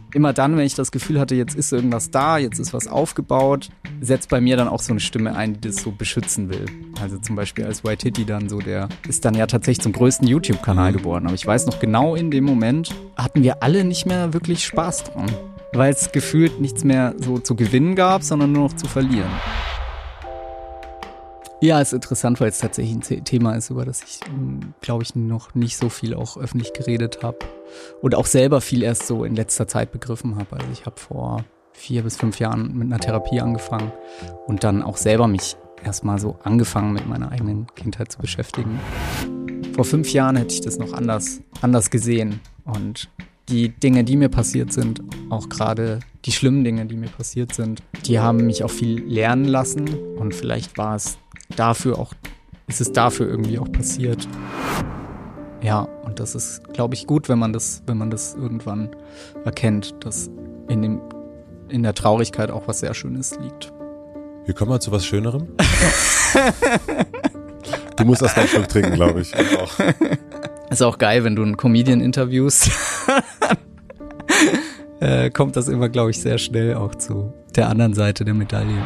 immer dann, wenn ich das Gefühl hatte, jetzt ist irgendwas da, jetzt ist was aufgebaut, setzt bei mir dann auch so eine Stimme ein, die das so beschützen will. Also zum Beispiel als Waititi dann so, der ist dann ja tatsächlich zum größten YouTube-Kanal geworden. Aber ich weiß noch genau, in dem Moment hatten wir alle nicht mehr wirklich Spaß dran. Weil es gefühlt nichts mehr so zu gewinnen gab, sondern nur noch zu verlieren. Ja, ist interessant, weil es tatsächlich ein Thema ist, über das ich, glaube ich, noch nicht so viel auch öffentlich geredet habe. Und auch selber viel erst so in letzter Zeit begriffen habe. Also ich habe vor 4 bis 5 Jahren mit einer Therapie angefangen und dann auch selber mich erstmal so angefangen mit meiner eigenen Kindheit zu beschäftigen. Vor 5 Jahren hätte ich das noch anders gesehen. Und die Dinge, die mir passiert sind, auch gerade die schlimmen Dinge, die mir passiert sind, die haben mich auch viel lernen lassen. Und vielleicht ist es dafür irgendwie auch passiert. Ja, und das ist, glaube ich, gut, wenn man das irgendwann erkennt, dass in der Traurigkeit auch was sehr Schönes liegt. Wir kommen mal zu was Schönerem. Du musst erst mal einen Schluck trinken, glaube ich. Auch. Ist auch geil, wenn du einen Comedian interviewst. Kommt das immer, glaube ich, sehr schnell auch zu der anderen Seite der Medaille.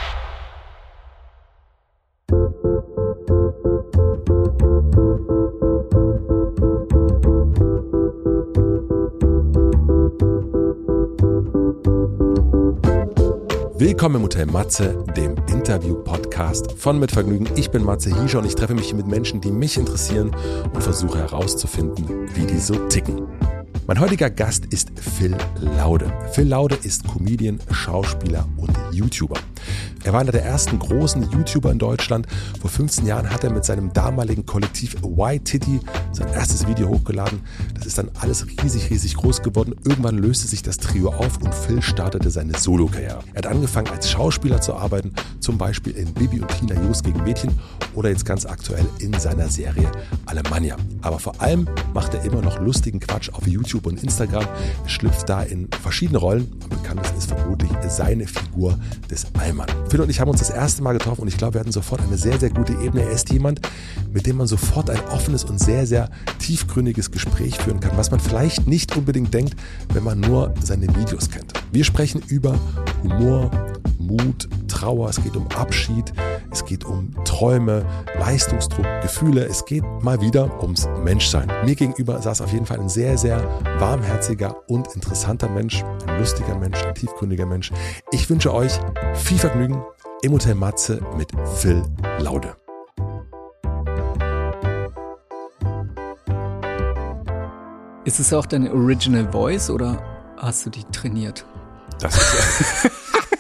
Willkommen im Hotel Matze, dem Interview-Podcast von Mit Vergnügen. Ich bin Matze Hiescher und ich treffe mich mit Menschen, die mich interessieren und versuche herauszufinden, wie die so ticken. Mein heutiger Gast ist Phil Laude. Phil Laude ist Comedian, Schauspieler und YouTuber. Er war einer der ersten großen YouTuber in Deutschland. Vor 15 Jahren hat er mit seinem damaligen Kollektiv Waititi sein erstes Video hochgeladen. Das ist dann alles riesig groß geworden. Irgendwann löste sich das Trio auf und Phil startete seine Solo-Karriere. Er hat angefangen als Schauspieler zu arbeiten, zum Beispiel in Bibi und Tina Jos gegen Mädchen oder jetzt ganz aktuell in seiner Serie Alemannia. Aber vor allem macht er immer noch lustigen Quatsch auf YouTube und Instagram. Er schlüpft da in verschiedene Rollen. Am bekanntesten ist vermutlich seine Figur des Allmann. Phil und ich haben uns das erste Mal getroffen und ich glaube, wir hatten sofort eine sehr gute Ebene. Er ist jemand, mit dem man sofort ein offenes und sehr tiefgründiges Gespräch führen kann, was man vielleicht nicht unbedingt denkt, wenn man nur seine Videos kennt. Wir sprechen über Humor, Mut, Trauer, es geht um Abschied, es geht um Träume, Leistungsdruck, Gefühle, es geht mal wieder ums Menschsein. Mir gegenüber saß auf jeden Fall ein sehr warmherziger und interessanter Mensch, ein lustiger Mensch, ein tiefgründiger Mensch. Ich wünsche euch viel Vergnügen im Hotel Matze mit Phil Laude. Ist es auch deine Original Voice oder hast du die trainiert? Das ist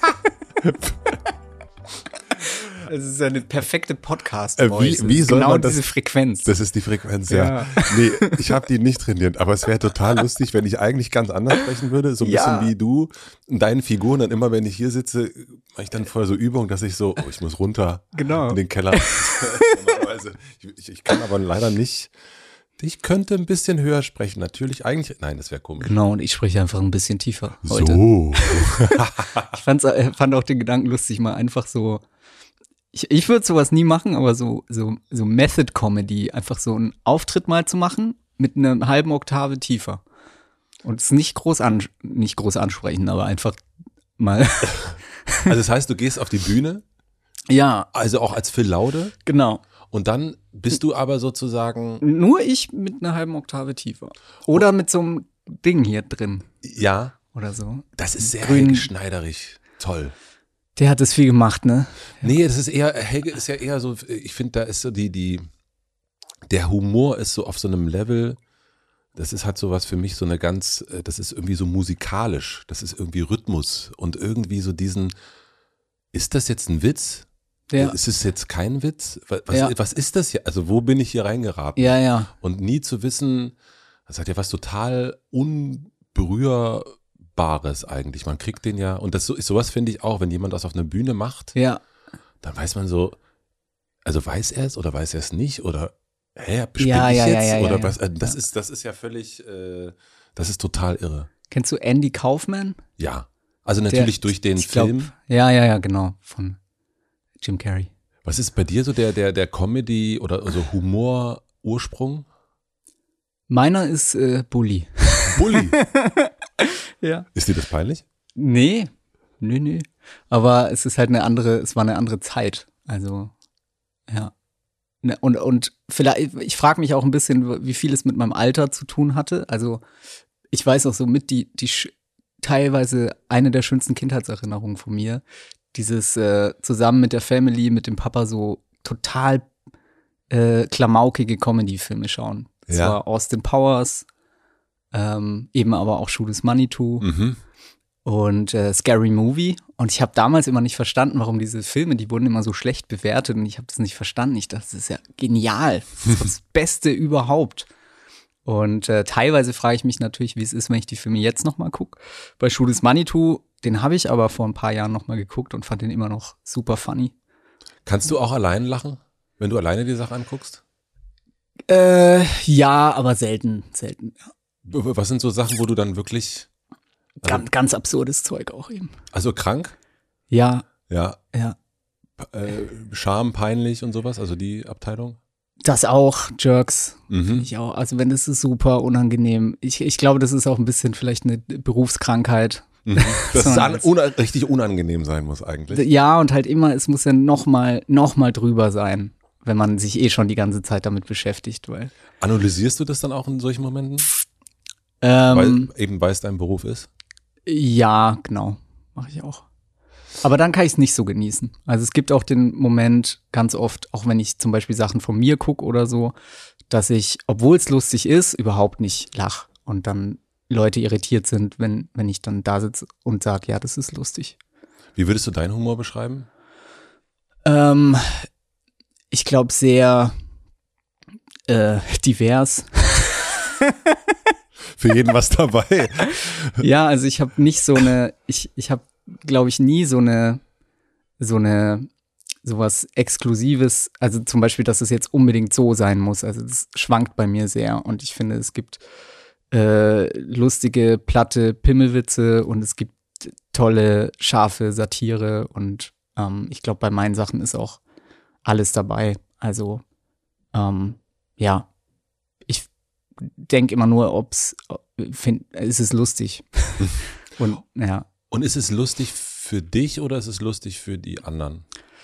Es ist eine perfekte Podcast-Voice. Wie soll genau man das, diese Frequenz. Das ist die Frequenz, ja. Nee, ich habe die nicht trainiert, aber es wäre total lustig, wenn ich eigentlich ganz anders sprechen würde, so ein bisschen wie du und deinen Figuren. Dann immer, wenn ich hier sitze, mache ich dann voll so Übung, dass ich so, ich muss runter in den Keller. Normalerweise, ich kann aber leider nicht. Ich könnte ein bisschen höher sprechen, natürlich. Eigentlich, nein, das wäre komisch. Genau, und ich spreche einfach ein bisschen tiefer heute. So. Ich fand auch den Gedanken lustig, mal einfach so, ich würde sowas nie machen, aber so Method Comedy, einfach so einen Auftritt mal zu machen mit einer halben Oktave tiefer. Und es nicht groß ansprechen, aber einfach mal. Also das heißt, du gehst auf die Bühne? Ja. Also auch als Phil Laude? Genau. Und dann bist du aber sozusagen. Nur ich mit einer halben Oktave tiefer. Oder mit so einem Ding hier drin. Ja. Oder so. Das ist sehr Helge Schneiderich. Toll. Der hat das viel gemacht, ne? Nee, das ist eher, Helge ist ja eher so, ich finde, da ist so der Humor ist so auf so einem Level, das ist halt sowas für mich so eine ganz, das ist irgendwie so musikalisch, das ist irgendwie Rhythmus und irgendwie so ist das jetzt ein Witz? Ja. Ist es jetzt kein Witz? Was ist das hier? Also wo bin ich hier reingeraten? Ja. Und nie zu wissen, das hat ja was total Unberührbares eigentlich. Man kriegt den ja, und sowas finde ich auch, wenn jemand das auf einer Bühne macht, dann weiß man so, also weiß er es oder weiß er es nicht oder spinne ich jetzt? Oder was? Das ist ja völlig, das ist total irre. Kennst du Andy Kaufman? Ja, also natürlich durch den Film. Ja, genau, von Jim Carrey. Was ist bei dir so der Comedy oder so Humor-Ursprung? Meiner ist Bully. Bully? Ja. Ist dir das peinlich? Nee. Aber es ist halt es war eine andere Zeit. Also, ja. Und vielleicht, ich frage mich auch ein bisschen, wie viel es mit meinem Alter zu tun hatte. Also, ich weiß auch so teilweise eine der schönsten Kindheitserinnerungen von mir. Dieses zusammen mit der Family, mit dem Papa so total klamaukige Comedy-Filme schauen. Das war Austin Powers, eben aber auch Shoot is Money Too und Scary Movie. Und ich habe damals immer nicht verstanden, warum diese Filme, die wurden immer so schlecht bewertet und ich habe das nicht verstanden. Ich dachte, das ist ja genial. Das ist das Beste überhaupt. Und teilweise frage ich mich natürlich, wie es ist, wenn ich die Filme jetzt nochmal gucke. Bei Shoot is Money Too, den habe ich aber vor ein paar Jahren nochmal geguckt und fand den immer noch super funny. Kannst du auch allein lachen, wenn du alleine die Sache anguckst? Ja, aber selten. Ja. Was sind so Sachen, wo du dann wirklich… Ganz absurdes Zeug auch eben. Also krank? Ja. Ja. Scham, peinlich und sowas, also die Abteilung? Das auch, Jerks. Ich auch. Also wenn das ist super unangenehm. Ich glaube, das ist auch ein bisschen vielleicht eine Berufskrankheit. Dass es richtig unangenehm sein muss eigentlich. Ja, und halt immer, es muss ja noch mal drüber sein, wenn man sich schon die ganze Zeit damit beschäftigt. Weil analysierst du das dann auch in solchen Momenten? Weil es dein Beruf ist? Ja, genau. Mache ich auch. Aber dann kann ich es nicht so genießen. Also es gibt auch den Moment ganz oft, auch wenn ich zum Beispiel Sachen von mir gucke oder so, dass ich, obwohl es lustig ist, überhaupt nicht lache. Und dann Leute irritiert sind, wenn ich dann da sitze und sage, ja, das ist lustig. Wie würdest du deinen Humor beschreiben? Ich glaube sehr divers. Für jeden was dabei. Ja, also ich habe nicht so eine, ich habe, glaube ich, nie sowas Exklusives, also zum Beispiel, dass es jetzt unbedingt so sein muss. Also das schwankt bei mir sehr und ich finde, es gibt lustige, platte Pimmelwitze und es gibt tolle, scharfe Satire und ich glaube, bei meinen Sachen ist auch alles dabei. Also ja, ich denke immer nur, ist es lustig. Und ja. Und ist es lustig für dich oder ist es lustig für die anderen?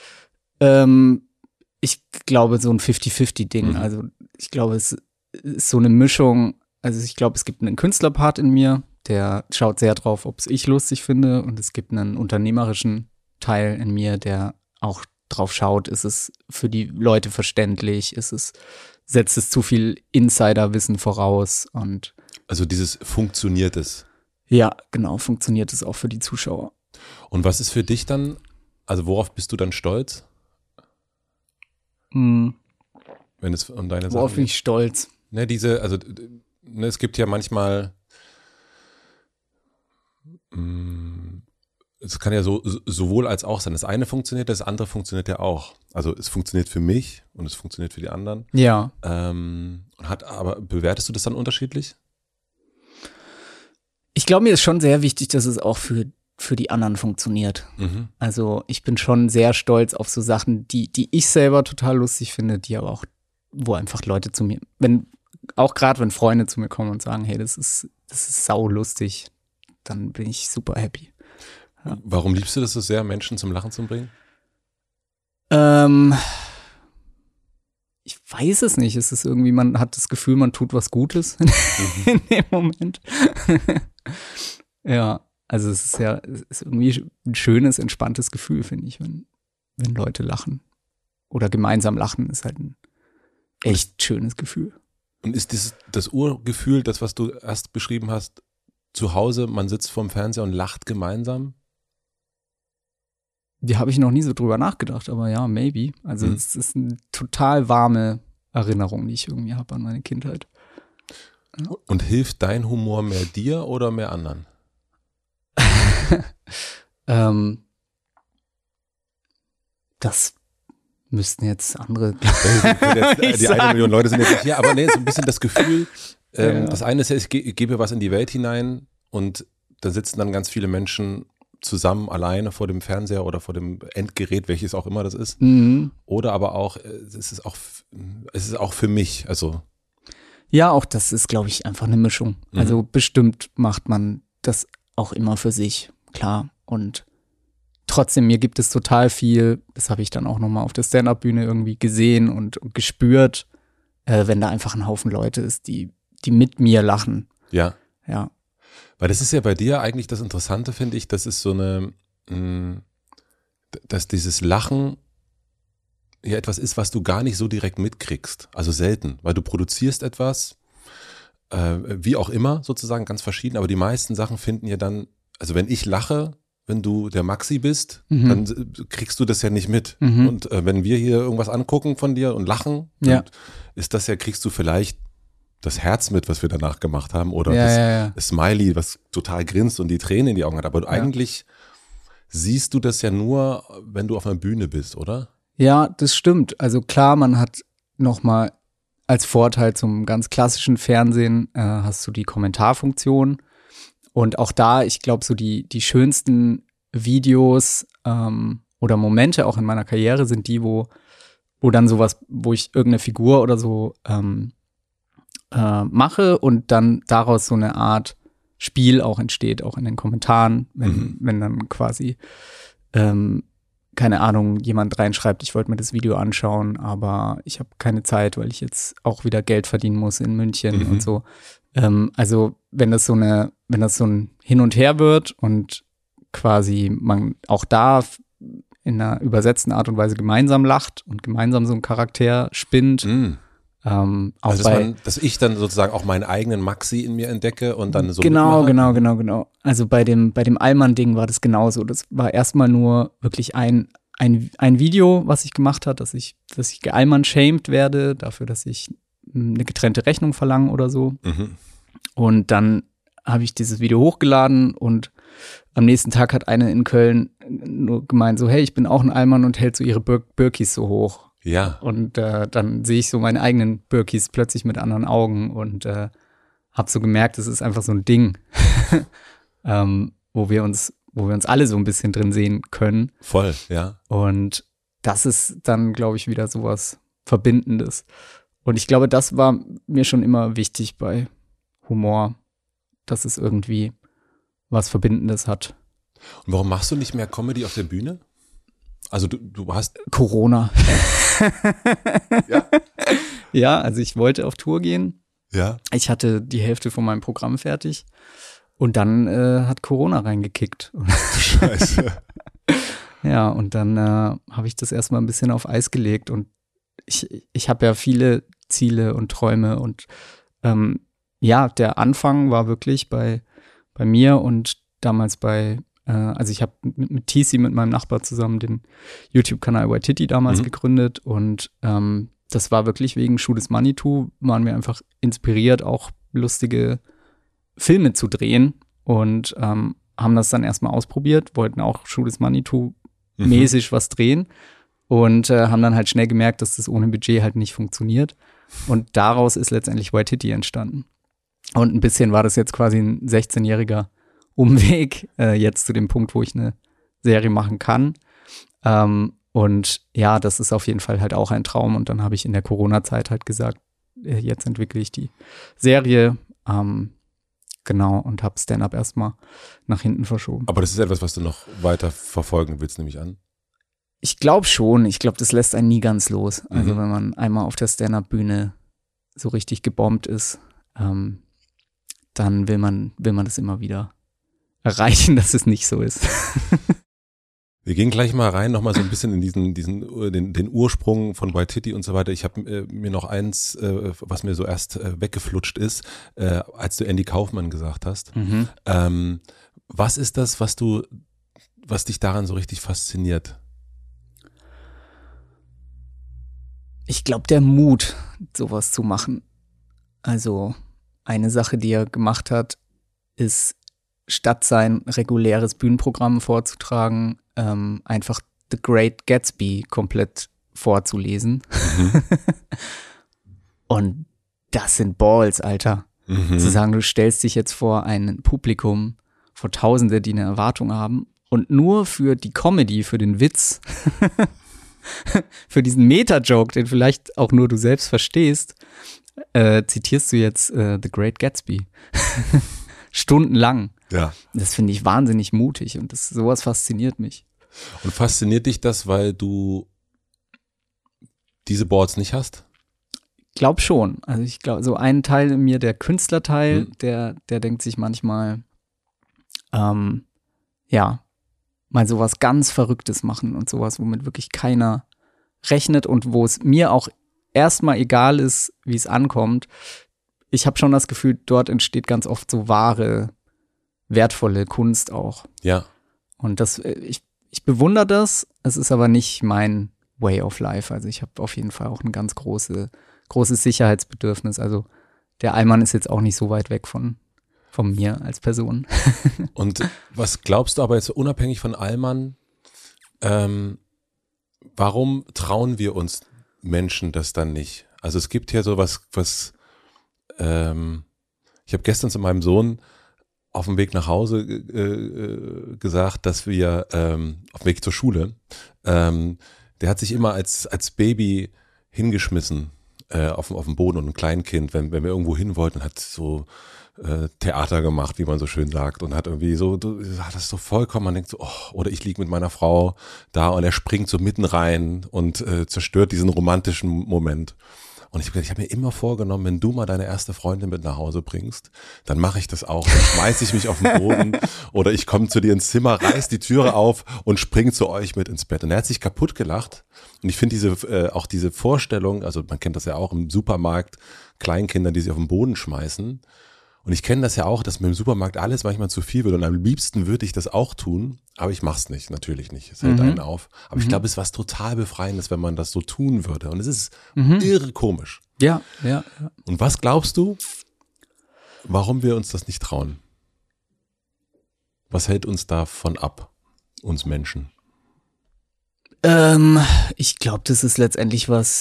Ich glaube, so ein 50-50-Ding. Also ich glaube, es ist so eine Mischung. Also ich glaube, es gibt einen Künstlerpart in mir, der schaut sehr drauf, ob es ich lustig finde. Und es gibt einen unternehmerischen Teil in mir, der auch drauf schaut, ist es für die Leute verständlich, setzt es zu viel Insiderwissen voraus und also dieses funktioniert es. Ja, genau, funktioniert es auch für die Zuschauer. Und was ist für dich dann, also worauf bist du dann stolz? Wenn es um deine Sachen geht? Worauf bin ich stolz? Es gibt ja manchmal, es kann ja sowohl als auch sein. Das eine funktioniert, das andere funktioniert ja auch. Also es funktioniert für mich und es funktioniert für die anderen. Ja. Aber bewertest du das dann unterschiedlich? Ich glaube, mir ist schon sehr wichtig, dass es auch für die anderen funktioniert. Also ich bin schon sehr stolz auf so Sachen, die ich selber total lustig finde, die aber auch, wo einfach Leute zu mir, auch gerade wenn Freunde zu mir kommen und sagen, hey, das ist sau lustig, dann bin ich super happy. Ja. Warum liebst du das so sehr, Menschen zum Lachen zu bringen? Ich weiß es nicht. Es ist irgendwie, man hat das Gefühl, man tut was Gutes in dem Moment. Ja, also es ist irgendwie ein schönes, entspanntes Gefühl, finde ich, wenn Leute lachen. Oder gemeinsam lachen ist halt ein echt schönes Gefühl. Und ist das Urgefühl, das, was du erst beschrieben hast, zu Hause, man sitzt vorm Fernseher und lacht gemeinsam? Die habe ich noch nie so drüber nachgedacht, aber ja, maybe. Also es ist eine total warme Erinnerung, die ich irgendwie habe an meine Kindheit. Ja. Und hilft dein Humor mehr dir oder mehr anderen? Das müssten jetzt andere. Die 1 Million Leute sind jetzt nicht hier, aber nee, so ein bisschen das Gefühl, das eine ist ja, ich gebe was in die Welt hinein und da sitzen dann ganz viele Menschen zusammen alleine vor dem Fernseher oder vor dem Endgerät, welches auch immer das ist. Oder aber auch, es ist auch für mich, also. Ja, auch das ist, glaube ich, einfach eine Mischung. Also bestimmt macht man das auch immer für sich, klar. Und trotzdem, mir gibt es total viel, das habe ich dann auch nochmal auf der Stand-Up-Bühne irgendwie gesehen und gespürt, wenn da einfach ein Haufen Leute ist, die mit mir lachen. Ja. Ja. Weil das ist ja bei dir eigentlich das Interessante, finde ich, das ist so dass dieses Lachen ja etwas ist, was du gar nicht so direkt mitkriegst. Also selten, weil du produzierst etwas, wie auch immer sozusagen, ganz verschieden, aber die meisten Sachen finden ja dann, also wenn ich lache, wenn du der Maxi bist, dann kriegst du das ja nicht mit. Und wenn wir hier irgendwas angucken von dir und lachen, dann ist das ja, kriegst du vielleicht das Herz mit, was wir danach gemacht haben, oder das Smiley, was total grinst und die Tränen in die Augen hat. Aber eigentlich siehst du das ja nur, wenn du auf einer Bühne bist, oder? Ja, das stimmt. Also klar, man hat nochmal als Vorteil zum ganz klassischen Fernsehen hast du die Kommentarfunktion. Und auch da, ich glaube, so die schönsten Videos oder Momente auch in meiner Karriere sind die, wo dann sowas, wo ich irgendeine Figur oder so mache und dann daraus so eine Art Spiel auch entsteht, auch in den Kommentaren, wenn dann quasi keine Ahnung, jemand reinschreibt, ich wollte mir das Video anschauen, aber ich habe keine Zeit, weil ich jetzt auch wieder Geld verdienen muss in München und so. Also wenn das so ein Hin und Her wird und quasi man auch da in einer übersetzten Art und Weise gemeinsam lacht und gemeinsam so einen Charakter spinnt. Also dass ich dann sozusagen auch meinen eigenen Maxi in mir entdecke und dann so Genau. Also bei dem Allmann-Ding war das genauso. Das war erstmal nur wirklich ein Video, was ich gemacht habe, dass ich geallmann-shamed werde, dafür, dass ich eine getrennte Rechnung verlange oder so. Und dann habe ich dieses Video hochgeladen und am nächsten Tag hat eine in Köln nur gemeint, so hey, ich bin auch ein Allmann und hält so ihre Birkis so hoch. Ja. Und dann sehe ich so meine eigenen Birkis plötzlich mit anderen Augen und habe so gemerkt, es ist einfach so ein Ding, wo wir uns alle so ein bisschen drin sehen können. Voll, ja. Und das ist dann, glaube ich, wieder sowas Verbindendes. Und ich glaube, das war mir schon immer wichtig bei Humor, dass es irgendwie was Verbindendes hat. Und warum machst du nicht mehr Comedy auf der Bühne? Also du hast Corona. Ja? Ja, also ich wollte auf Tour gehen. Ja. Ich hatte die Hälfte von meinem Programm fertig und dann hat Corona reingekickt. Scheiße. Ja, und dann habe ich das erstmal ein bisschen auf Eis gelegt und ich habe ja viele Ziele und Träume und der Anfang war wirklich bei mir und damals also ich habe mit TC, mit meinem Nachbar zusammen den YouTube-Kanal Waititi damals gegründet und das war wirklich wegen Shoot is Money Too, waren wir einfach inspiriert, auch lustige Filme zu drehen und haben das dann erstmal ausprobiert, wollten auch Shoot is Money Too mäßig was drehen und haben dann halt schnell gemerkt, dass das ohne Budget halt nicht funktioniert und daraus ist letztendlich Waititi entstanden. Und ein bisschen war das jetzt quasi ein 16-jähriger Umweg jetzt zu dem Punkt, wo ich eine Serie machen kann. Und ja, das ist auf jeden Fall halt auch ein Traum. Und dann habe ich in der Corona-Zeit halt gesagt, jetzt entwickle ich die Serie. Genau, und habe Stand-Up erstmal nach hinten verschoben. Aber das ist etwas, was du noch weiter verfolgen willst, nehme ich an? Ich glaube schon. Ich glaube, das lässt einen nie ganz los. Also wenn man einmal auf der Stand-Up-Bühne so richtig gebombt ist, dann will man das immer wieder erreichen, dass es nicht so ist. Wir gehen gleich mal rein, nochmal so ein bisschen in den Ursprung von Waititi und so weiter. Ich habe mir noch eins, was mir so erst weggeflutscht ist, als du Andy Kaufman gesagt hast. Was ist das, was dich daran so richtig fasziniert? Ich glaube, der Mut, sowas zu machen. Also eine Sache, die er gemacht hat, ist statt sein reguläres Bühnenprogramm vorzutragen, einfach The Great Gatsby komplett vorzulesen. Und das sind Balls, Alter. Zu sagen, du stellst dich jetzt vor ein Publikum, vor Tausende, die eine Erwartung haben und nur für die Comedy, für den Witz, für diesen Meta-Joke, den vielleicht auch nur du selbst verstehst, zitierst du jetzt The Great Gatsby. Stundenlang. Ja. Das finde ich wahnsinnig mutig und sowas fasziniert mich. Und fasziniert dich das, weil du diese Boards nicht hast? Glaub schon. Also ich glaube, so ein Teil in mir, der Künstlerteil, der denkt sich manchmal, mal sowas ganz Verrücktes machen und sowas, womit wirklich keiner rechnet und wo es mir auch erstmal egal ist, wie es ankommt. Ich habe schon das Gefühl, dort entsteht ganz oft so wahre, wertvolle Kunst auch. Ja. Und ich bewundere das, es ist aber nicht mein Way of Life. Also ich habe auf jeden Fall auch ein ganz großes Sicherheitsbedürfnis. Also der Allmann ist jetzt auch nicht so weit weg von mir als Person. Und was glaubst du aber jetzt unabhängig von Allmann, warum trauen wir uns Menschen das dann nicht? Also es gibt ja so was ich habe gestern zu meinem Sohn auf dem Weg nach Hause gesagt, dass wir auf dem Weg zur Schule, der hat sich immer als Baby hingeschmissen auf dem Boden und ein Kleinkind, wenn wir irgendwo hin wollten, hat so Theater gemacht, wie man so schön sagt, und hat irgendwie so, das ist so vollkommen, man denkt so, oh, oder ich liege mit meiner Frau da und er springt so mitten rein und zerstört diesen romantischen Moment. Und ich habe mir immer vorgenommen, wenn du mal deine erste Freundin mit nach Hause bringst, dann mache ich das auch. Dann schmeiße ich mich auf den Boden oder ich komme zu dir ins Zimmer, reiß die Türe auf und spring zu euch mit ins Bett. Und er hat sich kaputt gelacht. Und ich finde auch diese Vorstellung, also man kennt das ja auch im Supermarkt, Kleinkinder, die sich auf den Boden schmeißen. Und ich kenne das ja auch, dass mir im Supermarkt alles manchmal zu viel wird und am liebsten würde ich das auch tun, aber ich mach's nicht, natürlich nicht. Es hält einen auf. Aber ich glaube, es ist was total Befreiendes, wenn man das so tun würde. Und es ist irre komisch. Ja. Und was glaubst du, warum wir uns das nicht trauen? Was hält uns davon ab, uns Menschen? Ich glaube, das ist letztendlich was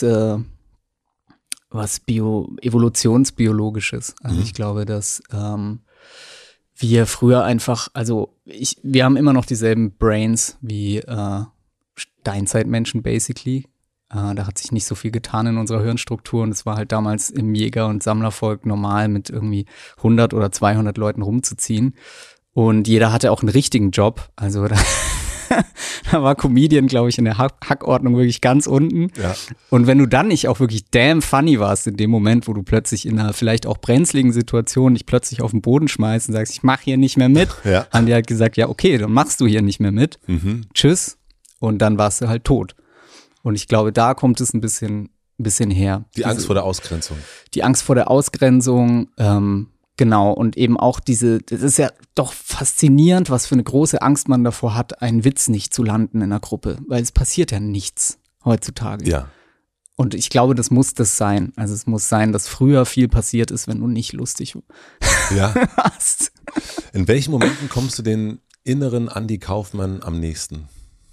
evolutionsbiologisches. Also ich glaube, dass wir früher einfach, wir haben immer noch dieselben Brains wie Steinzeitmenschen basically. Da hat sich nicht so viel getan in unserer Hirnstruktur und es war halt damals im Jäger- und Sammlervolk normal, mit irgendwie 100 oder 200 Leuten rumzuziehen. Und jeder hatte auch einen richtigen Job. Also da war Comedian, glaube ich, in der Hackordnung wirklich ganz unten. Ja. Und wenn du dann nicht auch wirklich damn funny warst in dem Moment, wo du plötzlich in einer vielleicht auch brenzligen Situation dich plötzlich auf den Boden schmeißt und sagst, ich mache hier nicht mehr mit, haben die halt gesagt, ja okay, dann machst du hier nicht mehr mit. Tschüss. Und dann warst du halt tot. Und ich glaube, da kommt es ein bisschen her. Die Angst vor der Ausgrenzung. Die Angst vor der Ausgrenzung, genau, und eben auch das ist ja doch faszinierend, was für eine große Angst man davor hat, einen Witz nicht zu landen in einer Gruppe, weil es passiert ja nichts heutzutage. Ja. Und ich glaube, das muss das sein. Also es muss sein, dass früher viel passiert ist, wenn du nicht lustig warst. In welchen Momenten kommst du den inneren Andy Kaufmann am nächsten?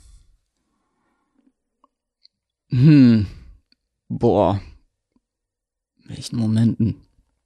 Boah. In welchen Momenten?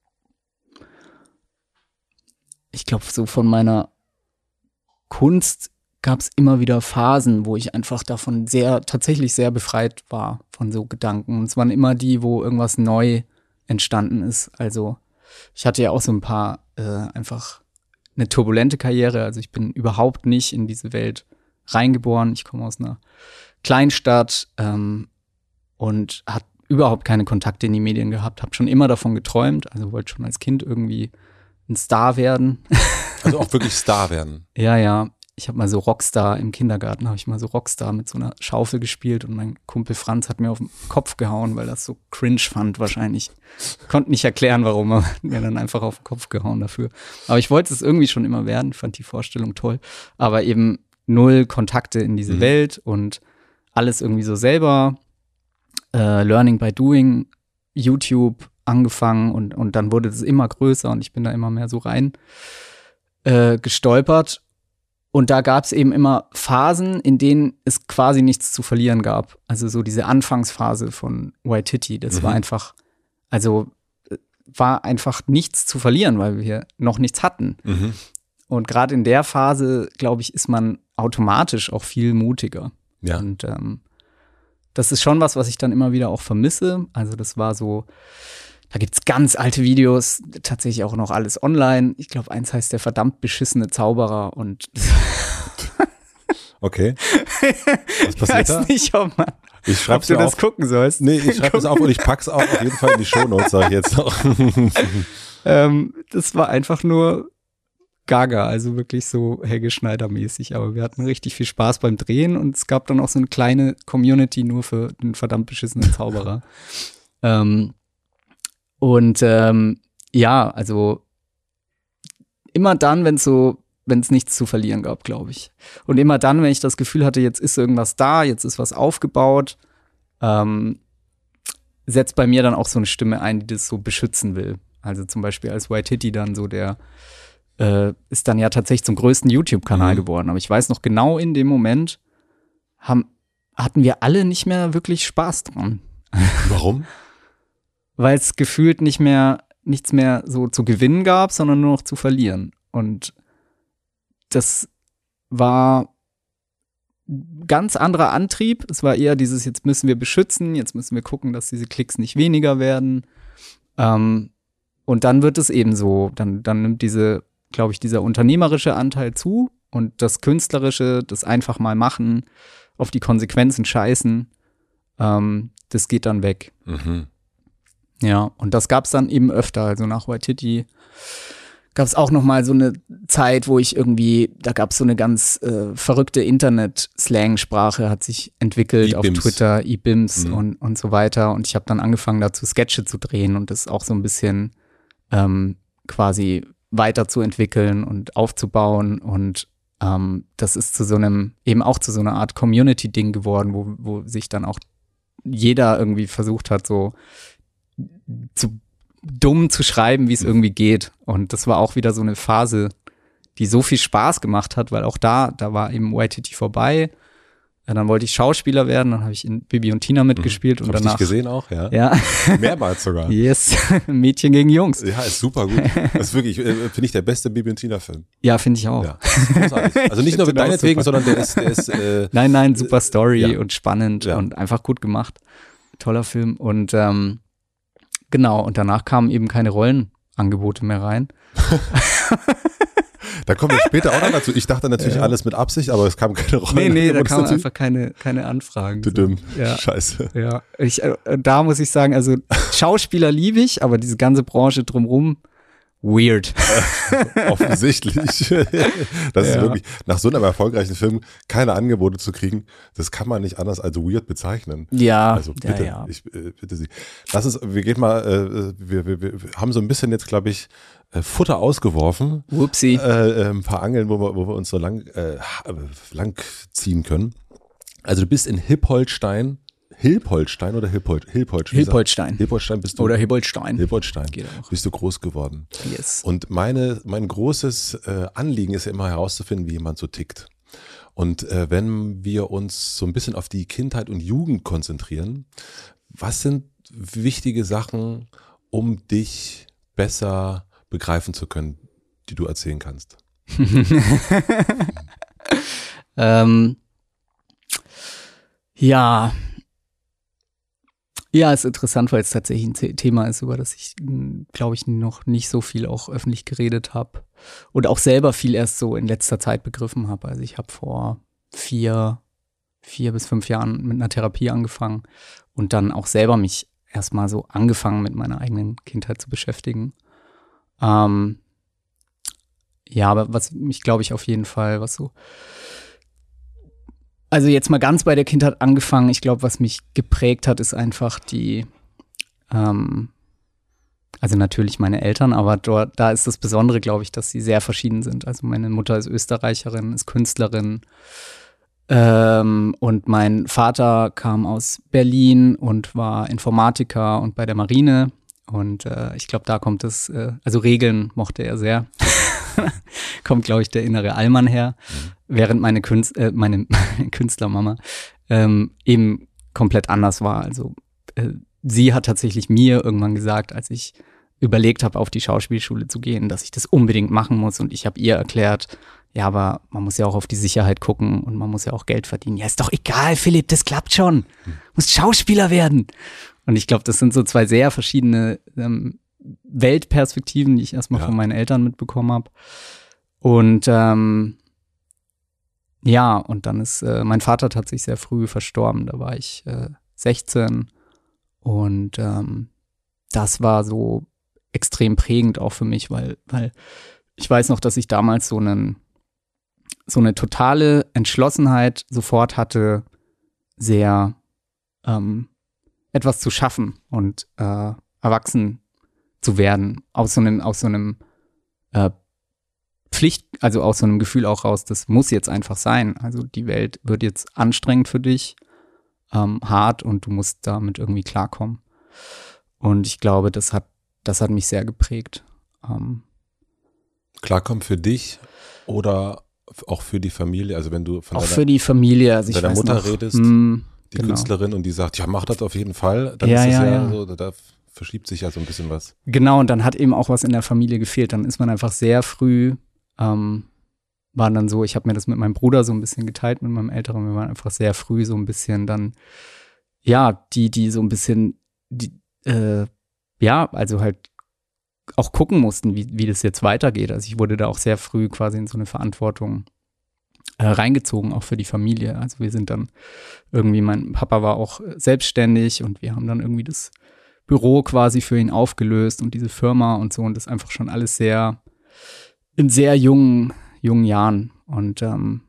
Ich glaube, so von meiner Kunst gab es immer wieder Phasen, wo ich einfach davon tatsächlich sehr befreit war von so Gedanken. Und es waren immer die, wo irgendwas neu entstanden ist. Also ich hatte ja auch so ein paar einfach eine turbulente Karriere. Also ich bin überhaupt nicht in diese Welt reingeboren. Ich komme aus einer Kleinstadt und habe überhaupt keine Kontakte in die Medien gehabt. Habe schon immer davon geträumt. Also wollte schon als Kind irgendwie ein Star werden. Also auch wirklich Star werden? Ja. Ich habe mal so Rockstar im Kindergarten, habe ich mal so Rockstar mit so einer Schaufel gespielt und mein Kumpel Franz hat mir auf den Kopf gehauen, weil das so cringe fand wahrscheinlich. Konnte nicht erklären, warum, er hat mir dann einfach auf den Kopf gehauen dafür. Aber ich wollte es irgendwie schon immer werden, fand die Vorstellung toll. Aber eben 0 Kontakte in diese Welt und alles irgendwie so selber. Learning by doing, YouTube angefangen und dann wurde das immer größer und ich bin da immer mehr so rein gestolpert. Und da gab es eben immer Phasen, in denen es quasi nichts zu verlieren gab. Also so diese Anfangsphase von Waititi, das war einfach nichts zu verlieren, weil wir noch nichts hatten. Und gerade in der Phase, glaube ich, ist man automatisch auch viel mutiger. Ja. Und das ist schon was ich dann immer wieder auch vermisse. Also das war so Da gibt's ganz alte Videos, tatsächlich auch noch alles online. Ich glaube, eins heißt der verdammt beschissene Zauberer und Okay. Was passiert ich weiß nicht, ob du das gucken sollst. Nee, ich schreibe es auf und ich pack's auch auf jeden Fall in die Shownotes, sage ich jetzt noch. Das war einfach nur gaga, also wirklich so Helge Schneider-mäßig. Aber wir hatten richtig viel Spaß beim Drehen und es gab dann auch so eine kleine Community nur für den verdammt beschissenen Zauberer. Ja, also immer dann, wenn es nichts zu verlieren gab, glaube ich. Und immer dann, wenn ich das Gefühl hatte, jetzt ist irgendwas da, jetzt ist was aufgebaut, setzt bei mir dann auch so eine Stimme ein, die das so beschützen will. Also zum Beispiel als Waititi dann so, der ist dann ja tatsächlich zum größten YouTube-Kanal geworden. Aber ich weiß noch genau, in dem Moment hatten wir alle nicht mehr wirklich Spaß dran. Warum? Weil es gefühlt nichts mehr so zu gewinnen gab, sondern nur noch zu verlieren. Und das war ganz anderer Antrieb. Es war eher dieses, jetzt müssen wir beschützen, jetzt müssen wir gucken, dass diese Klicks nicht weniger werden. Und dann wird es eben so, dann nimmt glaube ich, dieser unternehmerische Anteil zu und das Künstlerische, das einfach mal machen, auf die Konsequenzen scheißen, das geht dann weg. Mhm. Ja, und das gab's dann eben öfter. Also nach Waititi gab's auch noch mal so eine Zeit, wo da gab's so eine ganz verrückte Internet-Slang-Sprache, hat sich entwickelt auf Twitter, IBIMS und so weiter. Und ich habe dann angefangen, dazu Sketche zu drehen und das auch so ein bisschen quasi weiterzuentwickeln und aufzubauen. Und das ist zu so einer Art Community-Ding geworden, wo sich dann auch jeder irgendwie versucht hat, so dumm zu schreiben, wie es irgendwie geht. Und das war auch wieder so eine Phase, die so viel Spaß gemacht hat, weil auch da war eben Waititi vorbei. Ja, dann wollte ich Schauspieler werden, dann habe ich in Bibi und Tina mitgespielt. Und danach. Habe ich dich gesehen auch, ja? Ja. Mehrmals sogar. Yes, Mädchen gegen Jungs. Ja, ist super gut. Das ist wirklich, finde ich, der beste Bibi und Tina-Film. Ja, finde ich auch. Ja, großartig. Also nicht nur mit deinetwegen, sondern der ist Nein, super Story und spannend und einfach gut gemacht. Toller Film. Und genau, und danach kamen eben keine Rollenangebote mehr rein. Da kommen wir später auch noch dazu. Ich dachte natürlich alles mit Absicht, aber es kam keine Rolle. Nee, da kamen einfach keine Anfragen. Du dumm. Ja. Scheiße. Ja, da muss ich sagen, also Schauspieler liebe ich, aber diese ganze Branche drumherum, weird. Offensichtlich. Das ist wirklich, nach so einem erfolgreichen Film keine Angebote zu kriegen, das kann man nicht anders als weird bezeichnen. Ja. Also bitte, ja. Ich bitte Sie. Wir gehen mal, wir haben so ein bisschen jetzt, glaube ich, Futter ausgeworfen. Whoopsie. Ein paar Angeln, wo wir uns so lang ziehen können. Also du bist in Hilpoltstein oder Hilpoltstein? Hilpoltstein bist du. Oder Hilpoltstein. Geht auch. Bist du groß geworden. Yes. Und mein großes Anliegen ist ja immer herauszufinden, wie jemand so tickt. Und wenn wir uns so ein bisschen auf die Kindheit und Jugend konzentrieren, was sind wichtige Sachen, um dich besser begreifen zu können, die du erzählen kannst? Ja, ist interessant, weil es tatsächlich ein Thema ist, über das ich, glaube ich, noch nicht so viel auch öffentlich geredet habe und auch selber viel erst so in letzter Zeit begriffen habe. Also ich habe vor 4 bis 5 Jahren mit einer Therapie angefangen und dann auch selber mich erstmal so angefangen mit meiner eigenen Kindheit zu beschäftigen. Aber was mich, glaube ich, auf jeden Fall, also jetzt mal ganz bei der Kindheit angefangen, ich glaube, was mich geprägt hat, ist einfach also natürlich meine Eltern, aber da ist das Besondere, glaube ich, dass sie sehr verschieden sind. Also meine Mutter ist Österreicherin, ist Künstlerin und mein Vater kam aus Berlin und war Informatiker und bei der Marine. Und ich glaube, da kommt also Regeln mochte er sehr. Kommt, glaube ich, der innere Allmann her. Während meine Künstlermama eben komplett anders war. Also sie hat tatsächlich mir irgendwann gesagt, als ich überlegt habe, auf die Schauspielschule zu gehen, dass ich das unbedingt machen muss. Und ich habe ihr erklärt, ja, aber man muss ja auch auf die Sicherheit gucken und man muss ja auch Geld verdienen. Ja, ist doch egal, Philipp, das klappt schon. Du musst Schauspieler werden. Und ich glaube, das sind so zwei sehr verschiedene Weltperspektiven, die ich erstmal von meinen Eltern mitbekommen habe. Und ja, und dann ist mein Vater tatsächlich sehr früh verstorben. Da war ich 16 und das war so extrem prägend auch für mich, weil ich weiß noch, dass ich damals so eine totale Entschlossenheit sofort hatte, sehr etwas zu schaffen und erwachsen zu werden, aus so einem Pflicht, also aus so einem Gefühl auch raus, das muss jetzt einfach sein. Also die Welt wird jetzt anstrengend für dich, hart und du musst damit irgendwie klarkommen. Und ich glaube, das hat mich sehr geprägt. Klarkommen für dich oder auch für die Familie? Also wenn du von für die Familie, also deiner Mutter redest, die Künstlerin, und die sagt, ja, mach das auf jeden Fall, dann ist das ja so, da verschiebt sich ja so ein bisschen was. Genau, und dann hat eben auch was in der Familie gefehlt. Dann ist man einfach sehr früh, war dann so, ich habe mir das mit meinem Bruder so ein bisschen geteilt, mit meinem Älteren, wir waren einfach sehr früh so ein bisschen dann, ja, die so ein bisschen, also halt auch gucken mussten, wie das jetzt weitergeht. Also ich wurde da auch sehr früh quasi in so eine Verantwortung reingezogen, auch für die Familie. Also wir sind dann irgendwie, mein Papa war auch selbstständig und wir haben dann irgendwie das Büro quasi für ihn aufgelöst und diese Firma und so, und das einfach schon alles in sehr jungen Jahren. Und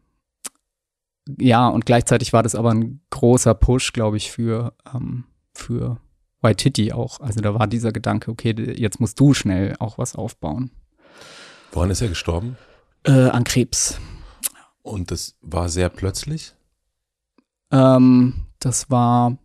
und gleichzeitig war das aber ein großer Push, glaube ich, für Waititi auch. Also da war dieser Gedanke, okay, jetzt musst du schnell auch was aufbauen. Woran ist er gestorben? An Krebs. Und das war sehr plötzlich? Das war,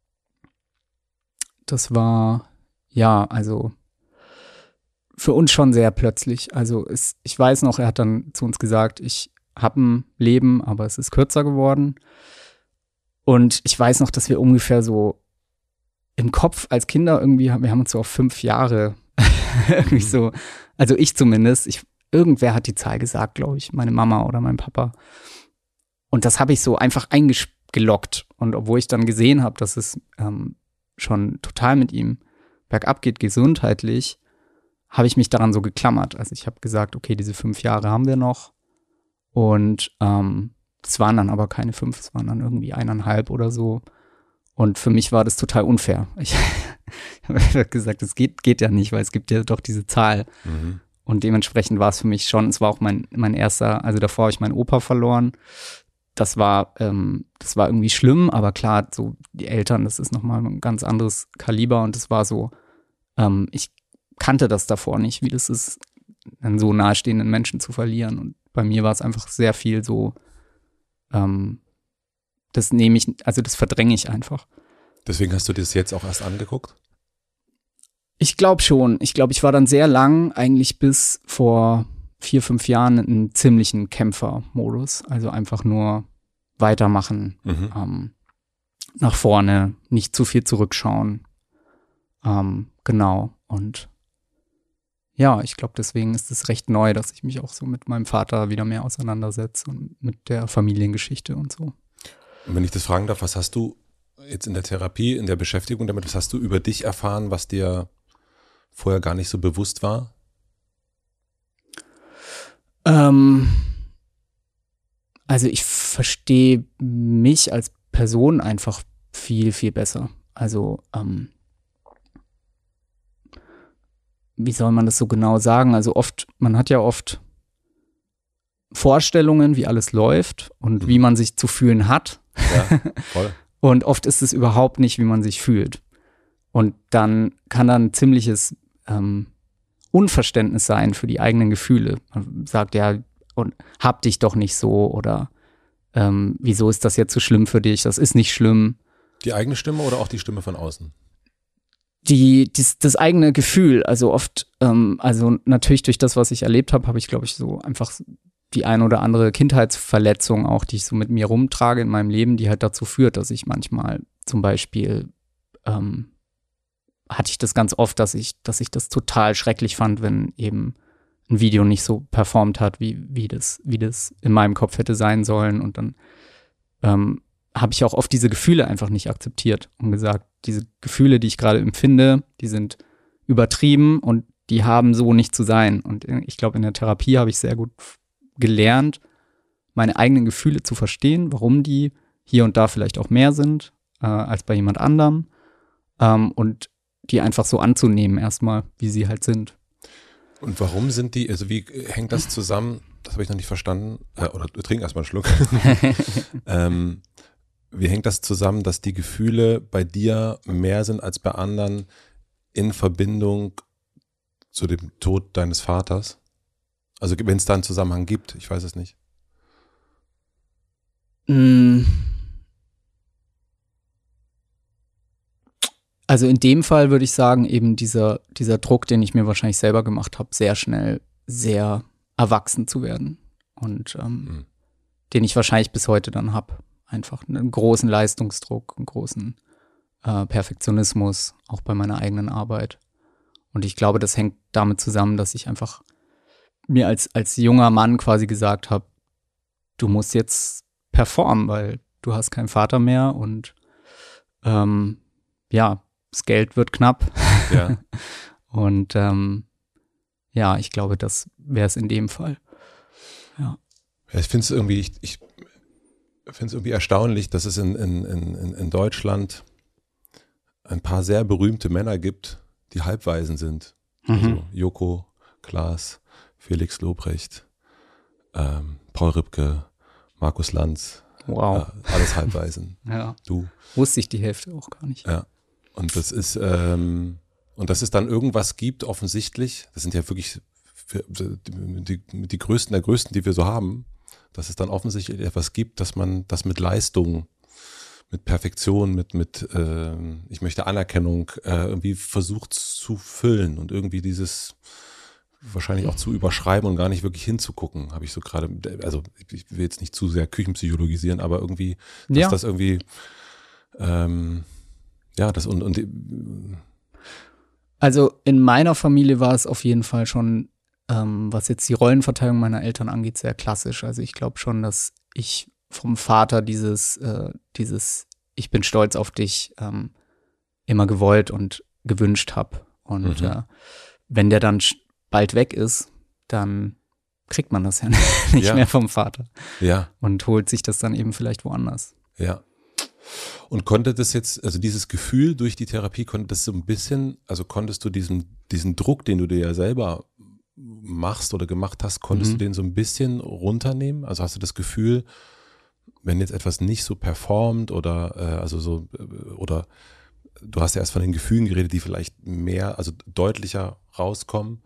ja, also für uns schon sehr plötzlich. Also ich weiß noch, er hat dann zu uns gesagt, ich habe ein Leben, aber es ist kürzer geworden. Und ich weiß noch, dass wir ungefähr so im Kopf als Kinder irgendwie, wir haben uns so auf 5 Jahre irgendwie so, also ich zumindest, irgendwer hat die Zahl gesagt, glaube ich, meine Mama oder mein Papa. Und das habe ich so einfach eingeloggt. Und obwohl ich dann gesehen habe, dass es schon total mit ihm bergab geht, gesundheitlich, habe ich mich daran so geklammert. Also ich habe gesagt, okay, diese 5 Jahre haben wir noch. Und es waren dann aber keine 5, es waren dann irgendwie 1,5 oder so. Und für mich war das total unfair. Ich habe gesagt, es geht ja nicht, weil es gibt ja doch diese Zahl. Mhm. Und dementsprechend war es für mich schon, es war auch mein erster, also davor habe ich meinen Opa verloren. Das war irgendwie schlimm, aber klar, so die Eltern, das ist nochmal ein ganz anderes Kaliber. Und es war so, ich kannte das davor nicht, wie das ist, einen so nahestehenden Menschen zu verlieren. Und bei mir war es einfach sehr viel so, das verdränge ich einfach. Deswegen hast du dir das jetzt auch erst angeguckt? Ich glaube schon. Ich glaube, ich war dann sehr lang, eigentlich bis vor 4, 5 Jahren, in einem ziemlichen Kämpfermodus. Also einfach nur weitermachen, nach vorne, nicht zu viel zurückschauen. Genau. Und ja, ich glaube, deswegen ist es recht neu, dass ich mich auch so mit meinem Vater wieder mehr auseinandersetze und mit der Familiengeschichte und so. Und wenn ich das fragen darf, was hast du jetzt in der Therapie, in der Beschäftigung damit, was hast du über dich erfahren, was dir vorher gar nicht so bewusst war? Also ich verstehe mich als Person einfach viel, viel besser. Also wie soll man das so genau sagen? Also man hat ja oft Vorstellungen, wie alles läuft und wie man sich zu fühlen hat. Ja, voll. Und oft ist es überhaupt nicht, wie man sich fühlt. Und dann kann da ein ziemliches Unverständnis sein für die eigenen Gefühle. Man sagt ja, und hab dich doch nicht so, oder wieso ist das jetzt so schlimm für dich? Das ist nicht schlimm. Die eigene Stimme oder auch die Stimme von außen? Das eigene Gefühl, also oft, also natürlich durch das, was ich erlebt habe, habe ich, glaube ich, so einfach die ein oder andere Kindheitsverletzung auch, die ich so mit mir rumtrage in meinem Leben, die halt dazu führt, dass ich manchmal zum Beispiel, hatte ich das ganz oft, dass ich das total schrecklich fand, wenn eben ein Video nicht so performt hat, wie das in meinem Kopf hätte sein sollen. Und dann habe ich auch oft diese Gefühle einfach nicht akzeptiert und gesagt, diese Gefühle, die ich gerade empfinde, die sind übertrieben und die haben so nicht zu sein. Und ich glaube, in der Therapie habe ich sehr gut gelernt, meine eigenen Gefühle zu verstehen, warum die hier und da vielleicht auch mehr sind als bei jemand anderem und die einfach so anzunehmen erstmal, wie sie halt sind. Und warum sind die, also wie hängt das zusammen? Das habe ich noch nicht verstanden. Oder trink erstmal einen Schluck. Wie hängt das zusammen, dass die Gefühle bei dir mehr sind als bei anderen in Verbindung zu dem Tod deines Vaters? Also wenn es da einen Zusammenhang gibt, ich weiß es nicht. Also in dem Fall würde ich sagen, eben dieser Druck, den ich mir wahrscheinlich selber gemacht habe, sehr schnell sehr erwachsen zu werden und den ich wahrscheinlich bis heute dann habe. Einfach einen großen Leistungsdruck, einen großen Perfektionismus, auch bei meiner eigenen Arbeit. Und ich glaube, das hängt damit zusammen, dass ich einfach mir als junger Mann quasi gesagt habe, du musst jetzt performen, weil du hast keinen Vater mehr und das Geld wird knapp. Ja. Und ich glaube, das wäre es in dem Fall. Ja. Ich finde es irgendwie, ich finde es irgendwie erstaunlich, dass es in Deutschland ein paar sehr berühmte Männer gibt, die Halbwaisen sind. Also Joko, Klaas, Felix Lobrecht, Paul Ripke, Markus Lanz. Wow. Alles Halbwaisen. Ja. Du. Wusste ich die Hälfte auch gar nicht. Ja. Und dass es dann irgendwas gibt, offensichtlich, das sind ja wirklich die größten der größten, die wir so haben, dass es dann offensichtlich etwas gibt, dass man das mit Leistung, mit Perfektion, mit ich möchte Anerkennung irgendwie versucht zu füllen und irgendwie dieses wahrscheinlich auch zu überschreiben und gar nicht wirklich hinzugucken, habe ich so gerade, also ich will jetzt nicht zu sehr küchenpsychologisieren, aber irgendwie, dass das irgendwie Also in meiner Familie war es auf jeden Fall schon, was jetzt die Rollenverteilung meiner Eltern angeht, sehr klassisch. Also ich glaube schon, dass ich vom Vater dieses ich bin stolz auf dich immer gewollt und gewünscht habe. Und wenn der dann bald weg ist, dann kriegt man das ja nicht mehr vom Vater. Ja. Und holt sich das dann eben vielleicht woanders. Ja. Und konnte das jetzt, also dieses Gefühl durch die Therapie, konnte das so ein bisschen, also konntest du diesen Druck, den du dir ja selber machst oder gemacht hast, konntest du den so ein bisschen runternehmen? Also hast du das Gefühl, wenn jetzt etwas nicht so performt oder oder du hast ja erst von den Gefühlen geredet, die vielleicht mehr, also deutlicher rauskommen.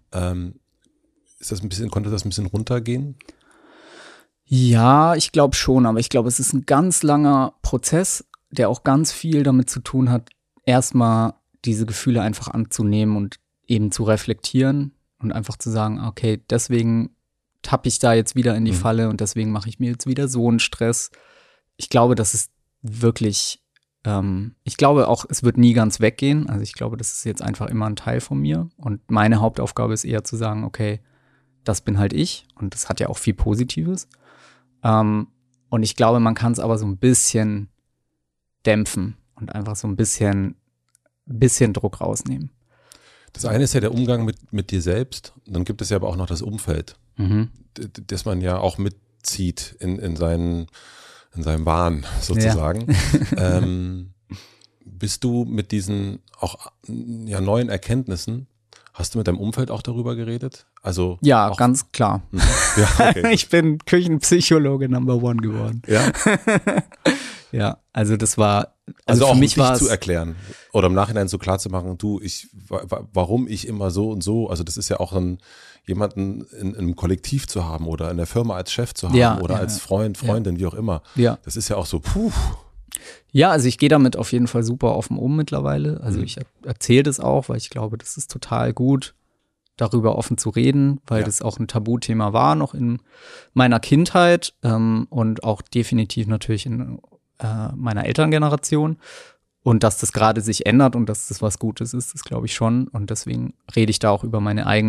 Konnte das ein bisschen runtergehen? Ja, ich glaube schon, aber ich glaube, es ist ein ganz langer Prozess, der auch ganz viel damit zu tun hat, erstmal diese Gefühle einfach anzunehmen und eben zu reflektieren und einfach zu sagen, okay, deswegen tappe ich da jetzt wieder in die Falle und deswegen mache ich mir jetzt wieder so einen Stress. Ich glaube, das ist wirklich, ich glaube auch, es wird nie ganz weggehen. Also ich glaube, das ist jetzt einfach immer ein Teil von mir und meine Hauptaufgabe ist eher zu sagen, okay, das bin halt ich und das hat ja auch viel Positives. Und ich glaube, man kann es aber so ein bisschen dämpfen und einfach so ein bisschen Druck rausnehmen. Das eine ist ja der Umgang mit dir selbst. Dann gibt es ja aber auch noch das Umfeld, das man ja auch mitzieht in seinem Wahn sozusagen. Ja. Bist du mit diesen auch neuen Erkenntnissen, hast du mit deinem Umfeld auch darüber geredet? Also ja, ganz klar. Ja, okay. Ich bin Küchenpsychologe Number 1 geworden. Ja? Ja, also das war, also für auch mich war es zu erklären oder im Nachhinein so klar zu machen, warum ich immer so und so, also das ist ja auch jemanden in einem Kollektiv zu haben oder in der Firma als Chef zu haben oder als Freund, Freundin, wie auch immer. Ja. Das ist ja auch so, Ja, also ich gehe damit auf jeden Fall super offen um mittlerweile. Also ich erzähle das auch, weil ich glaube, das ist total gut, darüber offen zu reden, weil das auch ein Tabuthema war noch in meiner Kindheit und auch definitiv natürlich in meiner Elterngeneration. Und dass das gerade sich ändert und dass das was Gutes ist, das glaube ich schon. Und deswegen rede ich da auch über meine eigenen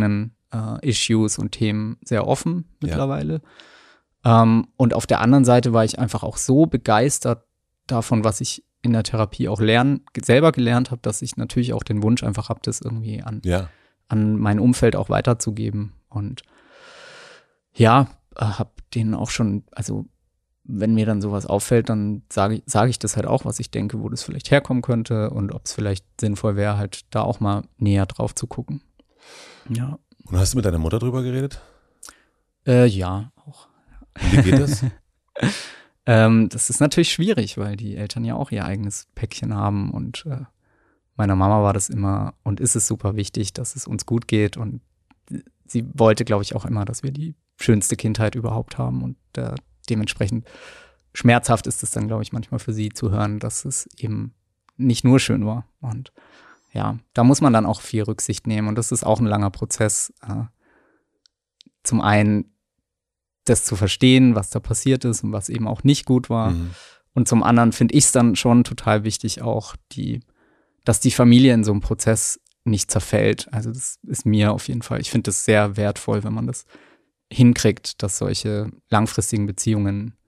Issues und Themen sehr offen mittlerweile. Und auf der anderen Seite war ich einfach auch so begeistert davon, was ich in der Therapie auch selber gelernt habe, dass ich natürlich auch den Wunsch einfach habe, das irgendwie an mein Umfeld auch weiterzugeben. Und ja, habe denen auch schon, also wenn mir dann sowas auffällt, dann sage ich das halt auch, was ich denke, wo das vielleicht herkommen könnte und ob es vielleicht sinnvoll wäre, halt da auch mal näher drauf zu gucken. Ja. Und hast du mit deiner Mutter drüber geredet? Ja, auch. Und wie geht das? Das ist natürlich schwierig, weil die Eltern ja auch ihr eigenes Päckchen haben und meiner Mama war das immer und ist es super wichtig, dass es uns gut geht und sie wollte, glaube ich, auch immer, dass wir die schönste Kindheit überhaupt haben und dementsprechend schmerzhaft ist es dann, glaube ich, manchmal für sie zu hören, dass es eben nicht nur schön war und ja, da muss man dann auch viel Rücksicht nehmen und das ist auch ein langer Prozess. Zum einen das zu verstehen, was da passiert ist und was eben auch nicht gut war. Und zum anderen finde ich es dann schon total wichtig auch, dass die Familie in so einem Prozess nicht zerfällt. Also das ist mir auf jeden Fall, ich finde das sehr wertvoll, wenn man das hinkriegt, dass solche langfristigen Beziehungen,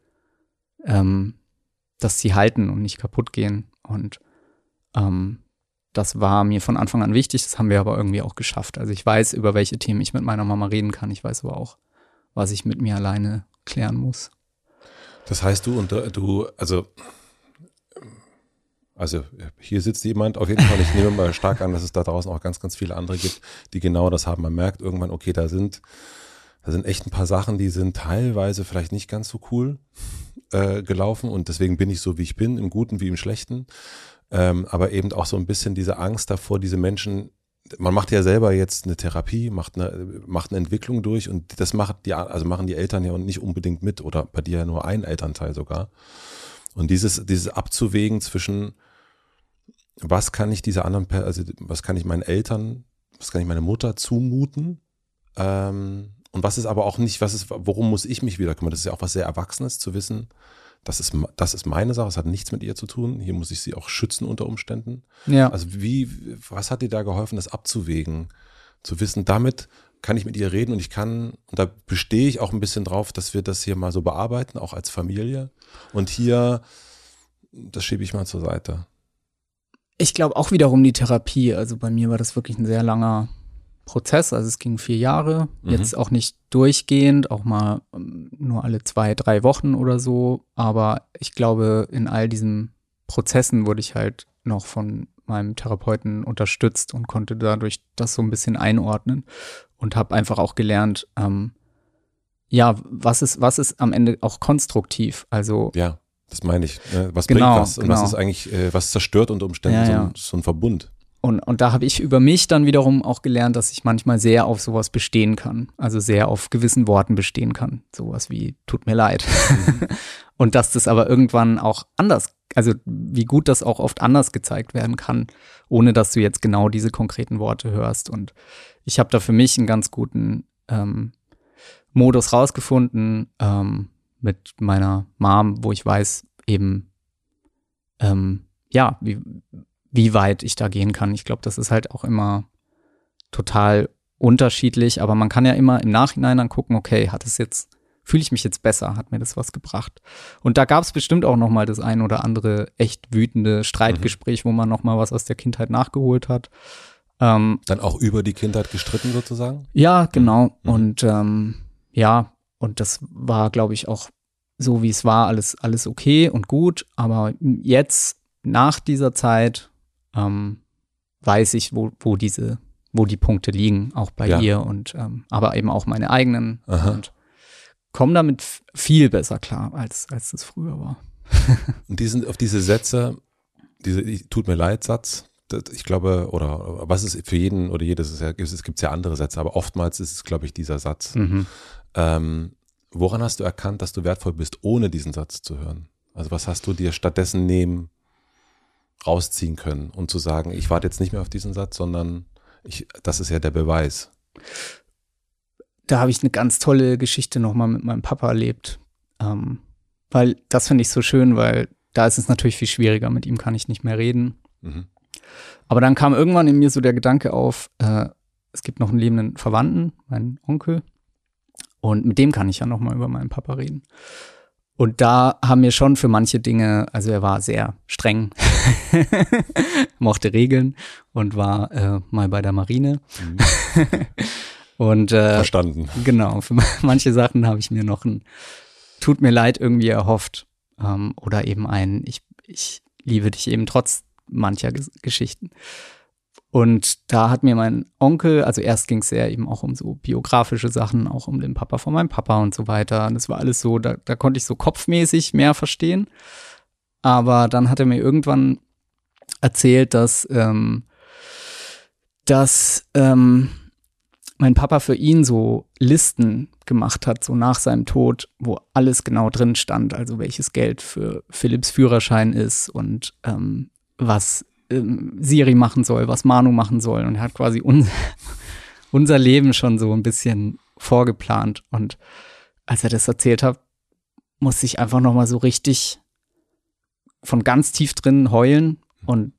dass sie halten und nicht kaputt gehen. Und das war mir von Anfang an wichtig, das haben wir aber irgendwie auch geschafft. Also ich weiß, über welche Themen ich mit meiner Mama reden kann. Ich weiß aber auch, was ich mit mir alleine klären muss. Das heißt, also hier sitzt jemand, auf jeden Fall, ich nehme mal stark an, dass es da draußen auch ganz, ganz viele andere gibt, die genau das haben. Man merkt irgendwann, okay, da sind echt ein paar Sachen, die sind teilweise vielleicht nicht ganz so cool gelaufen und deswegen bin ich so, wie ich bin, im Guten wie im Schlechten. Aber eben auch so ein bisschen diese Angst davor, diese Menschen, man macht ja selber jetzt eine Therapie, macht eine Entwicklung durch und das machen die Eltern ja nicht unbedingt mit oder bei dir ja nur ein Elternteil sogar. Und dieses abzuwägen zwischen, was kann ich was kann ich meinen Eltern, was kann ich meiner Mutter zumuten und was ist aber auch nicht, worum muss ich mich wieder kümmern? Das ist ja auch was sehr Erwachsenes zu wissen, das ist meine Sache, es hat nichts mit ihr zu tun. Hier muss ich sie auch schützen unter Umständen. Ja. Also was hat dir da geholfen, das abzuwägen? Zu wissen, damit kann ich mit ihr reden und da bestehe ich auch ein bisschen drauf, dass wir das hier mal so bearbeiten, auch als Familie. Und hier, das schiebe ich mal zur Seite. Ich glaube auch wiederum die Therapie. Also bei mir war das wirklich ein sehr langer Prozess, also es ging 4 Jahre, jetzt auch nicht durchgehend, auch mal nur alle 2-3 Wochen oder so, aber ich glaube, in all diesen Prozessen wurde ich halt noch von meinem Therapeuten unterstützt und konnte dadurch das so ein bisschen einordnen und habe einfach auch gelernt, was ist am Ende auch konstruktiv, also ja, das meine ich, was bringt was und was ist eigentlich, was zerstört unter Umständen so ein Verbund. Und da habe ich über mich dann wiederum auch gelernt, dass ich manchmal sehr auf sowas bestehen kann. Also sehr auf gewissen Worten bestehen kann. Sowas wie, tut mir leid. Und dass das aber irgendwann auch anders, also wie gut das auch oft anders gezeigt werden kann, ohne dass du jetzt genau diese konkreten Worte hörst. Und ich habe da für mich einen ganz guten Modus rausgefunden mit meiner Mom, wo ich weiß eben, wie weit ich da gehen kann. Ich glaube, das ist halt auch immer total unterschiedlich, aber man kann ja immer im Nachhinein dann gucken, okay, fühle ich mich jetzt besser, hat mir das was gebracht? Und da gab es bestimmt auch noch mal das ein oder andere echt wütende Streitgespräch, wo man noch mal was aus der Kindheit nachgeholt hat. Dann auch über die Kindheit gestritten sozusagen? Ja, genau. Und und das war, glaube ich, auch so, wie es war, alles okay und gut, aber jetzt, nach dieser Zeit, weiß ich, wo die Punkte liegen, auch bei ihr und aber eben auch meine eigenen und komme damit viel besser klar, als es früher war. Und auf diese Sätze, tut mir leid Satz, ich glaube, oder was ist für jeden oder jedes, es gibt ja andere Sätze, aber oftmals ist es, glaube ich, dieser Satz. Woran hast du erkannt, dass du wertvoll bist, ohne diesen Satz zu hören? Also was hast du dir stattdessen rausziehen können und zu sagen, ich warte jetzt nicht mehr auf diesen Satz, sondern das ist ja der Beweis. Da habe ich eine ganz tolle Geschichte nochmal mit meinem Papa erlebt, weil das finde ich so schön, weil da ist es natürlich viel schwieriger, mit ihm kann ich nicht mehr reden. Aber dann kam irgendwann in mir so der Gedanke auf, es gibt noch einen lebenden Verwandten, meinen Onkel. Und mit dem kann ich ja nochmal über meinen Papa reden. Und da haben wir schon für manche Dinge, also er war sehr streng, mochte Regeln und war mal bei der Marine. Und verstanden. Genau, für manche Sachen habe ich mir noch ein Tut mir leid irgendwie erhofft. Oder eben ich liebe dich eben trotz mancher Geschichten. Und da hat mir mein Onkel, also erst ging es ja eben auch um so biografische Sachen, auch um den Papa von meinem Papa und so weiter. Und das war alles so, da konnte ich so kopfmäßig mehr verstehen. Aber dann hat er mir irgendwann erzählt, dass mein Papa für ihn so Listen gemacht hat, so nach seinem Tod, wo alles genau drin stand, also welches Geld für Philipps Führerschein ist und was Siri machen soll, was Manu machen soll. Und er hat quasi unser Leben schon so ein bisschen vorgeplant. Und als er das erzählt hat, musste ich einfach nochmal so richtig von ganz tief drin heulen und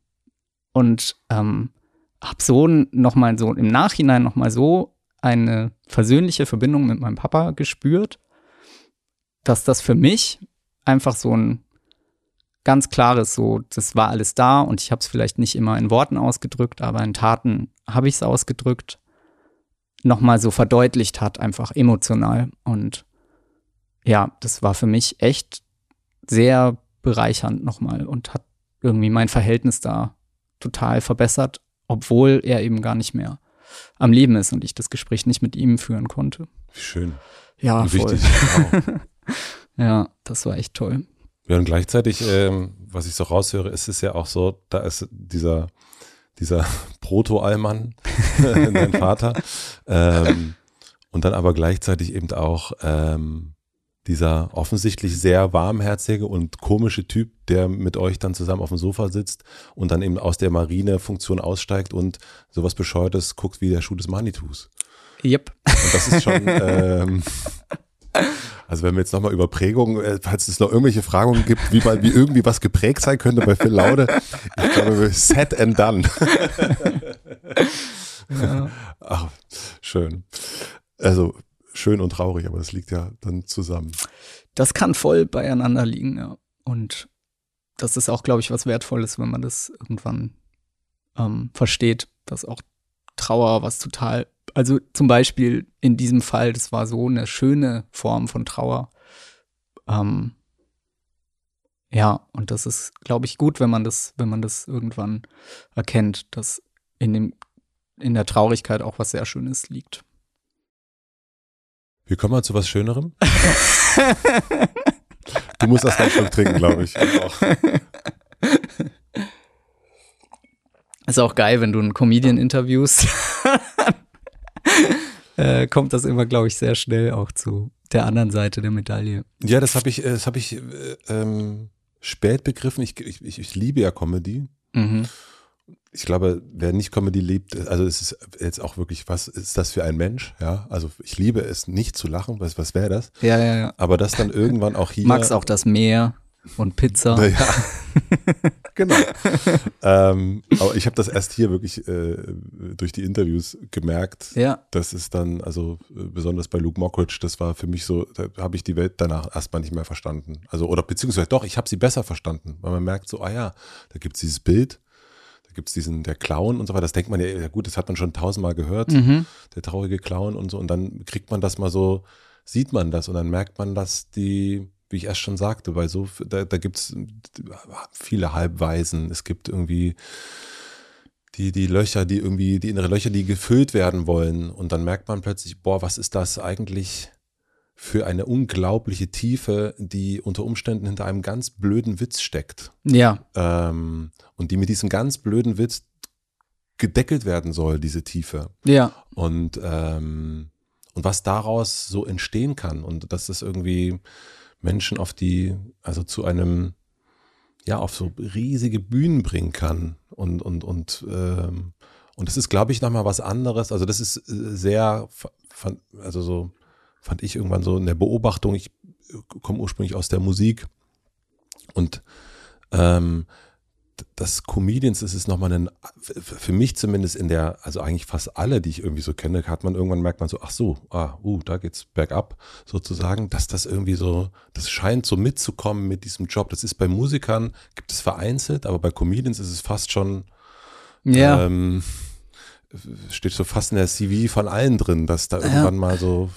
hab so nochmal so im Nachhinein nochmal so eine versöhnliche Verbindung mit meinem Papa gespürt, dass das für mich einfach so ein ganz klares so, das war alles da und ich habe es vielleicht nicht immer in Worten ausgedrückt, aber in Taten habe ich es ausgedrückt, nochmal so verdeutlicht hat, einfach emotional. Und ja, das war für mich echt sehr bereichernd nochmal und hat irgendwie mein Verhältnis da total verbessert, obwohl er eben gar nicht mehr am Leben ist und ich das Gespräch nicht mit ihm führen konnte. Wie schön. Ja, und voll. wichtig. Wow. Ja, das war echt toll. Ja, und gleichzeitig, was ich so raushöre, ist es ja auch so, da ist dieser Proto-Allmann, dein Vater, und dann aber gleichzeitig eben auch dieser offensichtlich sehr warmherzige und komische Typ, der mit euch dann zusammen auf dem Sofa sitzt und dann eben aus der Marinefunktion aussteigt und sowas Bescheuertes guckt wie der Schuh des Manitus. Yep. Und das ist schon also wenn wir jetzt nochmal über Prägung, falls es noch irgendwelche Fragungen gibt, wie irgendwie was geprägt sein könnte bei Phil Laude, ich glaube, set and done. Ja. Ach, schön. Also schön und traurig, aber das liegt ja dann zusammen. Das kann voll beieinander liegen, ja. Und das ist auch, glaube ich, was Wertvolles, wenn man das irgendwann versteht, dass auch Trauer was total, also zum Beispiel in diesem Fall, das war so eine schöne Form von Trauer. Ja, und das ist, glaube ich, gut, wenn man das irgendwann erkennt, dass in der Traurigkeit auch was sehr Schönes liegt. Wir kommen mal zu was Schönerem. Du musst erst einen Schluck trinken, glaube ich. Auch. Ist auch geil, wenn du einen Comedian interviewst. Kommt das immer, glaube ich, sehr schnell auch zu der anderen Seite der Medaille. Ja, das habe ich spät begriffen. Ich liebe ja Comedy. Mhm. Ich glaube, wer nicht Comedy liebt, also es ist jetzt auch wirklich, was ist das für ein Mensch? Ja, also ich liebe es nicht zu lachen, was wäre das? Ja. Aber das dann irgendwann auch hier. Magst auch das Meer und Pizza. Ja, genau. Aber ich habe das erst hier wirklich durch die Interviews gemerkt. Ja. Das ist dann, also besonders bei Luke Mockridge, das war für mich so, da habe ich die Welt danach erstmal nicht mehr verstanden. Also, oder beziehungsweise doch, ich habe sie besser verstanden, weil man merkt so, da gibt es dieses Bild. Da gibt es der Clown und so weiter, das denkt man ja gut, das hat man schon 1000-mal gehört, der traurige Clown und so, und dann kriegt man das mal so, sieht man das und dann merkt man, dass wie ich erst schon sagte, weil so, da gibt es viele Halbwaisen, es gibt irgendwie die Löcher, die innere Löcher, die gefüllt werden wollen, und dann merkt man plötzlich, boah, was ist das eigentlich für eine unglaubliche Tiefe, die unter Umständen hinter einem ganz blöden Witz steckt. Ja. Und die mit diesem ganz blöden Witz gedeckelt werden soll, diese Tiefe. Ja. Und was daraus so entstehen kann. Und dass das irgendwie Menschen auf so riesige Bühnen bringen kann. Und das ist, glaube ich, nochmal was anderes. Also das ist sehr, fand ich irgendwann so in der Beobachtung, ich komme ursprünglich aus der Musik und dass Comedians ist es nochmal für mich zumindest also eigentlich fast alle, die ich irgendwie so kenne, merkt man so, ach so, da geht's bergab sozusagen, dass das irgendwie so, das scheint so mitzukommen mit diesem Job. Das ist bei Musikern, gibt es vereinzelt, aber bei Comedians ist es fast schon, steht so fast in der CV von allen drin, dass da irgendwann mal so.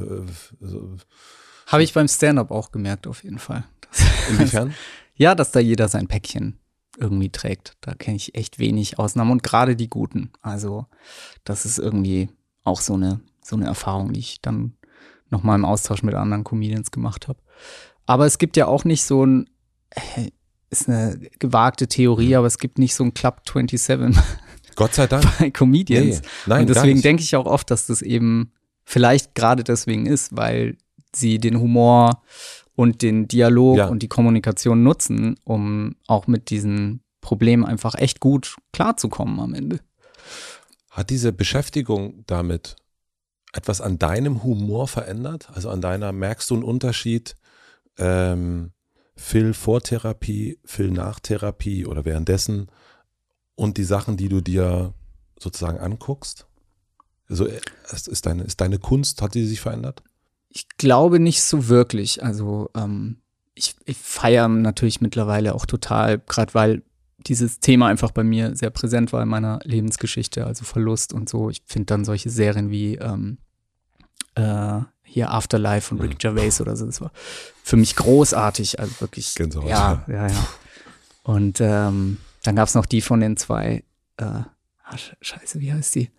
Habe ich beim Stand-up auch gemerkt, auf jeden Fall. Inwiefern? Ja, dass da jeder sein Päckchen irgendwie trägt. Da kenne ich echt wenig Ausnahmen und gerade die Guten. Also das ist irgendwie auch so eine Erfahrung, die ich dann nochmal im Austausch mit anderen Comedians gemacht habe. Aber es gibt ja auch nicht so ist eine gewagte Theorie, aber es gibt nicht so ein Club 27 Gott sei Dank. bei Comedians. Nee, nein, und deswegen denke ich auch oft, dass das eben vielleicht gerade deswegen ist, weil sie den Humor und den Dialog und die Kommunikation nutzen, um auch mit diesen Problemen einfach echt gut klarzukommen am Ende. Hat diese Beschäftigung damit etwas an deinem Humor verändert? Also merkst du einen Unterschied, Phil vor Therapie, Phil nach Therapie oder währenddessen und die Sachen, die du dir sozusagen anguckst? Also ist deine Kunst, hat die sich verändert? Ich glaube nicht so wirklich. Also ich feiere natürlich mittlerweile auch total, gerade weil dieses Thema einfach bei mir sehr präsent war in meiner Lebensgeschichte, also Verlust und so. Ich finde dann solche Serien wie hier Afterlife von Rick Gervais oder so, das war für mich großartig, also wirklich. Gänsehaut. Ja. Und dann gab es noch die von den zwei, scheiße, wie heißt die?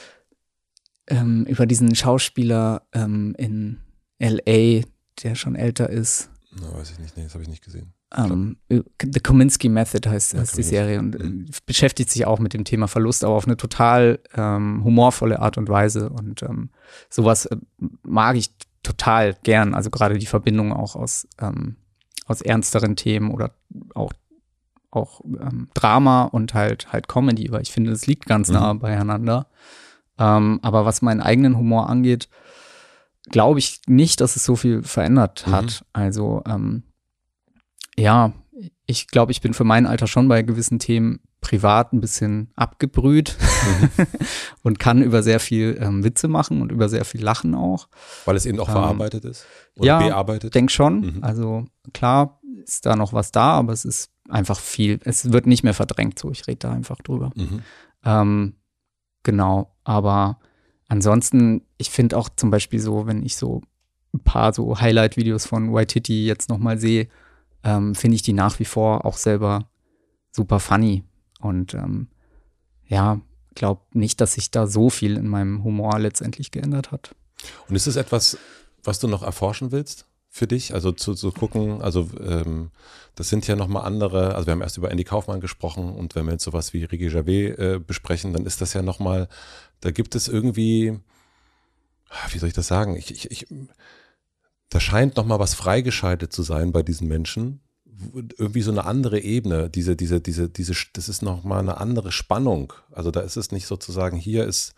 Über diesen Schauspieler in L.A., der schon älter ist. Na, weiß ich nicht, nee, das habe ich nicht gesehen. The Kominsky Method heißt die Serie und beschäftigt sich auch mit dem Thema Verlust, aber auf eine total humorvolle Art und Weise und sowas mag ich total gern, also gerade die Verbindung auch aus ernsteren Themen oder auch Drama und halt Comedy, weil ich finde, das liegt ganz nah beieinander. Aber was meinen eigenen Humor angeht, glaube ich nicht, dass es so viel verändert hat. Also ich glaube, ich bin für mein Alter schon bei gewissen Themen privat ein bisschen abgebrüht und kann über sehr viel Witze machen und über sehr viel lachen auch. Weil es eben auch verarbeitet ist? Oder bearbeitet? Ich denke schon. Also klar ist da noch was da, aber es ist einfach viel. Es wird nicht mehr verdrängt so. Ich rede da einfach drüber. Genau, aber ansonsten, ich finde auch zum Beispiel so, wenn ich so ein paar so Highlight-Videos von Waititi jetzt nochmal sehe, finde ich die nach wie vor auch selber super funny und glaube nicht, dass sich da so viel in meinem Humor letztendlich geändert hat. Und ist es etwas, was du noch erforschen willst für dich? Also zu gucken, also das sind ja nochmal andere, also wir haben erst über Andy Kaufmann gesprochen und wenn wir jetzt sowas wie Ricky Gervais besprechen, dann ist das ja nochmal, da gibt es irgendwie, wie soll ich das sagen, da scheint nochmal was freigeschaltet zu sein bei diesen Menschen, irgendwie so eine andere Ebene, das ist nochmal eine andere Spannung, also da ist es nicht sozusagen, hier ist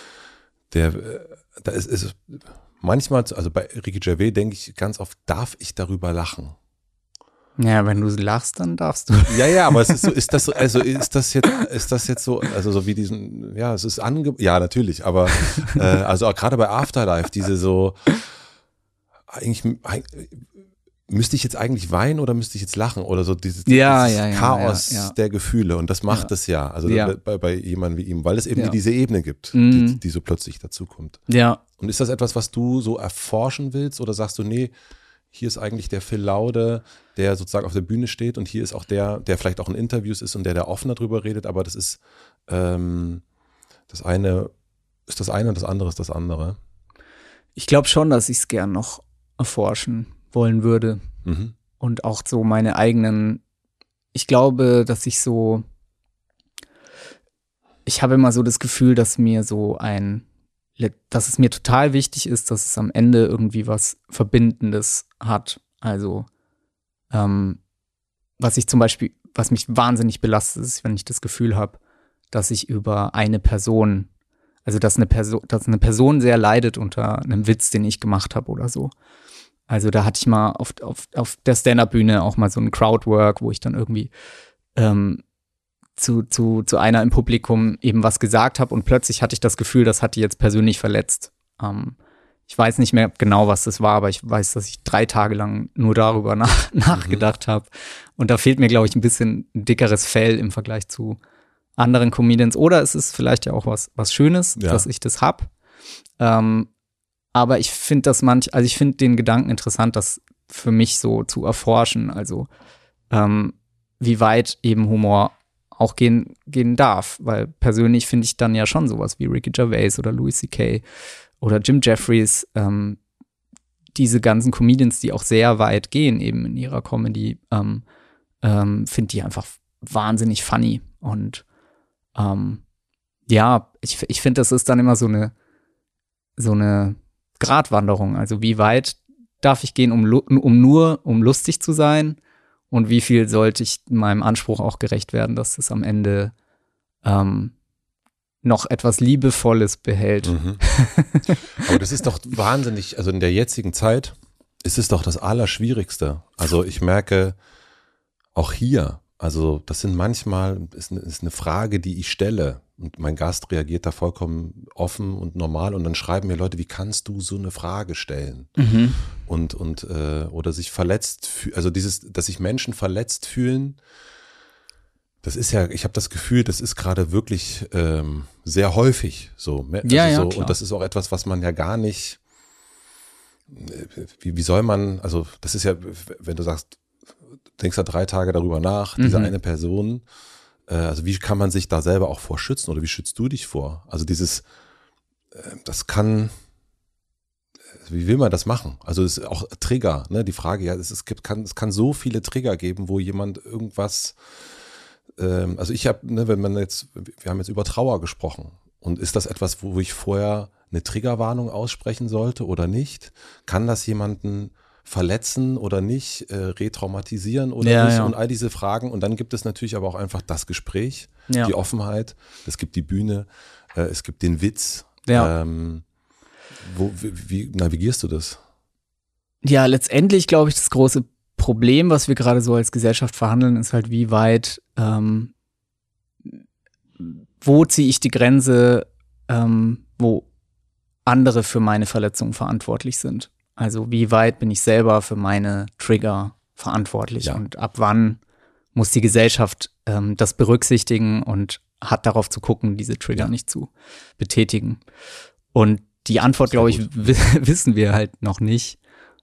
da ist manchmal, also bei Ricky Gervais denke ich ganz oft, darf ich darüber lachen? Ja, wenn du lachst, dann darfst du. Ja, aber es ist so, ist das jetzt so, also so wie diesen, ja, es ist ja, natürlich, aber also auch gerade bei Afterlife, diese so, eigentlich müsste ich jetzt eigentlich weinen oder müsste ich jetzt lachen oder so dieses Chaos der Gefühle und das macht es ja, also bei jemandem wie ihm, weil es eben diese Ebene gibt, die so plötzlich dazukommt. Ja. Und ist das etwas, was du so erforschen willst oder sagst du, nee, hier ist eigentlich der Phil Laude, der sozusagen auf der Bühne steht und hier ist auch der vielleicht auch in Interviews ist und der offener drüber redet, aber das ist das eine ist das eine und das andere ist das andere. Ich glaube schon, dass ich es gern noch erforschen wollen würde und auch so meine eigenen, ich glaube, dass ich habe immer so das Gefühl, dass es mir total wichtig ist, dass es am Ende irgendwie was Verbindendes hat. Also was mich wahnsinnig belastet, ist, wenn ich das Gefühl habe, dass ich über eine Person, also dass eine Person sehr leidet unter einem Witz, den ich gemacht habe oder so. Also da hatte ich mal auf der Stand-Up-Bühne auch mal so ein Crowdwork, wo ich dann irgendwie zu einer im Publikum eben was gesagt habe und plötzlich hatte ich das Gefühl, das hat die jetzt persönlich verletzt. Ich weiß nicht mehr genau, was das war, aber ich weiß, dass ich 3 Tage lang nur darüber nachgedacht habe. Und da fehlt mir, glaube ich, ein bisschen ein dickeres Fell im Vergleich zu anderen Comedians. Oder es ist vielleicht ja auch was Schönes, dass ich das hab. Aber ich finde ich finde den Gedanken interessant, das für mich so zu erforschen. Also wie weit eben Humor auch gehen darf. Weil persönlich finde ich dann ja schon sowas wie Ricky Gervais oder Louis C.K. oder Jim Jeffries, diese ganzen Comedians, die auch sehr weit gehen eben in ihrer Comedy, finde die einfach wahnsinnig funny. Und ich finde, das ist dann immer so eine Gratwanderung. Also wie weit darf ich gehen, um lustig zu sein? Und wie viel sollte ich meinem Anspruch auch gerecht werden, dass es am Ende noch etwas Liebevolles behält. Aber das ist doch wahnsinnig, also in der jetzigen Zeit ist es doch das Allerschwierigste. Also ich merke auch hier, also das sind manchmal, ist eine Frage, die ich stelle und mein Gast reagiert da vollkommen offen und normal und dann schreiben mir Leute, wie kannst du so eine Frage stellen? Und oder sich verletzt, also dass sich Menschen verletzt fühlen, das ist ja, ich habe das Gefühl, das ist gerade wirklich sehr häufig so. Also klar. Und das ist auch etwas, was man ja gar nicht, wie soll man, also das ist ja, wenn du sagst, denkst da 3 Tage darüber nach, diese eine Person, also wie kann man sich da selber auch vor schützen oder wie schützt du dich vor? Also das kann, wie will man das machen? Also es ist auch Trigger, ne? Die Frage, ja, es kann so viele Trigger geben, wo jemand irgendwas, also ich habe, ne, wir haben jetzt über Trauer gesprochen und ist das etwas, wo ich vorher eine Triggerwarnung aussprechen sollte oder nicht? Kann das jemanden verletzen oder nicht, retraumatisieren oder nicht und all diese Fragen und dann gibt es natürlich aber auch einfach das Gespräch, die Offenheit, es gibt die Bühne, es gibt den Witz. Wie navigierst du das? Ja, letztendlich glaube ich, das große Problem, was wir gerade so als Gesellschaft verhandeln, ist halt, wie weit, wo ziehe ich die Grenze, wo andere für meine Verletzungen verantwortlich sind. Also wie weit bin ich selber für meine Trigger verantwortlich und ab wann muss die Gesellschaft das berücksichtigen und hat darauf zu gucken, diese Trigger nicht zu betätigen. Und die Antwort, glaube ich, wissen wir halt noch nicht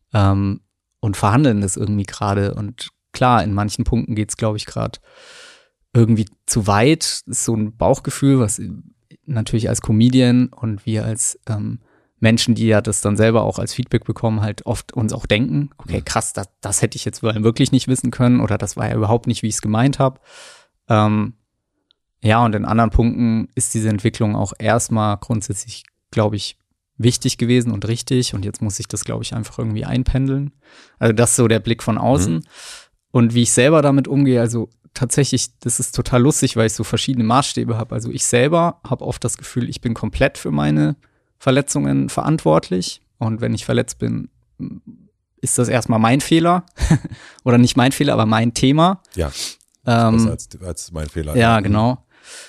und verhandeln das irgendwie gerade. Und klar, in manchen Punkten geht es, glaube ich, gerade irgendwie zu weit. Das ist so ein Bauchgefühl, was natürlich als Comedian und wir als Menschen, die ja das dann selber auch als Feedback bekommen, halt oft uns auch denken, okay, krass, das hätte ich jetzt wirklich nicht wissen können oder das war ja überhaupt nicht, wie ich es gemeint habe. Und in anderen Punkten ist diese Entwicklung auch erstmal grundsätzlich, glaube ich, wichtig gewesen und richtig und jetzt muss ich das, glaube ich, einfach irgendwie einpendeln. Also das ist so der Blick von außen. Und wie ich selber damit umgehe, also tatsächlich, das ist total lustig, weil ich so verschiedene Maßstäbe habe. Also ich selber habe oft das Gefühl, ich bin komplett für meine Verletzungen verantwortlich und wenn ich verletzt bin, ist das erstmal mein Fehler oder nicht mein Fehler, aber mein Thema. Ja, als mein Fehler. Ja, genau.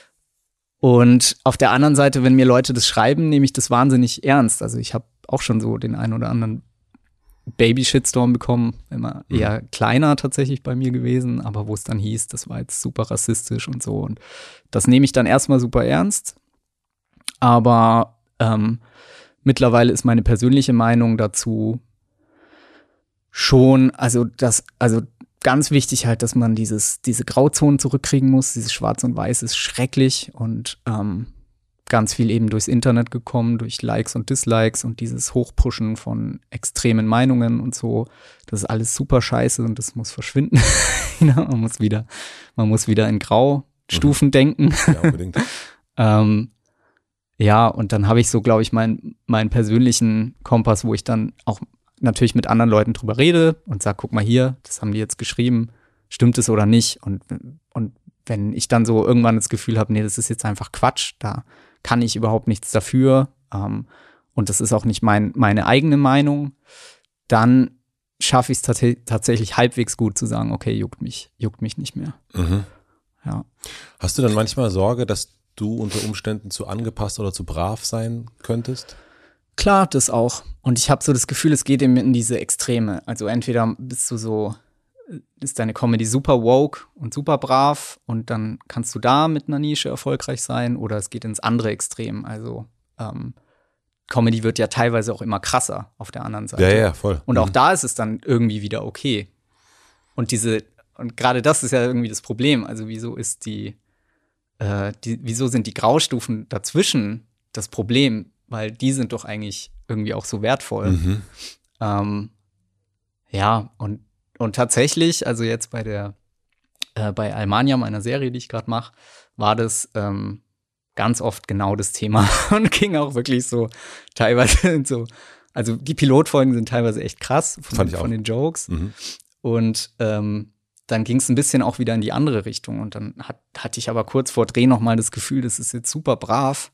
Und auf der anderen Seite, wenn mir Leute das schreiben, nehme ich das wahnsinnig ernst. Also ich habe auch schon so den einen oder anderen Baby-Shitstorm bekommen, immer eher kleiner tatsächlich bei mir gewesen, aber wo es dann hieß, das war jetzt super rassistisch und so. Und das nehme ich dann erstmal super ernst. Aber mittlerweile ist meine persönliche Meinung dazu schon, also ganz wichtig halt, dass man diese Grauzonen zurückkriegen muss. Dieses Schwarz und Weiß ist schrecklich und ganz viel eben durchs Internet gekommen, durch Likes und Dislikes und dieses Hochpushen von extremen Meinungen und so. Das ist alles super scheiße und das muss verschwinden. Man muss wieder in Graustufen denken. Ja, unbedingt. Und dann habe ich so, glaube ich, meinen persönlichen Kompass, wo ich dann auch natürlich mit anderen Leuten drüber rede und sage, guck mal hier, das haben die jetzt geschrieben, stimmt es oder nicht? Und wenn ich dann so irgendwann das Gefühl habe, nee, das ist jetzt einfach Quatsch, da kann ich überhaupt nichts dafür und das ist auch nicht meine eigene Meinung, dann schaffe ich es tatsächlich halbwegs gut zu sagen, okay, juckt mich nicht mehr. ja. Hast du dann manchmal Sorge, dass du unter Umständen zu angepasst oder zu brav sein könntest? Klar, das auch. Und ich habe so das Gefühl, es geht eben in diese Extreme. Also entweder ist deine Comedy super woke und super brav und dann kannst du da mit einer Nische erfolgreich sein, oder es geht ins andere Extrem. Also Comedy wird ja teilweise auch immer krasser auf der anderen Seite. Ja, voll. Und auch da ist es dann irgendwie wieder okay. Und gerade das ist ja irgendwie das Problem. Also wieso sind die Graustufen dazwischen das Problem? Weil die sind doch eigentlich irgendwie auch so wertvoll. Mhm. Ja, und tatsächlich, also jetzt bei Almania, meiner Serie, die ich gerade mache, war das ganz oft genau das Thema und ging auch wirklich so teilweise so, also die Pilotfolgen sind teilweise echt krass von den Jokes. Mhm. Und dann ging es ein bisschen auch wieder in die andere Richtung. Und dann hatte ich aber kurz vor Dreh noch mal das Gefühl, das ist jetzt super brav.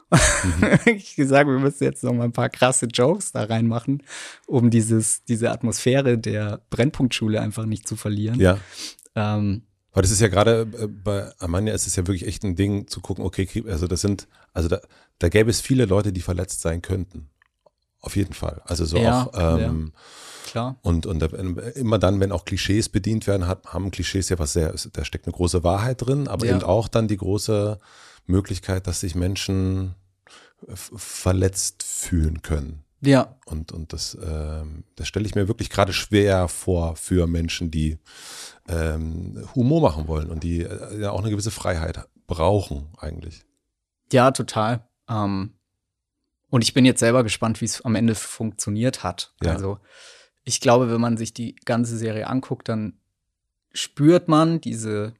Ich gesagt, wir müssen jetzt noch mal ein paar krasse Jokes da reinmachen, um diese Atmosphäre der Brennpunktschule einfach nicht zu verlieren. Ja. Weil das ist ja gerade bei Almania ist es ja wirklich echt ein Ding zu gucken, okay, also da gäbe es viele Leute, die verletzt sein könnten. Auf jeden Fall. Also so ja, auch klar. Und immer dann, wenn auch Klischees bedient werden, haben Klischees ja da steckt eine große Wahrheit drin, aber eben auch dann die große Möglichkeit, dass sich Menschen verletzt fühlen können. Ja. Und das stelle ich mir wirklich gerade schwer vor für Menschen, die Humor machen wollen und die ja auch eine gewisse Freiheit brauchen eigentlich. Ja, total. Und ich bin jetzt selber gespannt, wie es am Ende funktioniert hat. Ja. Also ich glaube, wenn man sich die ganze Serie anguckt, dann spürt man diesen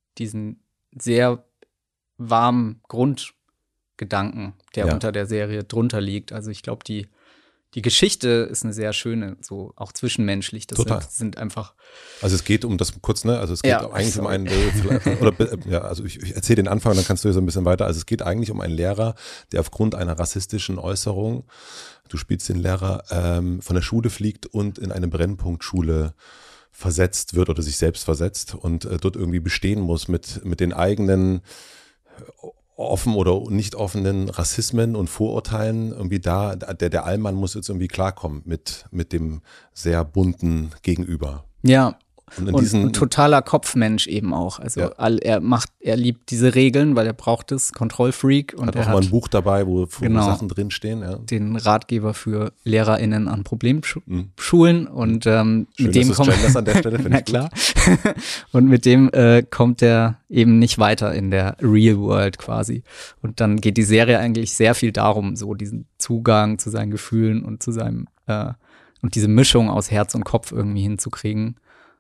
sehr warmen Grundgedanken, der unter der Serie drunter liegt. Also ich glaube, die Geschichte ist eine sehr schöne, so auch zwischenmenschlich. Das sind einfach. Also es geht um das kurz, ne? Also es geht eigentlich um einen, also ich erzähle den Anfang, dann kannst du so ein bisschen weiter. Also es geht eigentlich um einen Lehrer, der aufgrund einer rassistischen Äußerung, du spielst den Lehrer, von der Schule fliegt und in eine Brennpunktschule versetzt wird oder sich selbst versetzt und dort irgendwie bestehen muss mit den eigenen offen oder nicht offenen Rassismen und Vorurteilen irgendwie der Allmann muss jetzt irgendwie klarkommen mit dem sehr bunten Gegenüber. Ja. Und ein totaler Kopfmensch eben auch. Also er liebt diese Regeln, weil er braucht es, Kontrollfreak. Und er hat auch mal ein Buch dabei, wo Sachen drinstehen. Ja. Den Ratgeber für LehrerInnen an Problemschulen. Und mit dem kommt an der Stelle, na klar. Und mit dem kommt er eben nicht weiter in der Real World quasi. Und dann geht die Serie eigentlich sehr viel darum, so diesen Zugang zu seinen Gefühlen und zu seinem und diese Mischung aus Herz und Kopf irgendwie hinzukriegen.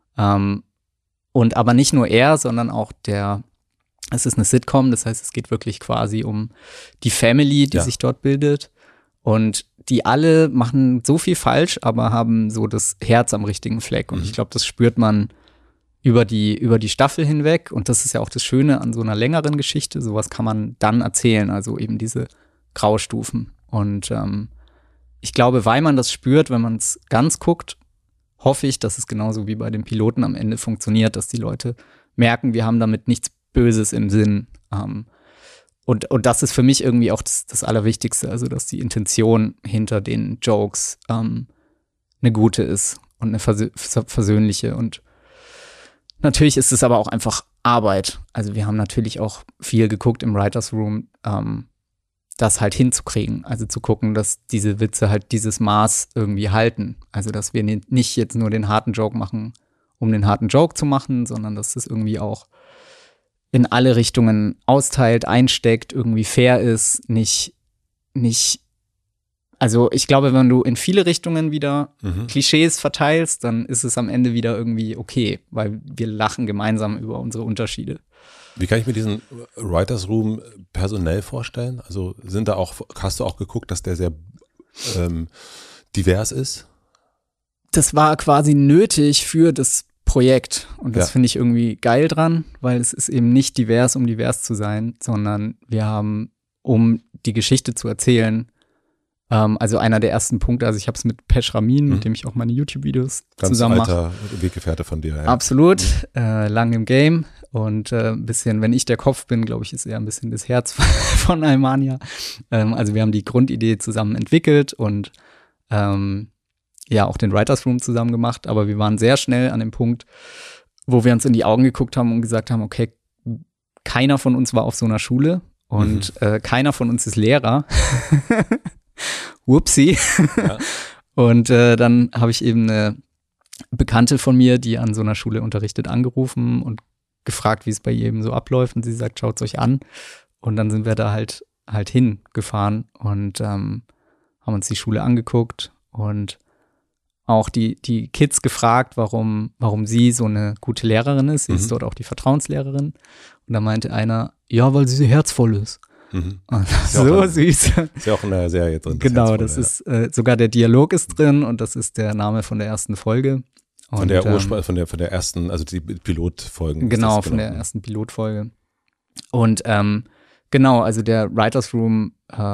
Und aber nicht nur er, sondern auch es ist eine Sitcom, das heißt, es geht wirklich quasi um die Family, die sich dort bildet. Und die alle machen so viel falsch, aber haben so das Herz am richtigen Fleck. Und ich glaube, das spürt man über die Staffel hinweg. Und das ist ja auch das Schöne an so einer längeren Geschichte. Sowas kann man dann erzählen, also eben diese Graustufen. Und ich glaube, weil man das spürt, wenn man es ganz guckt, hoffe ich, dass es genauso wie bei den Piloten am Ende funktioniert, dass die Leute merken, wir haben damit nichts Böses im Sinn. Und das ist für mich irgendwie auch das Allerwichtigste, also dass die Intention hinter den Jokes eine gute ist und eine versöhnliche. Und natürlich ist es aber auch einfach Arbeit. Also wir haben natürlich auch viel geguckt im Writers Room, das halt hinzukriegen. Also zu gucken, dass diese Witze halt dieses Maß irgendwie halten. Also dass wir nicht jetzt nur den harten Joke machen, um den harten Joke zu machen, sondern dass das irgendwie auch in alle Richtungen austeilt, einsteckt, irgendwie fair ist, nicht, also ich glaube, wenn du in viele Richtungen wieder Klischees verteilst, dann ist es am Ende wieder irgendwie okay, weil wir lachen gemeinsam über unsere Unterschiede. Wie kann ich mir diesen Writers Room personell vorstellen? Also hast du auch geguckt, dass der sehr divers ist? Das war quasi nötig für das Projekt und das finde ich irgendwie geil dran, weil es ist eben nicht divers, um divers zu sein, sondern wir haben, um die Geschichte zu erzählen, also einer der ersten Punkte, also ich habe es mit Pesh Ramin, mit dem ich auch meine YouTube-Videos zusammen mache. Ganz alter Weggefährte von dir. Ja. Absolut, lang im Game und ein bisschen, wenn ich der Kopf bin, glaube ich, ist er ein bisschen das Herz von Almania. Also wir haben die Grundidee zusammen entwickelt und ja auch den Writers Room zusammen gemacht, aber wir waren sehr schnell an dem Punkt, wo wir uns in die Augen geguckt haben und gesagt haben, okay, keiner von uns war auf so einer Schule und keiner von uns ist Lehrer. Whoopsie. Ja. Und dann habe ich eben eine Bekannte von mir, die an so einer Schule unterrichtet, angerufen und gefragt, wie es bei ihr eben so abläuft. Und sie sagt, schaut's euch an. Und dann sind wir da halt hingefahren und haben uns die Schule angeguckt und auch die Kids gefragt, warum sie so eine gute Lehrerin ist. Sie ist dort auch die Vertrauenslehrerin. Und da meinte einer, ja, weil sie so herzvoll ist. So süß. Ist ja auch in der Serie drin. Genau, das ist sogar der Dialog ist drin und das ist der Name von der ersten Folge. Und, von der ersten, also die Pilotfolgen. Genau, von der ersten Pilotfolge. Und genau, also der Writers Room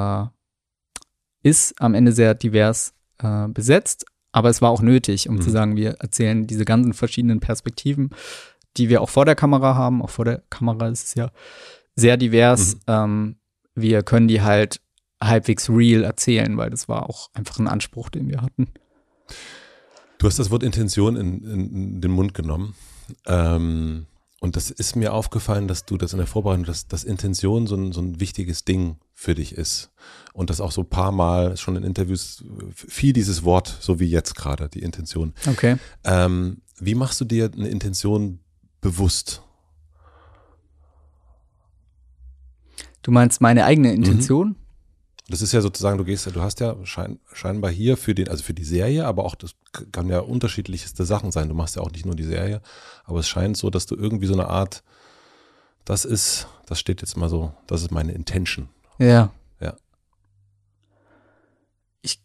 ist am Ende sehr divers besetzt, aber es war auch nötig, um zu sagen, wir erzählen diese ganzen verschiedenen Perspektiven, die wir auch vor der Kamera haben. Auch vor der Kamera ist es ja sehr divers. Wir können die halt halbwegs real erzählen, weil das war auch einfach ein Anspruch, den wir hatten. Du hast das Wort Intention in den Mund genommen. Und das ist mir aufgefallen, dass du das in der Vorbereitung, dass Intention so ein wichtiges Ding für dich ist. Und das auch so ein paar Mal schon in Interviews viel dieses Wort, so wie jetzt gerade, die Intention. Okay. Wie machst du dir eine Intention bewusst? Du meinst meine eigene Intention? Das ist ja sozusagen, du hast ja scheinbar hier für die Serie, aber auch das kann ja unterschiedlichste Sachen sein. Du machst ja auch nicht nur die Serie, aber es scheint so, dass du irgendwie so eine Art, das steht jetzt mal so, das ist meine Intention. Ja. Ja. Ich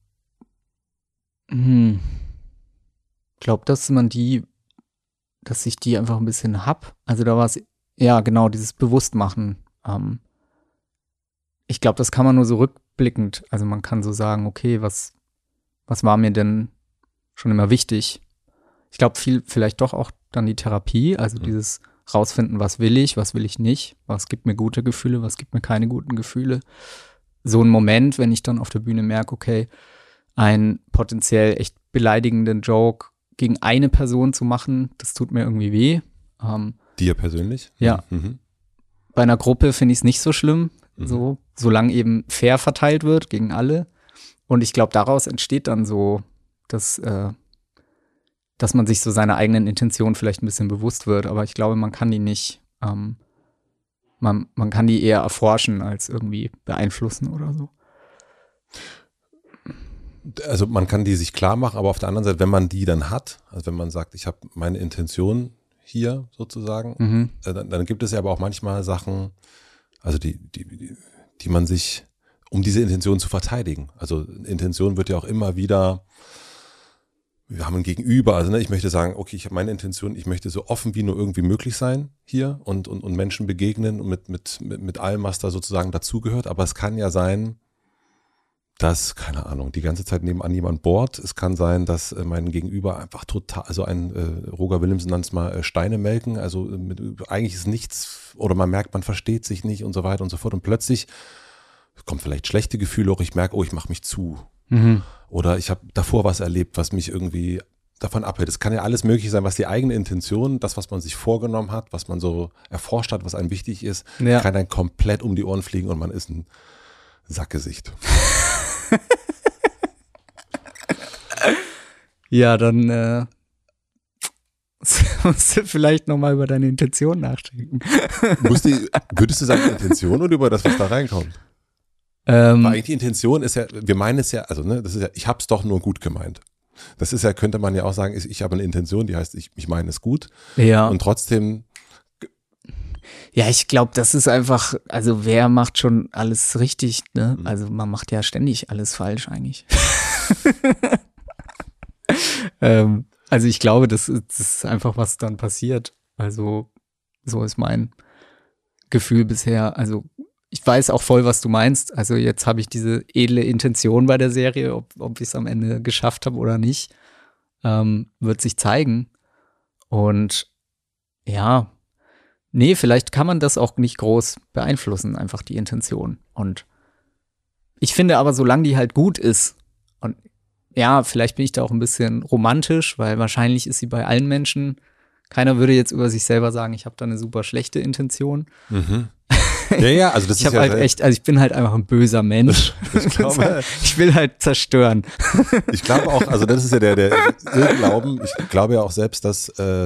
glaube, dass ich die einfach ein bisschen hab. Also da war es, ja genau, dieses Bewusstmachen. Ich glaube, das kann man nur so rückblickend, also man kann so sagen, okay, was war mir denn schon immer wichtig? Ich glaube, vielleicht doch auch dann die Therapie, also dieses rausfinden, was will ich nicht, was gibt mir gute Gefühle, was gibt mir keine guten Gefühle. So ein Moment, wenn ich dann auf der Bühne merke, okay, einen potenziell echt beleidigenden Joke gegen eine Person zu machen, das tut mir irgendwie weh. Dir persönlich? Ja. Bei einer Gruppe finde ich es nicht so schlimm, solange eben fair verteilt wird gegen alle. Und ich glaube, daraus entsteht dann so, dass man sich so seiner eigenen Intention vielleicht ein bisschen bewusst wird. Aber ich glaube, man kann die nicht, man kann die eher erforschen als irgendwie beeinflussen oder so. Also man kann die sich klar machen, aber auf der anderen Seite, wenn man die dann hat, also wenn man sagt, ich habe meine Intention hier sozusagen, dann gibt es ja aber auch manchmal Sachen, also die man sich, um diese Intention zu verteidigen. Also Intention wird ja auch immer wieder, wir haben ein Gegenüber, also ich möchte sagen, okay, ich habe meine Intention, ich möchte so offen wie nur irgendwie möglich sein hier und Menschen begegnen und mit allem, was da sozusagen dazugehört, aber es kann ja sein, dass, keine Ahnung, die ganze Zeit nebenan jemand bohrt. Es kann sein, dass mein Gegenüber einfach total, also Roger Willemsen nannt es mal Steine melken, also eigentlich ist nichts, oder man merkt, man versteht sich nicht und so weiter und so fort und plötzlich kommen vielleicht schlechte Gefühle, auch ich merke, oh, ich mache mich zu. Oder ich habe davor was erlebt, was mich irgendwie davon abhält. Es kann ja alles möglich sein, was die eigene Intention, das, was man sich vorgenommen hat, was man so erforscht hat, was einem wichtig ist, kann dann komplett um die Ohren fliegen und man ist ein Sackgesicht. Ja, dann musst du vielleicht nochmal über deine Intention nachdenken. Würdest du sagen Intention oder über das, was da reinkommt? Weil eigentlich die Intention ist ja, wir meinen es ja, also das ist ja, ich hab's doch nur gut gemeint. Das ist ja, könnte man ja auch sagen, ich habe eine Intention, die heißt, ich meine es gut. Ja. Und trotzdem. Ja, ich glaube, das ist einfach, also wer macht schon alles richtig, ne? Also man macht ja ständig alles falsch eigentlich. Also ich glaube, das ist einfach, was dann passiert. Also so ist mein Gefühl bisher. Also ich weiß auch voll, was du meinst. Also jetzt habe ich diese edle Intention bei der Serie, ob ich es am Ende geschafft habe oder nicht, wird sich zeigen. Und ja, Nee, vielleicht kann man das auch nicht groß beeinflussen, einfach die Intention. Und ich finde aber, solange die halt gut ist, und ja, vielleicht bin ich da auch ein bisschen romantisch, weil wahrscheinlich ist sie bei allen Menschen, keiner würde jetzt über sich selber sagen, ich habe da eine super schlechte Intention. Mhm. Ja, also das ich habe halt echt, also ich bin halt einfach ein böser Mensch. Ich will halt zerstören. Ich glaube auch, also das ist ja der Irrglauben, ich glaube ja auch selbst, dass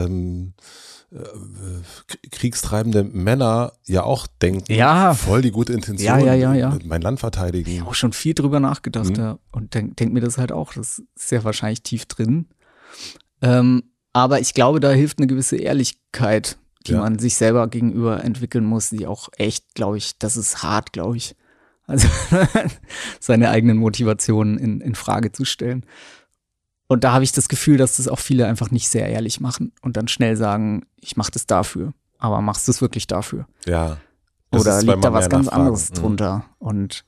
kriegstreibende Männer ja auch denken, voll die gute Intention, ja. mein Land verteidigen. Ich habe auch schon viel drüber nachgedacht, ja. Und denk mir das halt auch, das ist ja wahrscheinlich tief drin. Aber ich glaube, da hilft eine gewisse Ehrlichkeit, die man sich selber gegenüber entwickeln muss, die auch echt, glaube ich, das ist hart, glaube ich. Also seine eigenen Motivationen in Frage zu stellen. Und da habe ich das Gefühl, dass das auch viele einfach nicht sehr ehrlich machen und dann schnell sagen, ich mache das dafür. Aber machst du es wirklich dafür? Ja. Oder liegt da was ganz anderes drunter? Und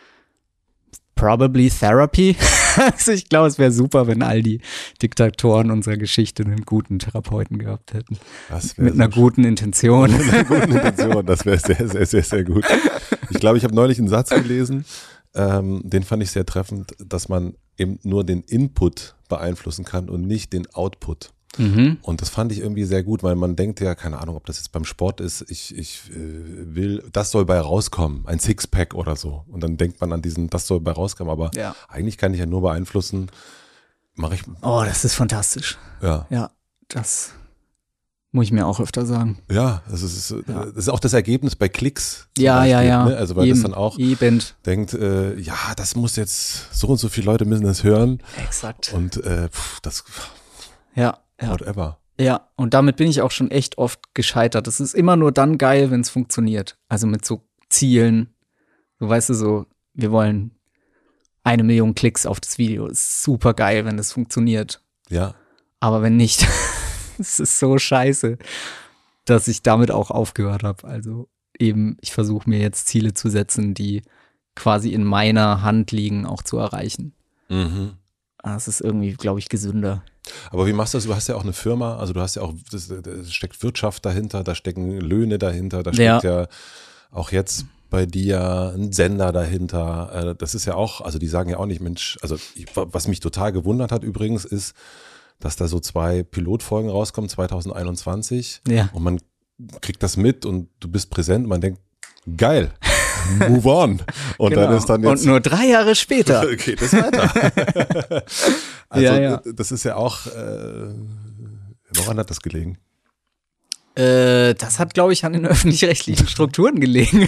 probably Therapy. Also ich glaube, es wäre super, wenn all die Diktatoren unserer Geschichte einen guten Therapeuten gehabt hätten. Mit einer guten Intention. Mit einer guten Intention, das wäre sehr, sehr, sehr, sehr gut. Ich glaube, ich habe neulich einen Satz gelesen, den fand ich sehr treffend, dass man eben nur den Input beeinflussen kann und nicht den Output. Mhm. Und das fand ich irgendwie sehr gut, weil man denkt ja, keine Ahnung, ob das jetzt beim Sport ist, ich will, das soll bei rauskommen, ein Sixpack oder so. Und dann denkt man an diesen, das soll bei rauskommen, aber eigentlich kann ich ja nur beeinflussen, mache ich. Oh, das ist fantastisch. Ja. Ja, das muss ich mir auch öfter sagen. Ja, das ist auch das Ergebnis bei Klicks. Ja. Ne? Also weil das dann auch denkt, das muss jetzt, so und so viele Leute müssen das hören. Exakt. Und das whatever. Ja, und damit bin ich auch schon echt oft gescheitert. Es ist immer nur dann geil, wenn es funktioniert. Also mit so Zielen, so weißt du, so, wir wollen 1 Million Klicks auf das Video. Ist super geil, wenn das funktioniert. Ja. Aber wenn nicht, es ist so scheiße, dass ich damit auch aufgehört habe. Also eben, ich versuche mir jetzt Ziele zu setzen, die quasi in meiner Hand liegen, auch zu erreichen. Mhm. Das ist irgendwie, glaube ich, gesünder. Aber wie machst du das? Du hast ja auch eine Firma, also du hast ja auch, da steckt Wirtschaft dahinter, da stecken Löhne dahinter, da steckt ja auch jetzt bei dir ein Sender dahinter. Das ist ja auch, also die sagen ja auch nicht, Mensch, also was mich total gewundert hat übrigens ist, dass da so 2 Pilotfolgen rauskommen, 2021. Ja. Und man kriegt das mit und du bist präsent und man denkt, geil, move on. Und genau. dann ist dann jetzt. Und nur 3 Jahre später. Geht es weiter. Also das ist ja auch, woran hat das gelegen? Das hat, glaube ich, an den öffentlich-rechtlichen Strukturen gelegen.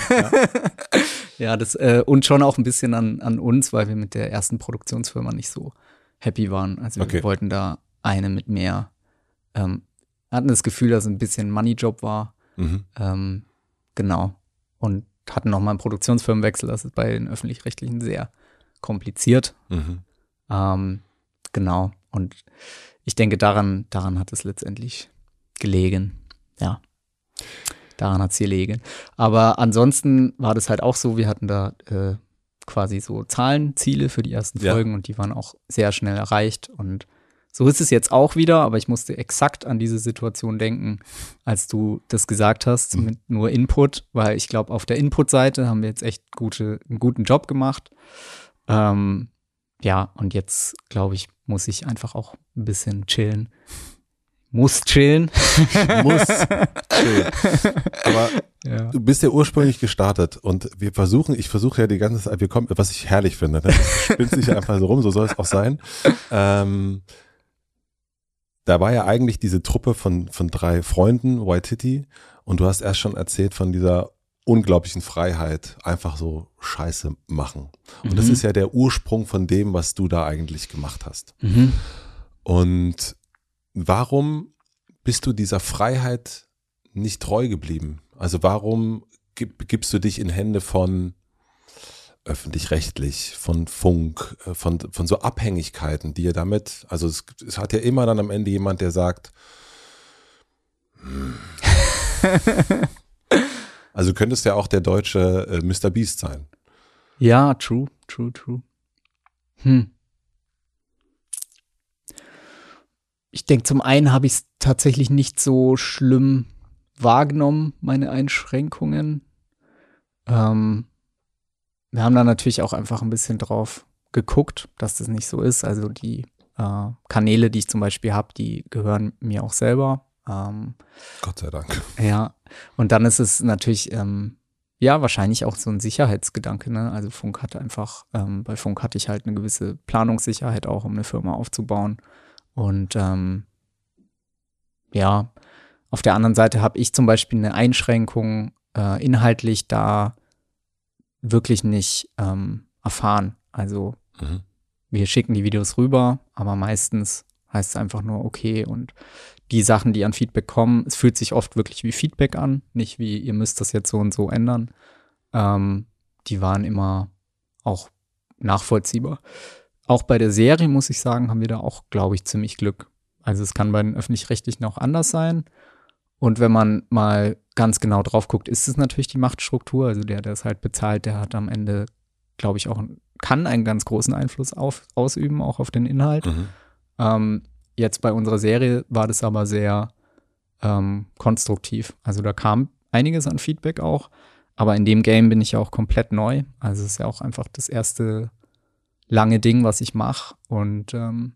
Ja, das und schon auch ein bisschen an uns, weil wir mit der ersten Produktionsfirma nicht so happy waren. Also wir wollten da eine mit mehr, hatten das Gefühl, dass es ein bisschen Money-Job war. Mhm. Genau. Und hatten nochmal einen Produktionsfirmenwechsel. Das ist bei den öffentlich-rechtlichen sehr kompliziert. Mhm. Genau. Und ich denke, daran hat es letztendlich gelegen. Ja. Daran hat es gelegen. Aber ansonsten war das halt auch so, wir hatten da quasi so Zahlenziele für die ersten Folgen und die waren auch sehr schnell erreicht. Und so ist es jetzt auch wieder, aber ich musste exakt an diese Situation denken, als du das gesagt hast, mit nur Input, weil ich glaube, auf der Input-Seite haben wir jetzt echt einen guten Job gemacht. Ja, und jetzt, glaube ich, muss ich einfach auch ein bisschen chillen. Muss chillen. Muss chillen. Aber du bist ja ursprünglich gestartet und ich versuche ja die ganze Zeit, was ich herrlich finde, ne? Spinnt sich ja einfach so rum, so soll es auch sein. Da war ja eigentlich diese Truppe von 3 Freunden, Waititi, und du hast erst schon erzählt von dieser unglaublichen Freiheit, einfach so Scheiße machen. Und das ist ja der Ursprung von dem, was du da eigentlich gemacht hast. Mhm. Und warum bist du dieser Freiheit nicht treu geblieben? Also warum gibst du dich in Hände von öffentlich-rechtlich, von Funk, von so Abhängigkeiten, die ihr damit, also es hat ja immer dann am Ende jemand, der sagt, also du könntest ja auch der deutsche Mr. Beast sein. Ja, true. Ich denke, zum einen habe ich es tatsächlich nicht so schlimm wahrgenommen, meine Einschränkungen. Wir haben da natürlich auch einfach ein bisschen drauf geguckt, dass das nicht so ist. Also die Kanäle, die ich zum Beispiel habe, die gehören mir auch selber. Gott sei Dank. Ja, und dann ist es natürlich, wahrscheinlich auch so ein Sicherheitsgedanke, ne? Also Funk hatte einfach, bei Funk hatte ich halt eine gewisse Planungssicherheit auch, um eine Firma aufzubauen. Und auf der anderen Seite habe ich zum Beispiel eine Einschränkung inhaltlich da wirklich nicht erfahren. Also wir schicken die Videos rüber, aber meistens heißt es einfach nur okay und die Sachen, die an Feedback kommen, es fühlt sich oft wirklich wie Feedback an, nicht wie ihr müsst das jetzt so und so ändern. Die waren immer auch nachvollziehbar. Auch bei der Serie, muss ich sagen, haben wir da auch, glaube ich, ziemlich Glück. Also es kann bei den Öffentlich-Rechtlichen auch anders sein. Und wenn man mal ganz genau drauf guckt, ist es natürlich die Machtstruktur. Also der es halt bezahlt, der hat am Ende, glaube ich, kann einen ganz großen Einfluss ausüben, auch auf den Inhalt. Jetzt bei unserer Serie war das aber sehr konstruktiv. Also da kam einiges an Feedback auch. Aber in dem Game bin ich ja auch komplett neu. Also es ist ja auch einfach das erste lange Ding, was ich mache. Und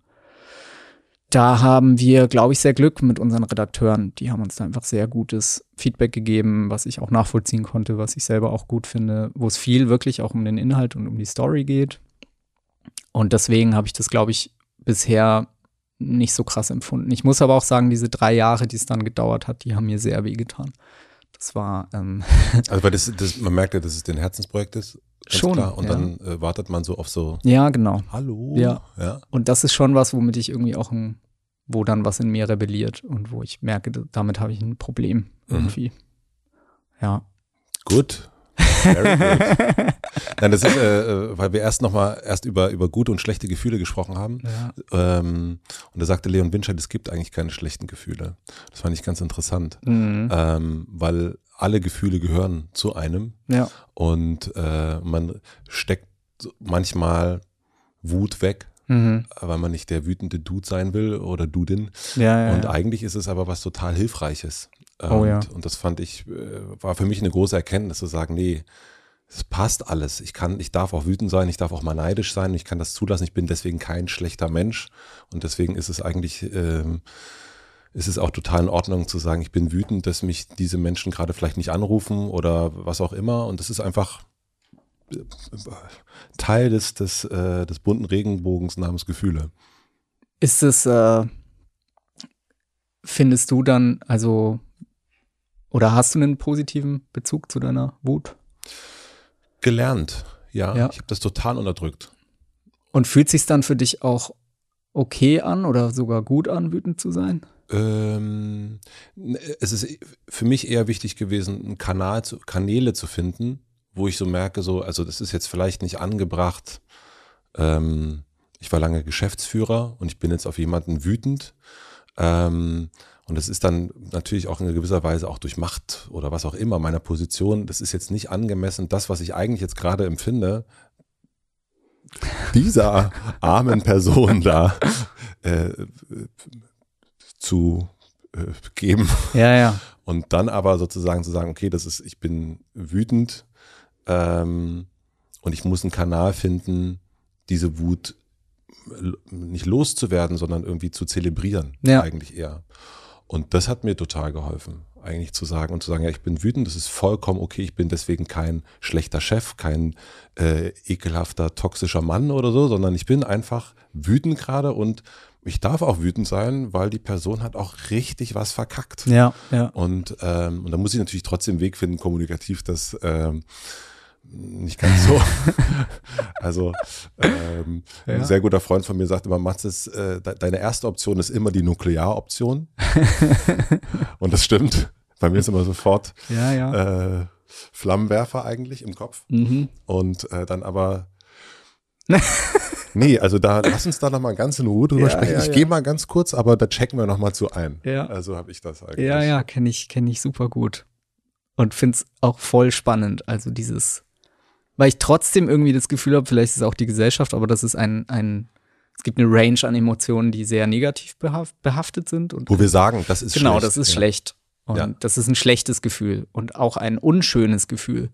da haben wir, glaube ich, sehr Glück mit unseren Redakteuren. Die haben uns da einfach sehr gutes Feedback gegeben, was ich auch nachvollziehen konnte, was ich selber auch gut finde, wo es viel wirklich auch um den Inhalt und um die Story geht. Und deswegen habe ich das, glaube ich, bisher nicht so krass empfunden. Ich muss aber auch sagen, diese 3 Jahre, die es dann gedauert hat, die haben mir sehr wehgetan. Das war also weil man merkt ja, dass es ein Herzensprojekt ist. Schon. Klar. Und dann wartet man so auf so. Ja, genau. Hallo. Ja. Ja. Und das ist schon was, womit ich irgendwie auch wo dann was in mir rebelliert und wo ich merke, damit habe ich ein Problem irgendwie. Ja. Gut. Very good. Nein, das ist, weil wir erst über gute und schlechte Gefühle gesprochen haben. Ja. Und da sagte Leon Winscheid, es gibt eigentlich keine schlechten Gefühle. Das fand ich ganz interessant. Weil alle Gefühle gehören zu einem. Ja. Und man steckt manchmal Wut weg, weil man nicht der wütende Dude sein will oder Dudin. Ja, und eigentlich ist es aber was total Hilfreiches. Und das fand ich, war für mich eine große Erkenntnis, zu sagen, nee, es passt alles. Ich darf auch wütend sein, ich darf auch mal neidisch sein, ich kann das zulassen, ich bin deswegen kein schlechter Mensch. Und deswegen ist es eigentlich, ist es auch total in Ordnung zu sagen, ich bin wütend, dass mich diese Menschen gerade vielleicht nicht anrufen oder was auch immer. Und das ist einfach Teil des bunten Regenbogens namens Gefühle. Ist es, findest du dann, also, oder hast du einen positiven Bezug zu deiner Wut? Gelernt, ja. Ich habe das total unterdrückt. Und fühlt sich dann für dich auch okay an oder sogar gut an, wütend zu sein? Es ist für mich eher wichtig gewesen, Kanäle zu finden, wo ich so merke, also das ist jetzt vielleicht nicht angebracht. Ich war lange Geschäftsführer und ich bin jetzt auf jemanden wütend. Und das ist dann natürlich auch in gewisser Weise auch durch Macht oder was auch immer meiner Position. Das ist jetzt nicht angemessen, das, was ich eigentlich jetzt gerade empfinde, dieser armen Person da zu geben. Ja. Und dann aber sozusagen zu sagen, okay, ich bin wütend und ich muss einen Kanal finden, diese Wut nicht loszuwerden, sondern irgendwie zu zelebrieren, eigentlich eher. Und das hat mir total geholfen, eigentlich zu sagen, ja, ich bin wütend, das ist vollkommen okay, ich bin deswegen kein schlechter Chef, kein ekelhafter, toxischer Mann oder so, sondern ich bin einfach wütend gerade und ich darf auch wütend sein, weil die Person hat auch richtig was verkackt. Ja. Und da muss ich natürlich trotzdem einen Weg finden, kommunikativ, das nicht ganz so. Also ein sehr guter Freund von mir sagt immer, Matzes, deine erste Option ist immer die Nuklearoption. Und das stimmt. Bei mir ist immer sofort Flammenwerfer eigentlich im Kopf. Und dann aber nee, also lass uns da nochmal ganz in Ruhe drüber sprechen. Ich gehe mal ganz kurz, aber da checken wir nochmal zu ein. Ja. Also habe ich das eigentlich. Ja, kenn ich super gut. Und finde es auch voll spannend. Also weil ich trotzdem irgendwie das Gefühl habe, vielleicht ist es auch die Gesellschaft, aber das ist es gibt eine Range an Emotionen, die sehr negativ behaftet sind. Und wo wir sagen, das ist schlecht. Genau, das ist schlecht. Und das ist ein schlechtes Gefühl und auch ein unschönes Gefühl.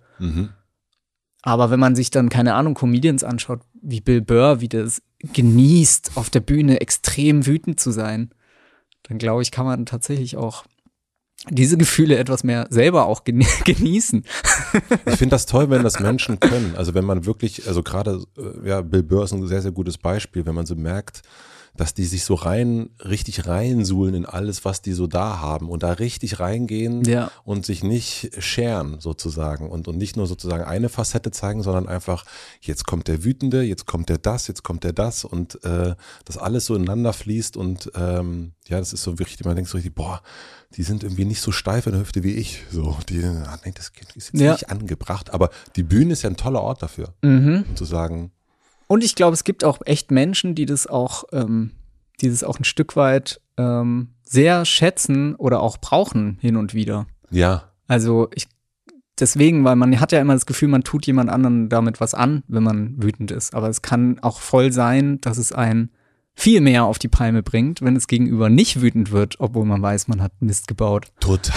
Aber wenn man sich dann, keine Ahnung, Comedians anschaut, wie Bill Burr, wie das genießt, auf der Bühne extrem wütend zu sein, dann glaube ich, kann man tatsächlich auch diese Gefühle etwas mehr selber auch genießen. Ich finde das toll, wenn das Menschen können. Also wenn man wirklich, also gerade, Bill Burr ist ein sehr, sehr gutes Beispiel, wenn man so merkt, dass die sich so richtig reinsuhlen in alles, was die so da haben und da richtig reingehen und sich nicht scheren sozusagen und nicht nur sozusagen eine Facette zeigen, sondern einfach, jetzt kommt der Wütende, jetzt kommt der das, jetzt kommt der das und das alles so ineinander fließt und das ist so richtig, man denkt so richtig, boah, die sind irgendwie nicht so steif in der Hüfte wie ich. So, das ist jetzt nicht angebracht, aber die Bühne ist ja ein toller Ort dafür, um zu sagen. Und ich glaube, es gibt auch echt Menschen, die das auch ein Stück weit sehr schätzen oder auch brauchen hin und wieder. Ja. Also deswegen, weil man hat ja immer das Gefühl, man tut jemand anderen damit was an, wenn man wütend ist. Aber es kann auch voll sein, dass es einen viel mehr auf die Palme bringt, wenn es gegenüber nicht wütend wird, obwohl man weiß, man hat Mist gebaut.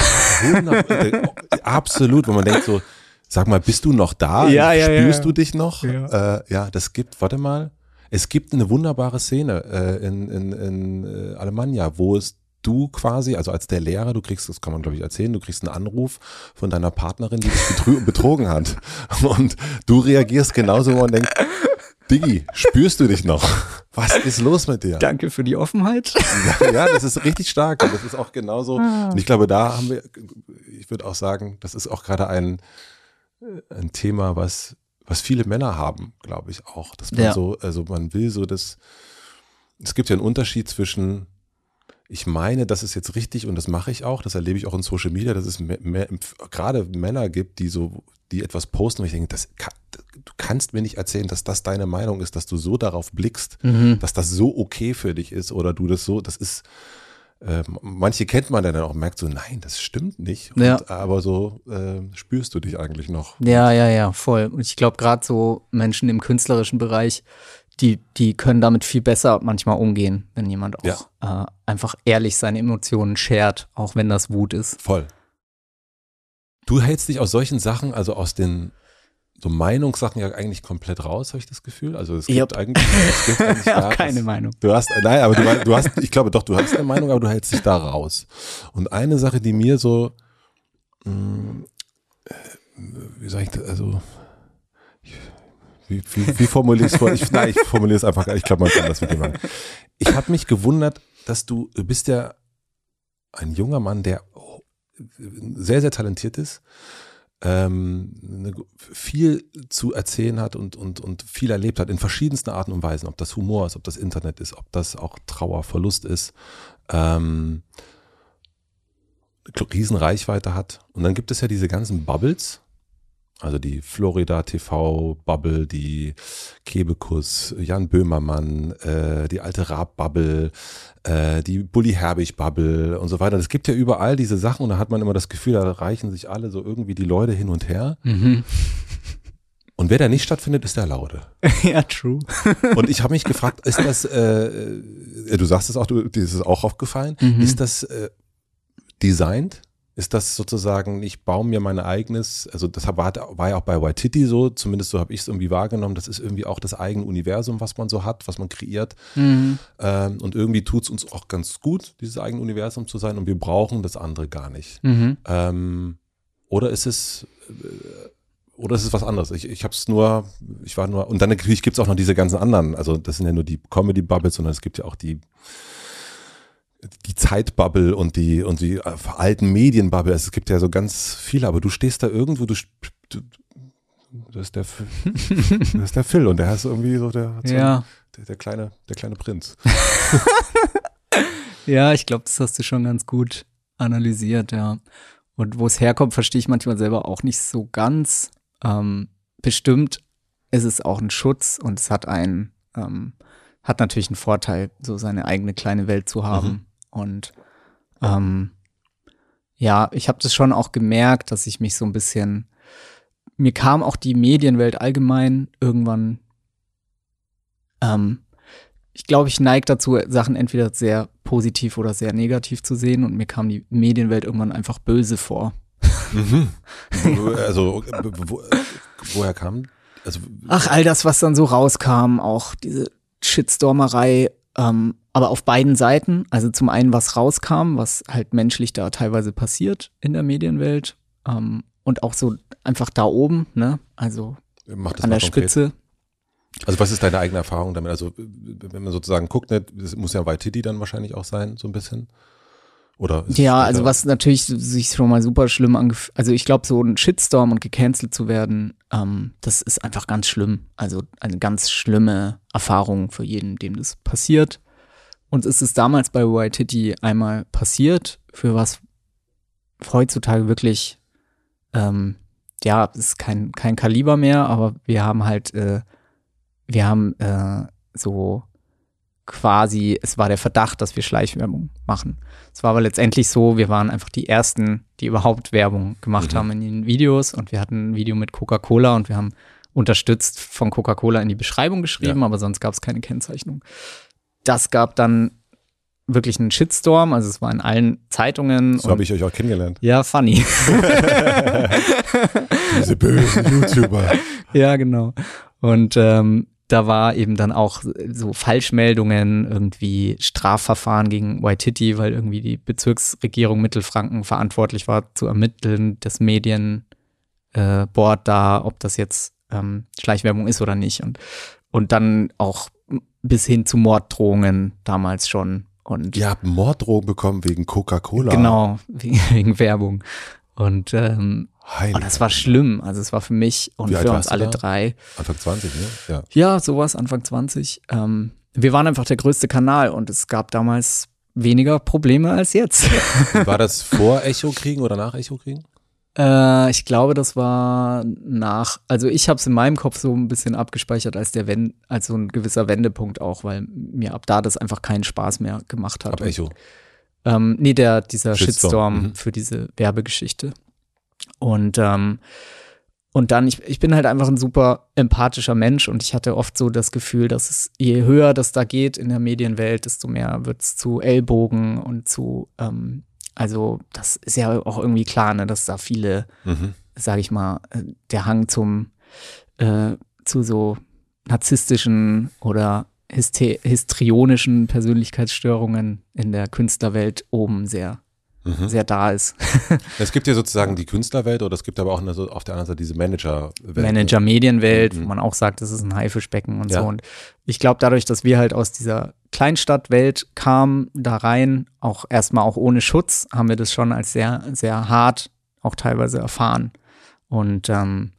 Total. Absolut, wo man denkt so, sag mal, bist du noch da? Spürst du dich noch? Ja. Es gibt eine wunderbare Szene in Alemannia, wo du quasi, also als der Lehrer, du kriegst, das kann man glaube ich erzählen, du kriegst einen Anruf von deiner Partnerin, die dich betrogen hat. Und du reagierst genauso, wo man denkt, Diggi, spürst du dich noch? Was ist los mit dir? Danke für die Offenheit. Ja, das ist richtig stark und das ist auch genauso. Und ich glaube, ich würde auch sagen, das ist auch gerade ein Thema, was viele Männer haben, glaube ich auch. Dass man man will so es gibt ja einen Unterschied zwischen, ich meine, das ist jetzt richtig und das mache ich auch, das erlebe ich auch in Social Media, dass es gerade Männer gibt, die etwas posten, und ich denke, du kannst mir nicht erzählen, dass das deine Meinung ist, dass du so darauf blickst, dass das so okay für dich ist oder du das ist, manche kennt man dann auch, merkt so, nein, das stimmt nicht, aber so spürst du dich eigentlich noch. Ja, voll. Und ich glaube, gerade so Menschen im künstlerischen Bereich, die können damit viel besser manchmal umgehen, wenn jemand auch einfach ehrlich seine Emotionen shared, auch wenn das Wut ist. Voll. Du hältst dich aus solchen Sachen, also aus den so Meinungssachen ja eigentlich komplett raus, habe ich das Gefühl. Also es gibt eigentlich gar keine Meinung. Du hast ich glaube doch, du hast eine Meinung, aber du hältst dich da raus. Und eine Sache, die mir so, wie sag ich das, also wie formuliere ich es vor? Ich formuliere es einfach, ich glaube, man kann das mit dem machen. Ich habe mich gewundert, dass du bist ja ein junger Mann, der sehr, sehr talentiert ist, viel zu erzählen hat und viel erlebt hat in verschiedensten Arten und Weisen, ob das Humor ist, ob das Internet ist, ob das auch Trauer, Verlust ist, Riesenreichweite hat. Und dann gibt es ja diese ganzen Bubbles, also die Florida TV-Bubble, die Kebekus, Jan Böhmermann, die alte Raab-Bubble, die Bully Herbig-Bubble und so weiter. Es gibt ja überall diese Sachen und da hat man immer das Gefühl, da reichen sich alle so irgendwie die Leute hin und her. Mhm. Und wer da nicht stattfindet, ist der Laute. Ja, true. Und ich habe mich gefragt, ist das, du sagst es auch, dir ist es auch aufgefallen, ist das designed? Ist das sozusagen, ich baue mir mein eigenes, also das war ja auch bei Waititi so, zumindest so habe ich es irgendwie wahrgenommen, das ist irgendwie auch das eigene Universum, was man so hat, was man kreiert. Und irgendwie tut es uns auch ganz gut, dieses eigene Universum zu sein und wir brauchen das andere gar nicht. Oder ist es was anderes? Ich war nur, und dann natürlich gibt es auch noch diese ganzen anderen, also das sind ja nur die Comedy-Bubbles, sondern es gibt ja auch die Zeitbubble und die alten Medienbubble, also es gibt ja so ganz viele, aber du stehst da irgendwo, das ist der Phil und der heißt irgendwie so der kleine Prinz. Ja, ich glaube, das hast du schon ganz gut analysiert, ja. Und wo es herkommt, verstehe ich manchmal selber auch nicht so ganz. Bestimmt ist es auch ein Schutz und es hat natürlich einen Vorteil, so seine eigene kleine Welt zu haben. Und ich habe das schon auch gemerkt, dass ich mich so ein bisschen, mir kam auch die Medienwelt allgemein irgendwann, ich glaube, ich neige dazu, Sachen entweder sehr positiv oder sehr negativ zu sehen und mir kam die Medienwelt irgendwann einfach böse vor. Mhm. Also, woher kam? Also, Ach, all das, was dann so rauskam, auch diese Shitstormerei, aber auf beiden Seiten. Also zum einen, was rauskam, was halt menschlich da teilweise passiert in der Medienwelt, und auch so einfach da oben, ne? Also an der Spitze. Also was ist deine eigene Erfahrung damit? Also wenn man sozusagen guckt, ne, das muss ja Waititi dann wahrscheinlich auch sein, so ein bisschen. Oder ja, also was natürlich sich schon mal super schlimm angefühlt, also ich glaube, so ein Shitstorm und gecancelt zu werden, das ist einfach ganz schlimm. Also eine ganz schlimme Erfahrung für jeden, dem das passiert. Und es ist damals bei Waititi einmal passiert, für was heutzutage wirklich, ja, es ist kein Kaliber mehr, aber wir haben halt, so quasi, es war der Verdacht, dass wir Schleichwerbung machen. Es war aber letztendlich so, wir waren einfach die Ersten, die überhaupt Werbung gemacht haben in den Videos, und wir hatten ein Video mit Coca-Cola und wir haben unterstützt von Coca-Cola in die Beschreibung geschrieben, aber sonst gab es keine Kennzeichnung. Das gab dann wirklich einen Shitstorm, also es war in allen Zeitungen. So habe ich euch auch kennengelernt. Ja, funny. Diese bösen YouTuber. Ja, genau. Und da war eben dann auch so Falschmeldungen, irgendwie Strafverfahren gegen Waititi, weil irgendwie die Bezirksregierung Mittelfranken verantwortlich war zu ermitteln, das Medienboard da, ob das jetzt Schleichwerbung ist oder nicht. Und dann auch bis hin zu Morddrohungen damals schon. Und ihr habt Morddrohungen bekommen wegen Coca-Cola. Genau, wegen Werbung. Und das war schlimm. Also es war für mich und für uns alle drei. Anfang 20, ne? Ja, sowas, Anfang 20. Wir waren einfach der größte Kanal und es gab damals weniger Probleme als jetzt. War das vor Echo-Kriegen oder nach Echo-Kriegen? Ich glaube, das war nach, also ich habe es in meinem Kopf so ein bisschen abgespeichert als als so ein gewisser Wendepunkt auch, weil mir ab da das einfach keinen Spaß mehr gemacht hat. Ab Echo? Nee, dieser Shitstorm für diese Werbegeschichte. Und dann, ich bin halt einfach ein super empathischer Mensch und ich hatte oft so das Gefühl, dass es, je höher das da geht in der Medienwelt, desto mehr wird es zu Ellbogen und zu, also das ist ja auch irgendwie klar, ne, dass da viele, sage ich mal, der Hang zu so narzisstischen oder histrionischen Persönlichkeitsstörungen in der Künstlerwelt oben sehr da ist. Es gibt ja sozusagen die Künstlerwelt, oder es gibt aber auch auf der anderen Seite diese Managerwelt. Manager-Medienwelt, wo man auch sagt, das ist ein Haifischbecken und so. Und ich glaube, dadurch, dass wir halt aus dieser Kleinstadtwelt kamen, da rein, auch erstmal auch ohne Schutz, haben wir das schon als sehr, sehr hart auch teilweise erfahren. Und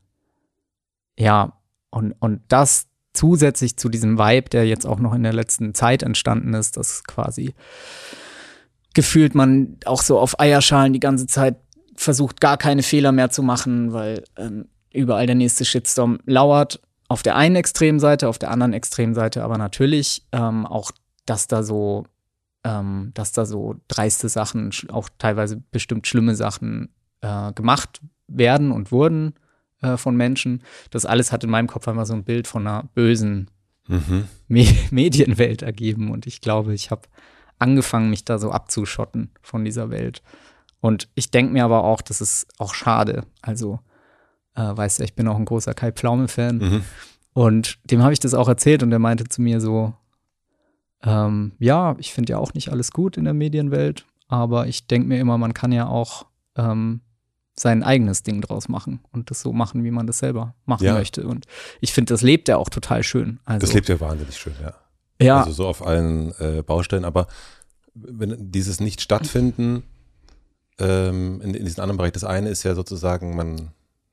und das zusätzlich zu diesem Vibe, der jetzt auch noch in der letzten Zeit entstanden ist, dass quasi gefühlt man auch so auf Eierschalen die ganze Zeit versucht, gar keine Fehler mehr zu machen, weil überall der nächste Shitstorm lauert. Auf der einen Extremseite, auf der anderen Extremseite aber natürlich auch, dass da so dreiste Sachen, auch teilweise bestimmt schlimme Sachen gemacht werden und wurden von Menschen. Das alles hat in meinem Kopf einmal so ein Bild von einer bösen Medienwelt ergeben. Und ich glaube, ich habe angefangen, mich da so abzuschotten von dieser Welt. Und ich denke mir aber auch, das ist auch schade. Also, weißt du, ich bin auch ein großer Kai Pflaume-Fan. Und dem habe ich das auch erzählt und der meinte zu mir so, ja, ich finde ja auch nicht alles gut in der Medienwelt, aber ich denke mir immer, man kann ja auch sein eigenes Ding draus machen und das so machen, wie man das selber machen möchte. Und ich finde, das lebt ja auch total schön. Also, das lebt ja wahnsinnig schön, ja. Also so auf allen Baustellen, aber wenn dieses Nicht-Stattfinden in diesem anderen Bereich, das eine ist ja sozusagen, wenn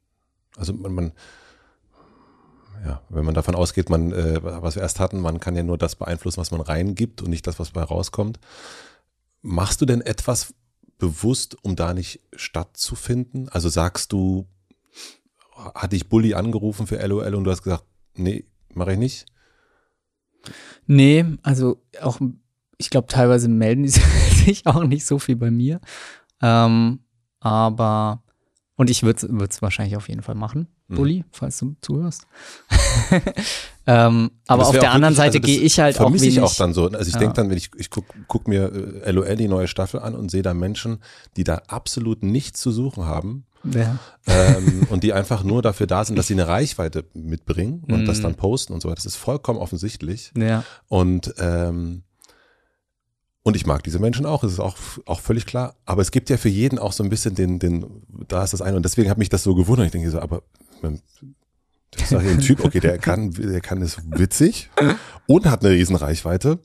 man davon ausgeht, was wir erst hatten, man kann ja nur das beeinflussen, was man reingibt und nicht das, was bei rauskommt. Machst du denn etwas bewusst, um da nicht stattzufinden? Also sagst du, hat dich Bulli angerufen für LOL und du hast gesagt, nee, mache ich nicht? Nee, also auch, ich glaube, teilweise melden die sich auch nicht so viel bei mir. Aber, und ich würde es wahrscheinlich auf jeden Fall machen. Bulli, falls du zuhörst. Aber auf der anderen Seite gehe ich halt auch wenig. Vermisse ich auch dann so. Also ich denke dann, wenn ich guck mir LOL die neue Staffel an und sehe da Menschen, die da absolut nichts zu suchen haben. Ja. Und die einfach nur dafür da sind, dass sie eine Reichweite mitbringen und das dann posten und so weiter. Das ist vollkommen offensichtlich. Ja. Und ich mag diese Menschen auch, das ist auch völlig klar. Aber es gibt ja für jeden auch so ein bisschen da ist das eine. Und deswegen hat mich das so gewundert. Ich denke so, aber ich sage ein Typ, okay, der kann es witzig und hat eine riesen Reichweite.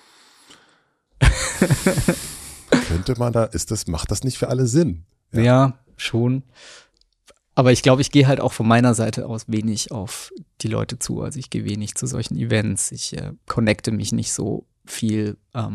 Könnte man macht das nicht für alle Sinn? Ja, schon. Aber ich glaube, ich gehe halt auch von meiner Seite aus wenig auf die Leute zu. Also ich gehe wenig zu solchen Events. Ich connecte mich nicht so viel.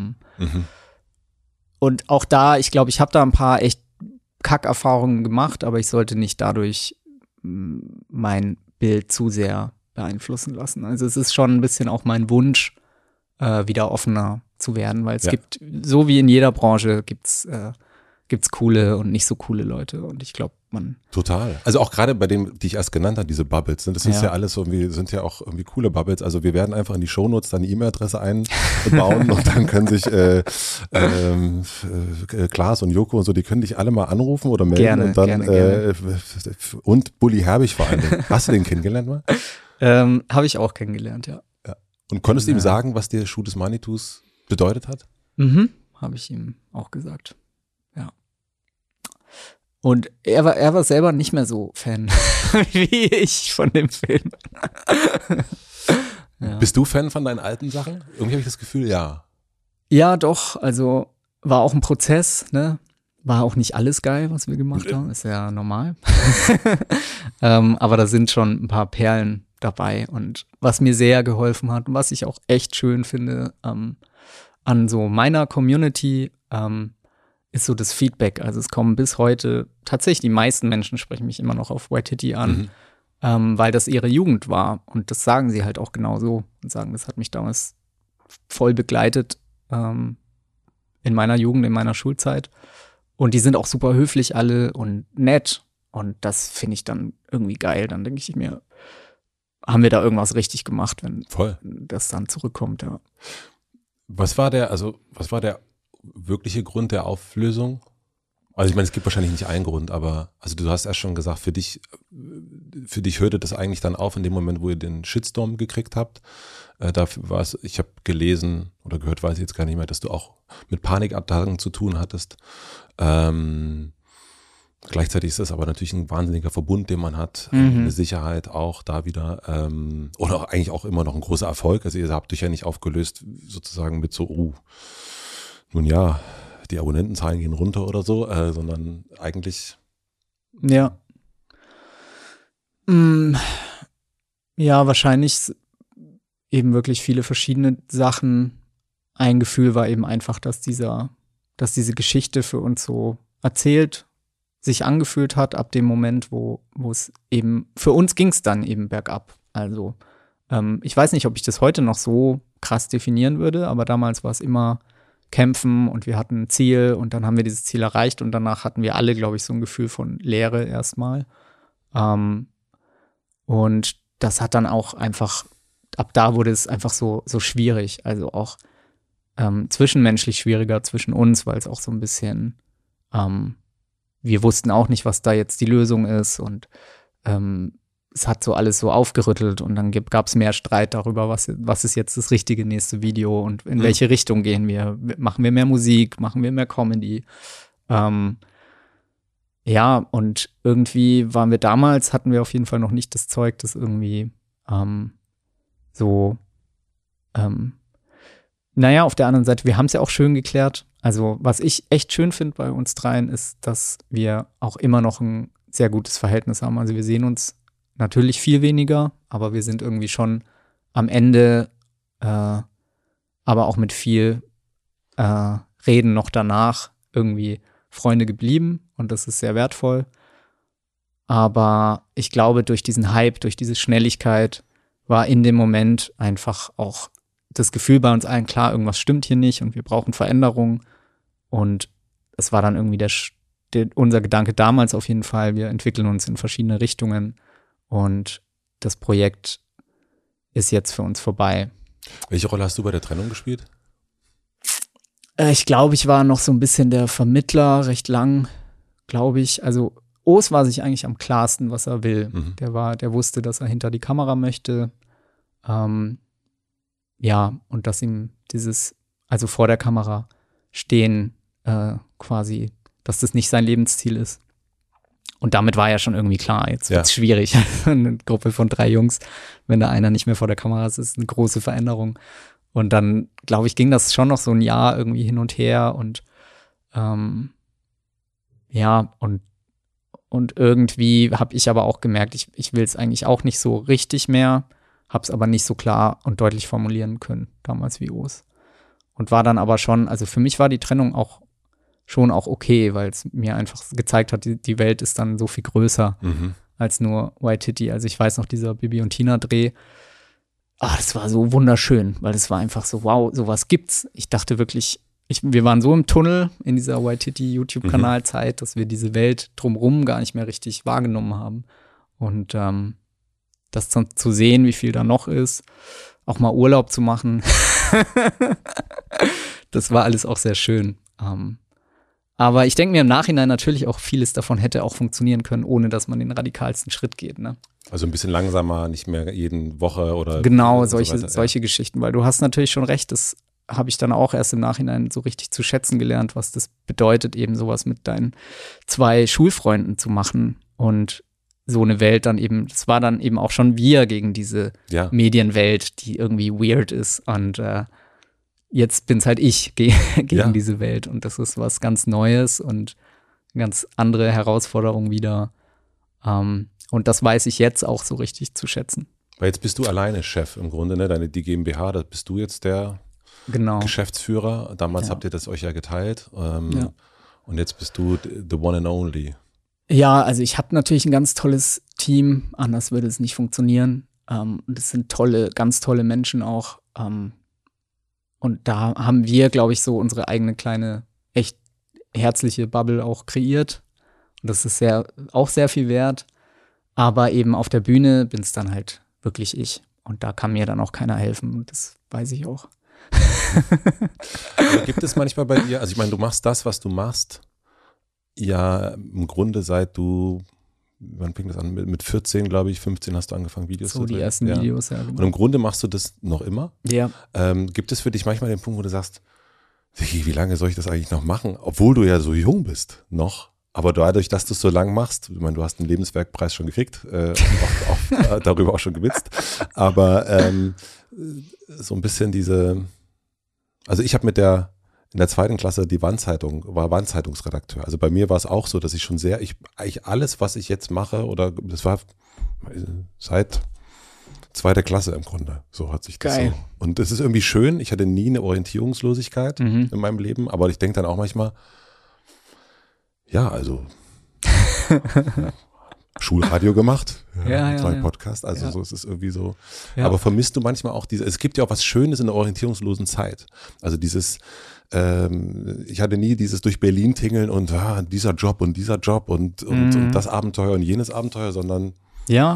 Und auch da, ich glaube, ich habe da ein paar echt Kackerfahrungen gemacht, aber ich sollte nicht dadurch mein Bild zu sehr beeinflussen lassen. Also es ist schon ein bisschen auch mein Wunsch, wieder offener zu werden, weil es gibt, so wie in jeder Branche, gibt's coole und nicht so coole Leute und ich glaube, Total. Also auch gerade bei denen, die ich erst genannt habe, diese Bubbles, das ist ja alles sind ja auch irgendwie coole Bubbles. Also wir werden einfach in die Shownotes dann eine E-Mail-Adresse einbauen und dann können sich Klaas und Joko und so, die können dich alle mal anrufen oder melden. Gerne, und dann gerne. Und Bully Herbig vor allem. Hast du den kennengelernt mal? Habe ich auch kennengelernt, ja. Und konntest du ihm sagen, was dir Schuh des Manitus bedeutet hat? Habe ich ihm auch gesagt. Ja. Und er war selber nicht mehr so Fan wie ich von dem Film. Ja. Bist du Fan von deinen alten Sachen? Irgendwie habe ich das Gefühl, ja. Ja, doch. Also war auch ein Prozess, ne? War auch nicht alles geil, was wir gemacht haben. Ist ja normal. Aber da sind schon ein paar Perlen dabei. Und was mir sehr geholfen hat und was ich auch echt schön finde an so meiner Community, ist so das Feedback. Also es kommen bis heute, tatsächlich die meisten Menschen sprechen mich immer noch auf Waititi an, weil das ihre Jugend war. Und das sagen sie halt auch genau so und sagen, das hat mich damals voll begleitet in meiner Jugend, in meiner Schulzeit. Und die sind auch super höflich alle und nett. Und das finde ich dann irgendwie geil. Dann denke ich mir, haben wir da irgendwas richtig gemacht, wenn das dann zurückkommt, ja. Was war der wirkliche Grund der Auflösung? Also ich meine, es gibt wahrscheinlich nicht einen Grund, aber also du hast erst schon gesagt, für dich hörte das eigentlich dann auf in dem Moment, wo ihr den Shitstorm gekriegt habt. Ich habe gelesen oder gehört, weiß ich jetzt gar nicht mehr, dass du auch mit Panikattacken zu tun hattest. Gleichzeitig ist das aber natürlich ein wahnsinniger Verbund, den man hat, eine Sicherheit auch da wieder oder auch eigentlich auch immer noch ein großer Erfolg. Also ihr habt euch ja nicht aufgelöst sozusagen mit so, nun ja, die Abonnentenzahlen gehen runter oder so, sondern eigentlich. Ja. Ja, wahrscheinlich eben wirklich viele verschiedene Sachen. Ein Gefühl war eben einfach, dass diese Geschichte für uns so erzählt sich angefühlt hat ab dem Moment, wo es eben, für uns ging es dann eben bergab. Also ich weiß nicht, ob ich das heute noch so krass definieren würde, aber damals war es immer kämpfen und wir hatten ein Ziel und dann haben wir dieses Ziel erreicht und danach hatten wir alle, glaube ich, so ein Gefühl von Leere erstmal. Und das hat dann auch einfach, ab da wurde es einfach so schwierig, also auch zwischenmenschlich schwieriger zwischen uns, weil es auch so ein bisschen wir wussten auch nicht, was da jetzt die Lösung ist und es hat so alles so aufgerüttelt und dann gab es mehr Streit darüber, was ist jetzt das richtige nächste Video und in welche Richtung gehen wir. Machen wir mehr Musik, machen wir mehr Comedy? Ja, und irgendwie hatten wir auf jeden Fall noch nicht das Zeug, das irgendwie naja, auf der anderen Seite, wir haben es ja auch schön geklärt. Also was ich echt schön finde bei uns dreien, ist, dass wir auch immer noch ein sehr gutes Verhältnis haben. Also wir sehen uns natürlich viel weniger, aber wir sind irgendwie schon am Ende, aber auch mit viel Reden noch danach irgendwie Freunde geblieben und das ist sehr wertvoll. Aber ich glaube, durch diesen Hype, durch diese Schnelligkeit war in dem Moment einfach auch das Gefühl bei uns allen klar, irgendwas stimmt hier nicht und wir brauchen Veränderung. Und es war dann irgendwie unser Gedanke damals auf jeden Fall, wir entwickeln uns in verschiedene Richtungen Und das Projekt ist jetzt für uns vorbei. Welche Rolle hast du bei der Trennung gespielt? Ich glaube, ich war noch so ein bisschen der Vermittler, recht lang, glaube ich. Also Urs war sich eigentlich am klarsten, was er will. Mhm. Der wusste, dass er hinter die Kamera möchte. Ja, und dass ihm also vor der Kamera stehen, quasi, dass das nicht sein Lebensziel ist. Und damit war ja schon irgendwie klar, jetzt wird es schwierig. Eine Gruppe von 3 Jungs, wenn da einer nicht mehr vor der Kamera ist eine große Veränderung. Und dann, glaube ich, ging das schon noch so ein Jahr irgendwie hin und her und ja, und irgendwie habe ich aber auch gemerkt, ich will es eigentlich auch nicht so richtig mehr, habe es aber nicht so klar und deutlich formulieren können, damals wie Urs. Und war dann aber schon, also für mich war die Trennung schon auch okay, weil es mir einfach gezeigt hat, die Welt ist dann so viel größer als nur Waititi. Also ich weiß noch, dieser Bibi und Tina-Dreh, das war so wunderschön, weil es war einfach so, wow, sowas gibt's. Ich dachte wirklich, wir waren so im Tunnel in dieser Waititi-YouTube-Kanal-Zeit, dass wir diese Welt drumherum gar nicht mehr richtig wahrgenommen haben. Und das zu sehen, wie viel da noch ist, auch mal Urlaub zu machen, das war alles auch sehr schön. Aber ich denke mir im Nachhinein natürlich auch, vieles davon hätte auch funktionieren können, ohne dass man den radikalsten Schritt geht, ne? Also ein bisschen langsamer, nicht mehr jede Woche oder genau, solche Geschichten, weil du hast natürlich schon recht, das habe ich dann auch erst im Nachhinein so richtig zu schätzen gelernt, was das bedeutet, eben sowas mit deinen 2 Schulfreunden zu machen und so eine Welt dann eben, das war dann eben auch schon wir gegen diese Medienwelt, die irgendwie weird ist und jetzt bin's halt ich gegen diese Welt und das ist was ganz Neues und eine ganz andere Herausforderung wieder. Und das weiß ich jetzt auch so richtig zu schätzen. Weil jetzt bist du alleine Chef im Grunde, ne? Die GmbH, da bist du jetzt der Geschäftsführer. Damals habt ihr das euch ja geteilt. Und jetzt bist du the one and only. Ja, also ich habe natürlich ein ganz tolles Team, anders würde es nicht funktionieren. Und es sind ganz tolle Menschen auch. Und da haben wir, glaube ich, so unsere eigene kleine, echt herzliche Bubble auch kreiert. Und das ist auch sehr viel wert. Aber eben auf der Bühne bin es dann halt wirklich ich. Und da kann mir dann auch keiner helfen. Und das weiß ich auch. Aber gibt es manchmal bei dir, also ich meine, du machst das, was du machst, ja im Grunde seit wann fing das an? Mit 14, glaube ich, 15 hast du angefangen, Videos zu drehen. So die ersten Videos, ja. Genau. Und im Grunde machst du das noch immer? Ja. Gibt es für dich manchmal den Punkt, wo du sagst, wie lange soll ich das eigentlich noch machen? Obwohl du ja so jung bist noch. Aber dadurch, dass du es so lang machst, ich meine, du hast den Lebenswerkpreis schon gekriegt, darüber auch schon gewitzt, aber so ein bisschen also ich habe in der 2. Klasse war Wandzeitungsredakteur. Also bei mir war es auch so, dass ich schon eigentlich alles, was ich jetzt mache, oder das war seit 2. Klasse im Grunde, so hat sich das Geil. so. Und das ist irgendwie schön, ich hatte nie eine Orientierungslosigkeit in meinem Leben, aber ich denke dann auch manchmal, ja, also Schulradio gemacht, Podcast, also so ist es irgendwie so. Ja. Aber vermisst du manchmal auch es gibt ja auch was Schönes in der orientierungslosen Zeit. Also dieses, ich hatte nie dieses durch Berlin tingeln und dieser Job und das Abenteuer und jenes Abenteuer, sondern Ja,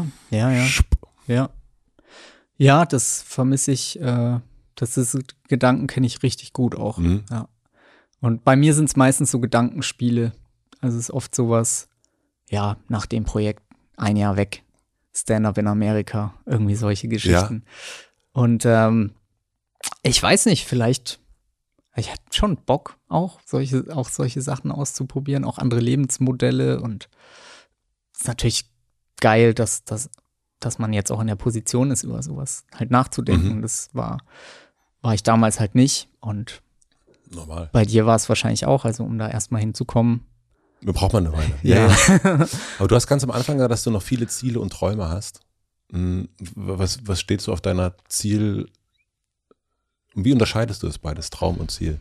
das vermisse ich, Gedanken kenne ich richtig gut auch. Ja. Und bei mir sind es meistens so Gedankenspiele. Also es ist oft sowas, nach dem Projekt 1 Jahr weg, Stand-up in Amerika, irgendwie solche Geschichten. Ja. Und ich weiß nicht, vielleicht, ich hätte schon Bock auch solche Sachen auszuprobieren, auch andere Lebensmodelle. Und es ist natürlich geil, dass man jetzt auch in der Position ist, über sowas halt nachzudenken. Das war ich damals halt nicht. Und normal. Bei dir war es wahrscheinlich auch, also um da erstmal hinzukommen. Braucht man eine Weile. Ja. Aber du hast ganz am Anfang gesagt, dass du noch viele Ziele und Träume hast. Was steht so auf deiner Ziel? Wie unterscheidest du das beides, Traum und Ziel?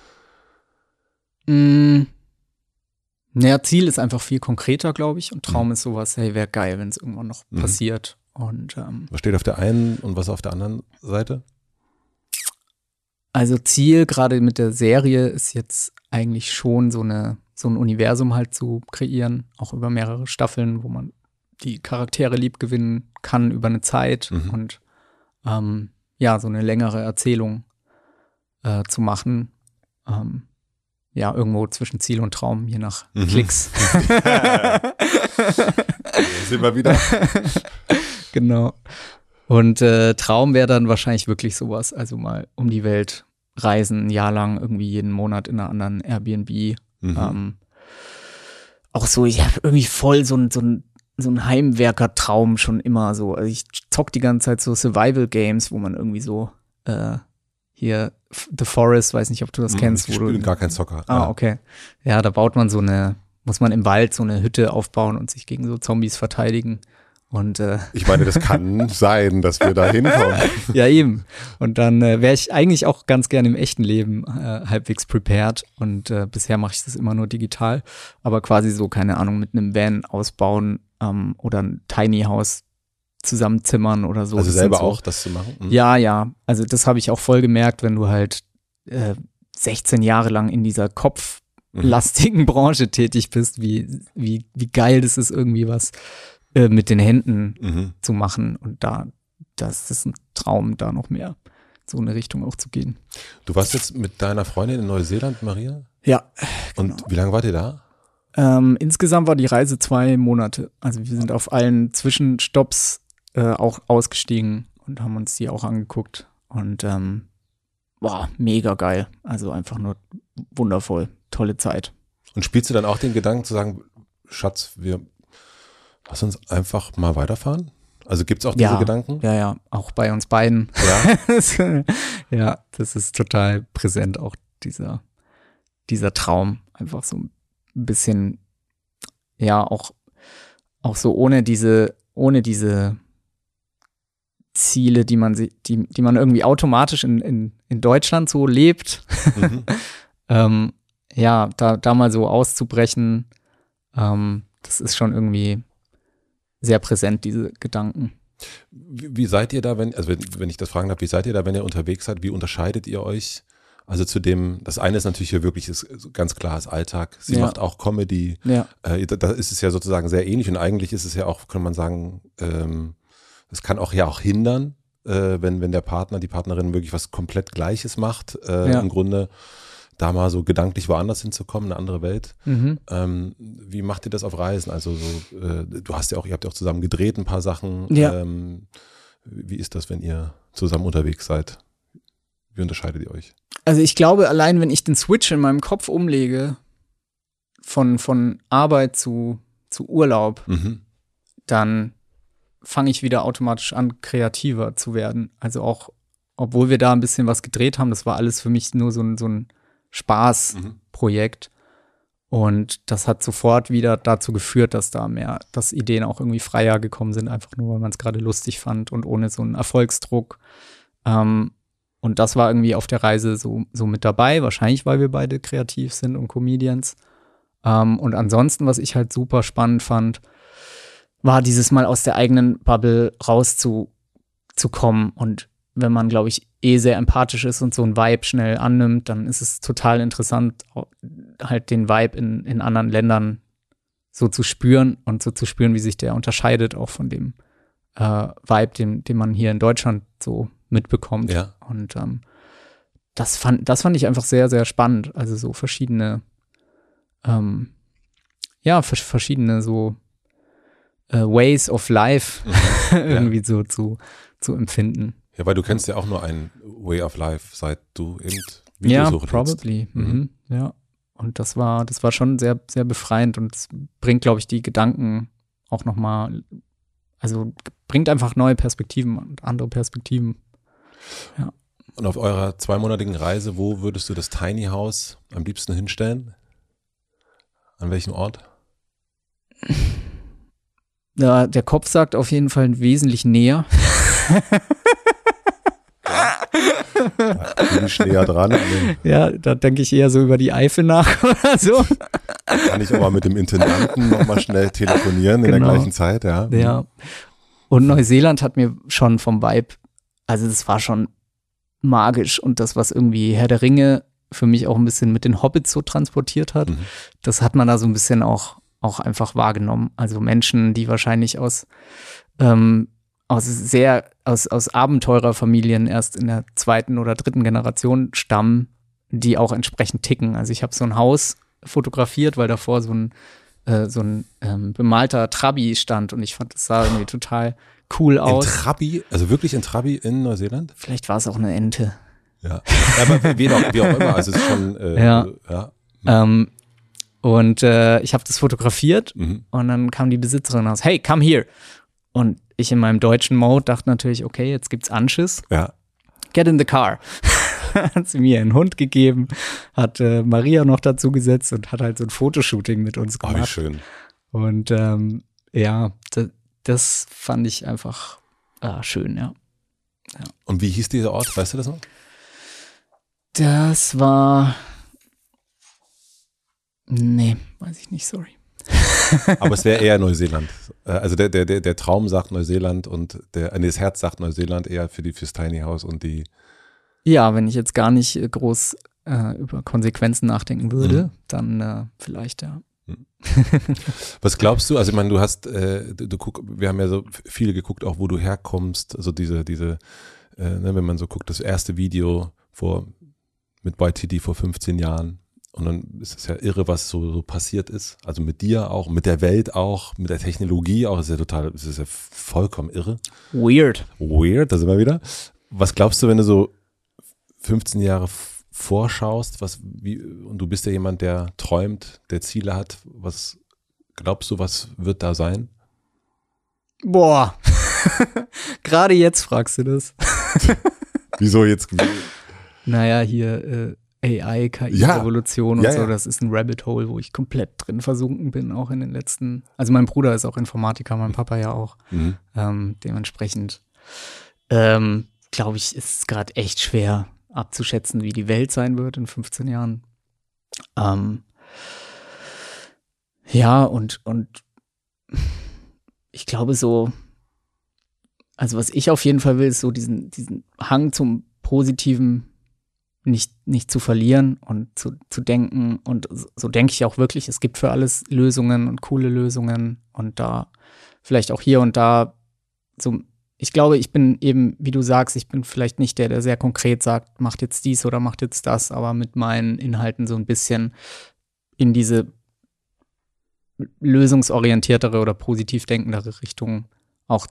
Naja, Ziel ist einfach viel konkreter, glaube ich. Und Traum ist sowas, hey, wäre geil, wenn es irgendwann noch passiert. Und was steht auf der einen und was auf der anderen Seite? Also Ziel, gerade mit der Serie, ist jetzt eigentlich schon so ein Universum halt zu kreieren, auch über mehrere Staffeln, wo man die Charaktere lieb gewinnen kann über eine Zeit und so eine längere Erzählung zu machen. Irgendwo zwischen Ziel und Traum, je nach Klicks. Sind wir wieder. Genau. Und Traum wäre dann wahrscheinlich wirklich sowas, also mal um die Welt reisen, ein Jahr lang, irgendwie jeden Monat in einer anderen Airbnb. Auch so, ich habe irgendwie voll so ein Heimwerker-Traum schon immer so. Also ich zock die ganze Zeit so Survival-Games, wo man irgendwie so hier The Forest, weiß nicht, ob du das kennst. Ich spiele gar kein Zocker. Okay. Ja, da muss man im Wald so eine Hütte aufbauen und sich gegen so Zombies verteidigen. Und ich meine, das kann sein, dass wir da hinkommen. Ja, eben. Und dann wäre ich eigentlich auch ganz gerne im echten Leben halbwegs prepared. Und bisher mache ich das immer nur digital. Aber quasi so, keine Ahnung, mit einem Van ausbauen oder ein Tiny House zusammenzimmern oder so. Also selber auch das zu machen? Ja. Also das habe ich auch voll gemerkt, wenn du halt 16 Jahre lang in dieser kopflastigen Branche tätig bist, wie geil das ist, irgendwie was mit den Händen zu machen. Und das ist ein Traum, da noch mehr so in eine Richtung auch zu gehen. Du warst jetzt mit deiner Freundin in Neuseeland, Maria? Ja. Und wie lange wart ihr da? Insgesamt war die Reise 2 Monate. Also wir sind auf allen Zwischenstopps auch ausgestiegen und haben uns die auch angeguckt. Und mega geil. Also einfach nur wundervoll. Tolle Zeit. Und spielst du dann auch den Gedanken zu sagen, Schatz, lass uns einfach mal weiterfahren? Also gibt's auch diese Gedanken? Ja, auch bei uns beiden. Ja? Ja, das ist total präsent, auch dieser Traum. Einfach so ein bisschen, ja, auch so ohne diese Ziele, die man irgendwie automatisch in Deutschland so lebt. Da mal so auszubrechen, das ist schon irgendwie sehr präsent, diese Gedanken. Wie seid ihr da, wenn ich das fragen darf, wie seid ihr da, wenn ihr unterwegs seid? Wie unterscheidet ihr euch? Also das eine ist natürlich hier wirklich, ist ganz klar, ist Alltag. Sie macht auch Comedy. Ja. Da ist es ja sozusagen sehr ähnlich und eigentlich ist es ja auch, kann man sagen, es kann auch hindern, wenn der Partner, die Partnerin wirklich was komplett Gleiches macht. Im Grunde da mal so gedanklich woanders hinzukommen, eine andere Welt. Wie macht ihr das auf Reisen? Also ihr habt ja auch zusammen gedreht ein paar Sachen. Ja. Wie ist das, wenn ihr zusammen unterwegs seid? Wie unterscheidet ihr euch? Also ich glaube, allein wenn ich den Switch in meinem Kopf umlege von Arbeit zu Urlaub, dann fange ich wieder automatisch an, kreativer zu werden. Also auch, obwohl wir da ein bisschen was gedreht haben, das war alles für mich nur so ein Spaßprojekt. Und das hat sofort wieder dazu geführt, dass Ideen auch irgendwie freier gekommen sind, einfach nur, weil man es gerade lustig fand und ohne so einen Erfolgsdruck. Und das war irgendwie auf der Reise so mit dabei, wahrscheinlich, weil wir beide kreativ sind und Comedians. Und ansonsten, was ich halt super spannend fand, war dieses Mal aus der eigenen Bubble rauszukommen. Und wenn man, glaube ich, sehr empathisch ist und so einen Vibe schnell annimmt, dann ist es total interessant, halt den Vibe in anderen Ländern so zu spüren und so zu spüren, wie sich der unterscheidet auch von dem Vibe, den man hier in Deutschland so mitbekommt. Ja. Und das fand ich einfach sehr, sehr spannend. Also so verschiedene verschiedene so Ways of Life irgendwie so zu empfinden. Ja, weil du kennst ja auch nur ein Way of Life, seit du eben Videosuche probably. Ja. Und das war schon sehr, sehr befreiend und es bringt, glaube ich, die Gedanken auch nochmal, also bringt einfach neue Perspektiven und andere Perspektiven. Ja. Und auf eurer 2-monatigen Reise, wo würdest du das Tiny House am liebsten hinstellen? An welchem Ort? Ja, der Kopf sagt auf jeden Fall wesentlich näher. Bin ich näher dran. Ja, da denke ich eher so über die Eifel nach oder so. Kann ich auch mal mit dem Intendanten nochmal schnell telefonieren in der gleichen Zeit, ja. Ja. Und Neuseeland hat mir schon vom Vibe, also das war schon magisch und das, was irgendwie Herr der Ringe für mich auch ein bisschen mit den Hobbits so transportiert hat, das hat man da so ein bisschen auch auch einfach wahrgenommen. Also Menschen, die wahrscheinlich aus Abenteurerfamilien erst in der 2. oder 3. Generation stammen, die auch entsprechend ticken. Also ich habe so ein Haus fotografiert, weil davor so ein bemalter Trabi stand und ich fand, das sah irgendwie total cool aus. In Trabi? Also wirklich in Trabi in Neuseeland? Vielleicht war es auch eine Ente. Ja, aber wie auch immer, also es ist schon, ja. Und ich habe das fotografiert und dann kam die Besitzerin raus, hey, come here. Und ich in meinem deutschen Mode dachte natürlich, okay, jetzt gibt's Anschiss. Ja. Get in the car. Hat sie mir einen Hund gegeben, hat Maria noch dazu gesetzt und hat halt so ein Fotoshooting mit uns gemacht. Oh, wie schön. Und das fand ich einfach schön, ja. Und wie hieß dieser Ort, weißt du das noch? Das war, nee, weiß ich nicht, sorry. Aber es wäre eher Neuseeland. Also der Traum sagt Neuseeland und das Herz sagt Neuseeland eher fürs Tiny House und die. Ja, wenn ich jetzt gar nicht groß über Konsequenzen nachdenken würde, dann vielleicht, ja. Was glaubst du? Also ich meine, wir haben ja so viele geguckt, auch wo du herkommst, also wenn man so guckt, das erste Video mit YTD vor 15 Jahren. Und dann ist es ja irre, was so passiert ist. Also mit dir auch, mit der Welt auch, mit der Technologie auch. Das ist ja vollkommen irre. Weird, da sind wir wieder. Was glaubst du, wenn du so 15 Jahre vorschaust, und du bist ja jemand, der träumt, der Ziele hat, was glaubst du, was wird da sein? Boah, gerade jetzt fragst du das. Wieso jetzt? Naja, hier AI, KI-Revolution und so, das ist ein Rabbit Hole, wo ich komplett drin versunken bin, auch in den letzten, also mein Bruder ist auch Informatiker, mein Papa ja auch. Dementsprechend glaube ich, ist es gerade echt schwer abzuschätzen, wie die Welt sein wird in 15 Jahren. Ja, und ich glaube so, also was ich auf jeden Fall will, ist so diesen Hang zum Positiven nicht zu verlieren und zu denken. Und so denke ich auch wirklich, es gibt für alles Lösungen und coole Lösungen und da vielleicht auch hier und da so. Ich glaube, ich bin eben, wie du sagst, ich bin vielleicht nicht der sehr konkret sagt, macht jetzt dies oder macht jetzt das, aber mit meinen Inhalten so ein bisschen in diese lösungsorientiertere oder positiv denkendere Richtung auch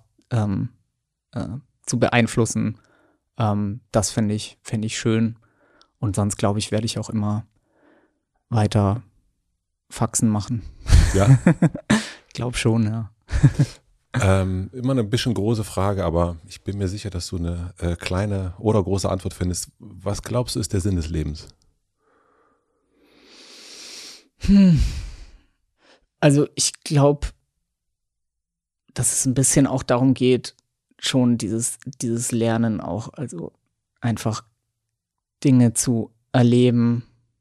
zu beeinflussen. Das fände ich schön. Und sonst, glaube ich, werde ich auch immer weiter Faxen machen. Ja? Ich glaube schon, ja. Immer eine bisschen große Frage, aber ich bin mir sicher, dass du eine kleine oder große Antwort findest. Was glaubst du, ist der Sinn des Lebens? Also ich glaube, dass es ein bisschen auch darum geht, schon dieses Lernen auch, also einfach Dinge zu erleben,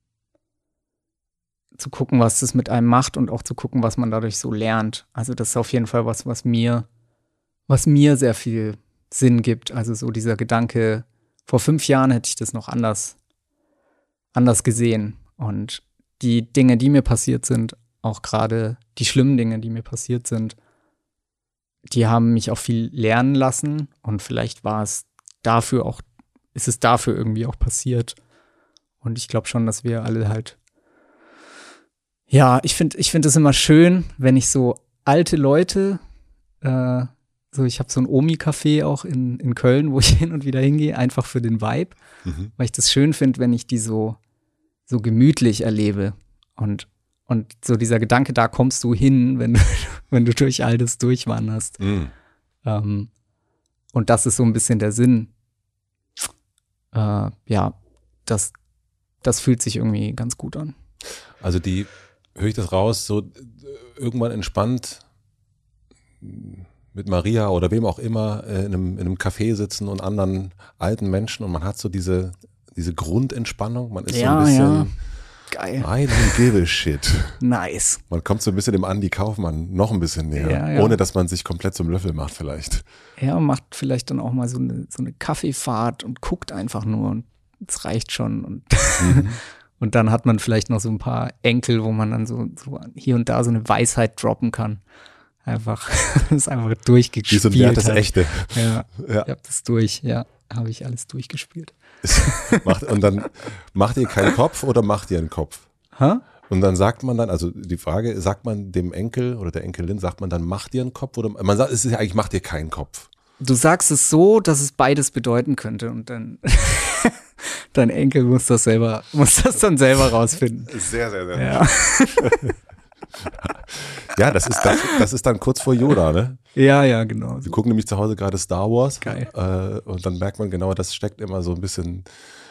zu gucken, was das mit einem macht und auch zu gucken, was man dadurch so lernt. Also das ist auf jeden Fall was mir sehr viel Sinn gibt. Also so dieser Gedanke, vor 5 Jahren hätte ich das noch anders gesehen. Und die Dinge, die mir passiert sind, auch gerade die schlimmen Dinge, die mir passiert sind, die haben mich auch viel lernen lassen und vielleicht ist es dafür irgendwie auch passiert. Und ich glaube schon, dass wir alle halt, ja, ich finde es immer schön, wenn ich so alte Leute, ich habe so ein Omi-Café auch in Köln, wo ich hin und wieder hingehe, einfach für den Vibe, weil ich das schön finde, wenn ich die so gemütlich erlebe und so dieser Gedanke, da kommst du hin, wenn du durch all das durchwanderst. Und das ist so ein bisschen der Sinn. Ja, das fühlt sich irgendwie ganz gut an. Also höre ich das raus, so irgendwann entspannt mit Maria oder wem auch immer in einem Café sitzen und anderen alten Menschen und man hat so diese Grundentspannung, man ist so ein bisschen geil. I don't give a shit. Nice. Man kommt so ein bisschen dem Andi Kaufmann noch ein bisschen näher, ohne dass man sich komplett zum Löffel macht vielleicht. Ja, macht vielleicht dann auch mal so eine Kaffeefahrt und guckt einfach nur und es reicht schon und Und dann hat man vielleicht noch so ein paar Enkel, wo man dann so hier und da so eine Weisheit droppen kann. Einfach, das ist einfach durchgespielt. Wie so ein Wert das Echte. Ja, ich hab das habe ich alles durchgespielt. Und dann macht ihr keinen Kopf oder macht ihr einen Kopf? Hä? Und dann sagt man dann, also die Frage, sagt man dem Enkel oder der Enkelin, sagt man dann, macht ihr einen Kopf? Oder man sagt, es ist ja eigentlich, macht ihr keinen Kopf. Du sagst es so, dass es beides bedeuten könnte und dann dein Enkel muss das dann selber rausfinden. Sehr, sehr, sehr. Ja. Ja, das ist dann kurz vor Yoda, ne? Ja, genau. Wir gucken nämlich zu Hause gerade Star Wars. Geil. Und dann merkt man genau, das steckt immer so ein bisschen,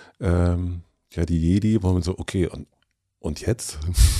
die Jedi, wo man so, okay, und jetzt?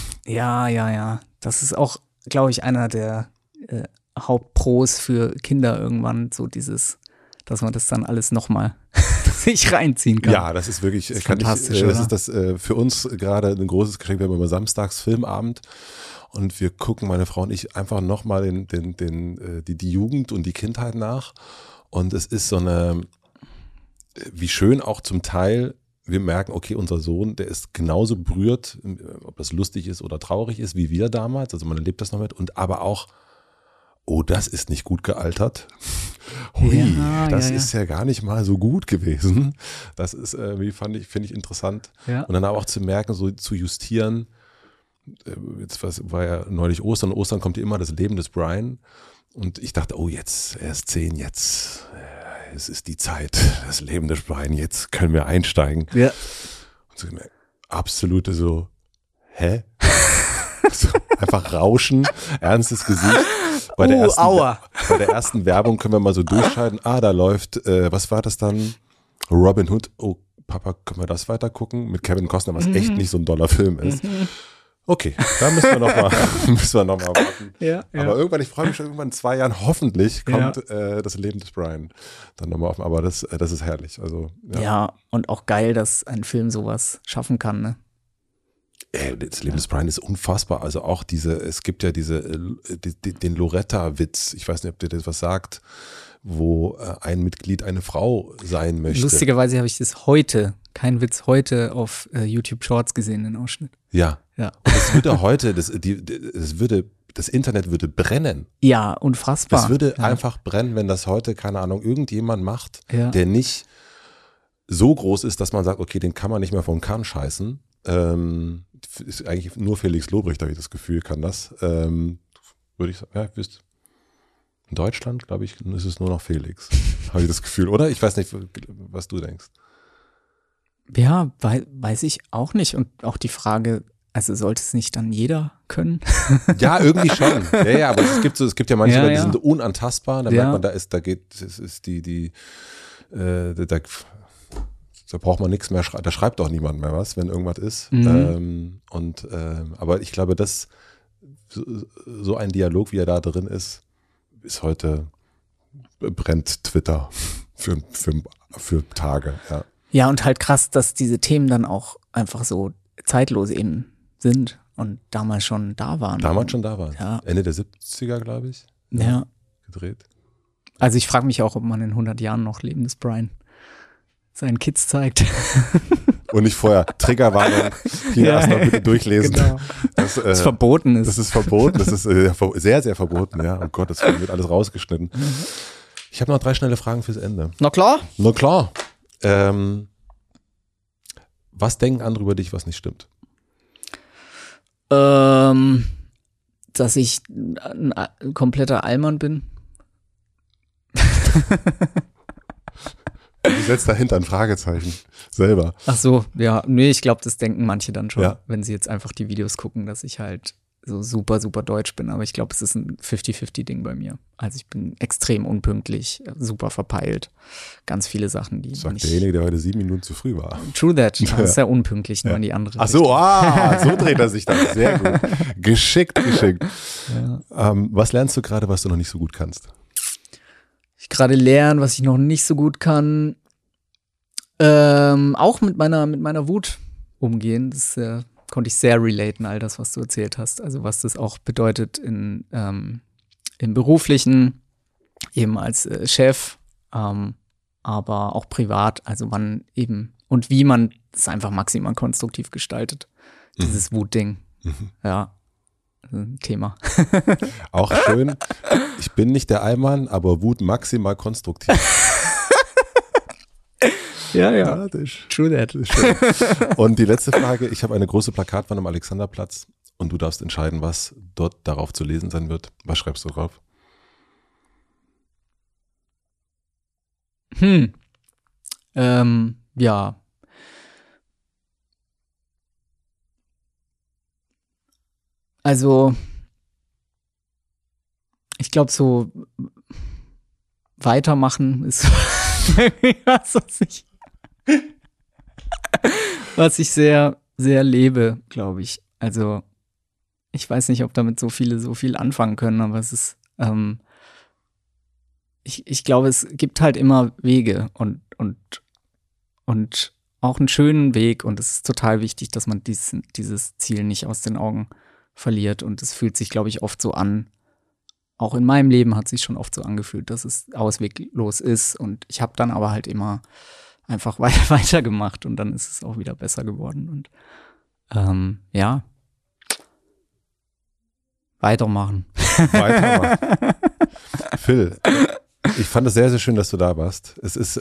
Ja. Das ist auch, glaube ich, einer der Hauptpros für Kinder irgendwann, so dieses, dass man das dann alles nochmal sich reinziehen kann. Ja, das ist wirklich das ist fantastisch. Das ist das für uns gerade ein großes Geschenk. Wir haben immer samstags Filmabend und wir gucken, meine Frau und ich, einfach nochmal die Jugend und die Kindheit nach. Und es ist so eine, wie schön auch zum Teil, wir merken, okay, unser Sohn, der ist genauso berührt, ob das lustig ist oder traurig ist, wie wir damals. Also man erlebt das noch mit. Und aber auch, oh, das ist nicht gut gealtert. Hui, das ist ja gar nicht mal so gut gewesen. Das ist finde ich interessant. Ja. Und dann aber auch zu merken, so zu justieren. Jetzt war ja neulich Ostern. Ostern kommt ja immer das Leben des Brian. Und ich dachte, oh, jetzt, er ist 10, jetzt, es ist die Zeit, das Leben des Brian, jetzt können wir einsteigen. Ja. Und so absolute so, hä? So, einfach Rauschen, ernstes Gesicht. Bei der ersten Werbung können wir mal so durchschalten. Da läuft, was war das dann? Robin Hood. Oh, Papa, können wir das weiter gucken? Mit Kevin Costner, was echt nicht so ein doller Film ist. Okay, da müssen wir noch mal warten. Ja. Aber irgendwann, ich freue mich schon, irgendwann in 2 Jahren, hoffentlich kommt das Leben des Brian dann nochmal auf. Aber das ist herrlich. Also, ja, und auch geil, dass ein Film sowas schaffen kann, ne? Das Leben des Brian ist unfassbar. Also auch es gibt ja den Loretta-Witz, ich weiß nicht, ob dir das was sagt, wo ein Mitglied eine Frau sein möchte. Lustigerweise habe ich das heute, kein Witz, heute auf YouTube Shorts gesehen, den Ausschnitt. Ja. Und das würde heute, das Internet würde brennen. Ja, unfassbar. Das würde einfach brennen, wenn das heute, keine Ahnung, irgendjemand macht, der nicht so groß ist, dass man sagt, okay, den kann man nicht mehr vom Kahn scheißen. Ist eigentlich nur Felix Lobrecht, habe ich das Gefühl, kann das. Würde ich sagen, ja, wisst. In Deutschland, glaube ich, ist es nur noch Felix. Habe ich das Gefühl, oder? Ich weiß nicht, was du denkst. Ja, weiß ich auch nicht. Und auch die Frage, also sollte es nicht dann jeder können? Ja, irgendwie schon. Ja, aber es gibt ja manche, die sind unantastbar. Da merkt man, da braucht man nichts mehr, da schreibt auch niemand mehr was, wenn irgendwas ist. Aber ich glaube, dass so ein Dialog, wie er da drin ist heute, brennt Twitter für Tage. Ja. Ja, und halt krass, dass diese Themen dann auch einfach so zeitlos eben sind und damals schon da waren. Ja. Ende der 70er, glaube ich. Ja. Gedreht. Also ich frage mich auch, ob man in 100 Jahren noch Leben des Brian seinen Kids zeigt. Und nicht vorher. Triggerwarnung. Hier erst noch bitte durchlesen. Genau. Das verboten ist. Das ist verboten. Das ist sehr, sehr verboten. Ja, oh Gott, das wird alles rausgeschnitten. Ich habe noch 3 schnelle Fragen fürs Ende. Na klar. Was denken andere über dich, was nicht stimmt? Dass ich ein kompletter Allmann bin. Du setzt dahinter ein Fragezeichen selber. Ach so, ja. Nee, ich glaube, das denken manche dann schon, wenn sie jetzt einfach die Videos gucken, dass ich halt so super, super deutsch bin. Aber ich glaube, es ist ein 50-50-Ding bei mir. Also ich bin extrem unpünktlich, super verpeilt. Ganz viele Sachen, die sagt derjenige, der heute 7 Minuten zu früh war. True that. Das ist ja unpünktlich, nur in die andere Ach so, so dreht er sich dann. Sehr gut. Geschickt. Ja. Was lernst du gerade, was du noch nicht so gut kannst? Ich gerade lernen, was ich noch nicht so gut kann. Auch mit meiner Wut umgehen. Das konnte ich sehr relaten, all das, was du erzählt hast. Also was das auch bedeutet im Beruflichen, eben als Chef, aber auch privat. Also wann eben und wie man es einfach maximal konstruktiv gestaltet. Dieses Wutding. Ja, ein Thema. Auch schön. Ich bin nicht der Allmann, aber Wut maximal konstruktiv. Ja. True that. Schön. Und die letzte Frage, ich habe eine große Plakatwand am Alexanderplatz und du darfst entscheiden, was dort darauf zu lesen sein wird. Was schreibst du drauf? Ja. Also, ich glaube, so weitermachen ist was ich sehr, sehr lebe, glaube ich. Also, ich weiß nicht, ob damit so viel anfangen können, aber es ist, ich glaube, es gibt halt immer Wege und auch einen schönen Weg und es ist total wichtig, dass man dieses Ziel nicht aus den Augen verliert und es fühlt sich, glaube ich, oft so an, auch in meinem Leben hat sich schon oft so angefühlt, dass es ausweglos ist und ich habe dann aber halt immer einfach weitergemacht und dann ist es auch wieder besser geworden und ja, weitermachen. Phil, ich fand es sehr, sehr schön, dass du da warst. Es ist,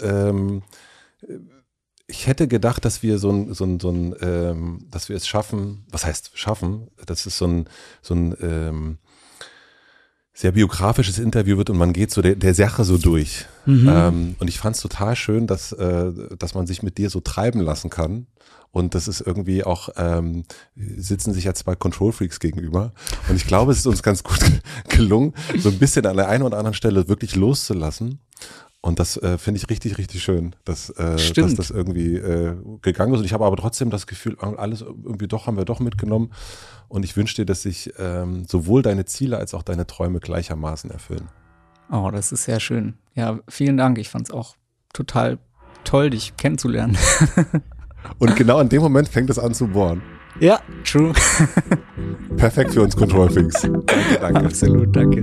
ich hätte gedacht, dass wir dass wir es schaffen, was heißt schaffen, dass es so ein sehr biografisches Interview wird und man geht so der Sache so durch. Und ich fand es total schön, dass man sich mit dir so treiben lassen kann. Und das ist irgendwie auch, sitzen sich ja zwei Control-Freaks gegenüber. Und ich glaube, es ist uns ganz gut gelungen, so ein bisschen an der einen oder anderen Stelle wirklich loszulassen. Und das finde ich richtig, richtig schön, dass das irgendwie gegangen ist. Und ich habe aber trotzdem das Gefühl, alles irgendwie haben wir doch mitgenommen. Und ich wünsche dir, dass sich sowohl deine Ziele als auch deine Träume gleichermaßen erfüllen. Oh, das ist sehr schön. Ja, vielen Dank. Ich fand es auch total toll, dich kennenzulernen. Und genau in dem Moment fängt es an zu bohren. Ja, true. Perfekt für uns Control-Freaks. Danke. Absolut, danke.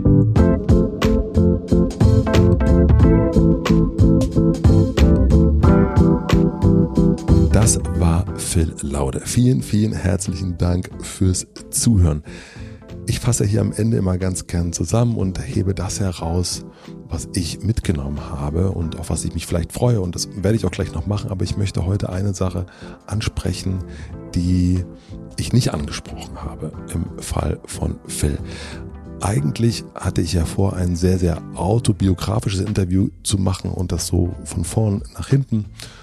Das war Phil Laude. Vielen, vielen herzlichen Dank fürs Zuhören. Ich fasse hier am Ende immer ganz gern zusammen und hebe das heraus, was ich mitgenommen habe und auf was ich mich vielleicht freue. Und das werde ich auch gleich noch machen. Aber ich möchte heute eine Sache ansprechen, die ich nicht angesprochen habe im Fall von Phil. Eigentlich hatte ich ja vor, ein sehr, sehr autobiografisches Interview zu machen und das so von vorn nach hinten.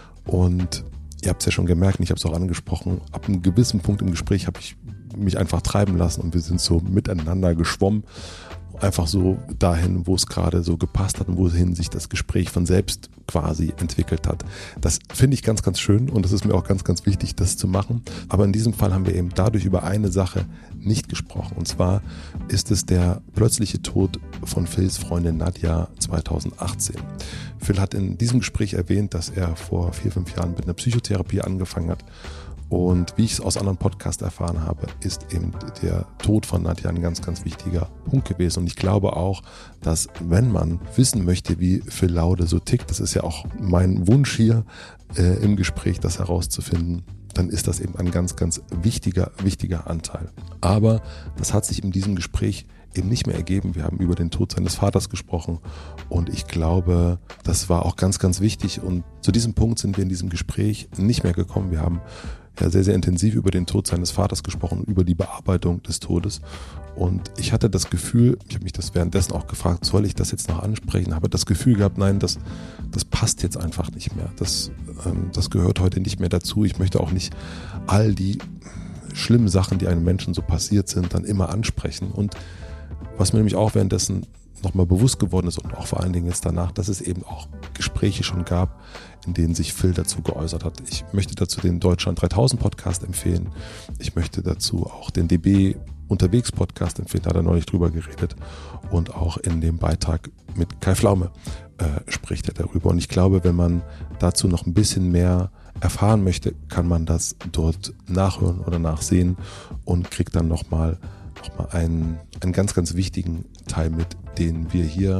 Und ihr habt es ja schon gemerkt, ich habe es auch angesprochen, ab einem gewissen Punkt im Gespräch habe ich mich einfach treiben lassen und wir sind so miteinander geschwommen. Einfach so dahin, wo es gerade so gepasst hat und wohin sich das Gespräch von selbst quasi entwickelt hat. Das finde ich ganz, ganz schön und das ist mir auch ganz, ganz wichtig, das zu machen. Aber in diesem Fall haben wir eben dadurch über eine Sache nicht gesprochen. Und zwar ist es der plötzliche Tod von Phils Freundin Nadja 2018. Phil hat in diesem Gespräch erwähnt, dass er vor 4-5 Jahren mit einer Psychotherapie angefangen hat. Und wie ich es aus anderen Podcasts erfahren habe, ist eben der Tod von Nadja ein ganz, ganz wichtiger Punkt gewesen. Und ich glaube auch, dass wenn man wissen möchte, wie Phil Laude so tickt, das ist ja auch mein Wunsch hier im Gespräch, das herauszufinden, dann ist das eben ein ganz, ganz wichtiger Anteil. Aber das hat sich in diesem Gespräch eben nicht mehr ergeben. Wir haben über den Tod seines Vaters gesprochen und ich glaube, das war auch ganz, ganz wichtig. Und zu diesem Punkt sind wir in diesem Gespräch nicht mehr gekommen. Wir haben ja sehr, sehr intensiv über den Tod seines Vaters gesprochen, über die Bearbeitung des Todes. Und ich hatte das Gefühl, ich habe mich das währenddessen auch gefragt, soll ich das jetzt noch ansprechen? Habe das Gefühl gehabt, nein, das passt jetzt einfach nicht mehr. Das gehört heute nicht mehr dazu. Ich möchte auch nicht all die schlimmen Sachen, die einem Menschen so passiert sind, dann immer ansprechen. Und was mir nämlich auch währenddessen nochmal bewusst geworden ist und auch vor allen Dingen jetzt danach, dass es eben auch Gespräche schon gab, in denen sich Phil dazu geäußert hat. Ich möchte dazu den Deutschland 3000 Podcast empfehlen. Ich möchte dazu auch den DB Unterwegs Podcast empfehlen, da hat er neulich drüber geredet. Und auch in dem Beitrag mit Kai Pflaume spricht er darüber. Und ich glaube, wenn man dazu noch ein bisschen mehr erfahren möchte, kann man das dort nachhören oder nachsehen und kriegt dann nochmal einen ganz, ganz wichtigen Teil mit, den wir hier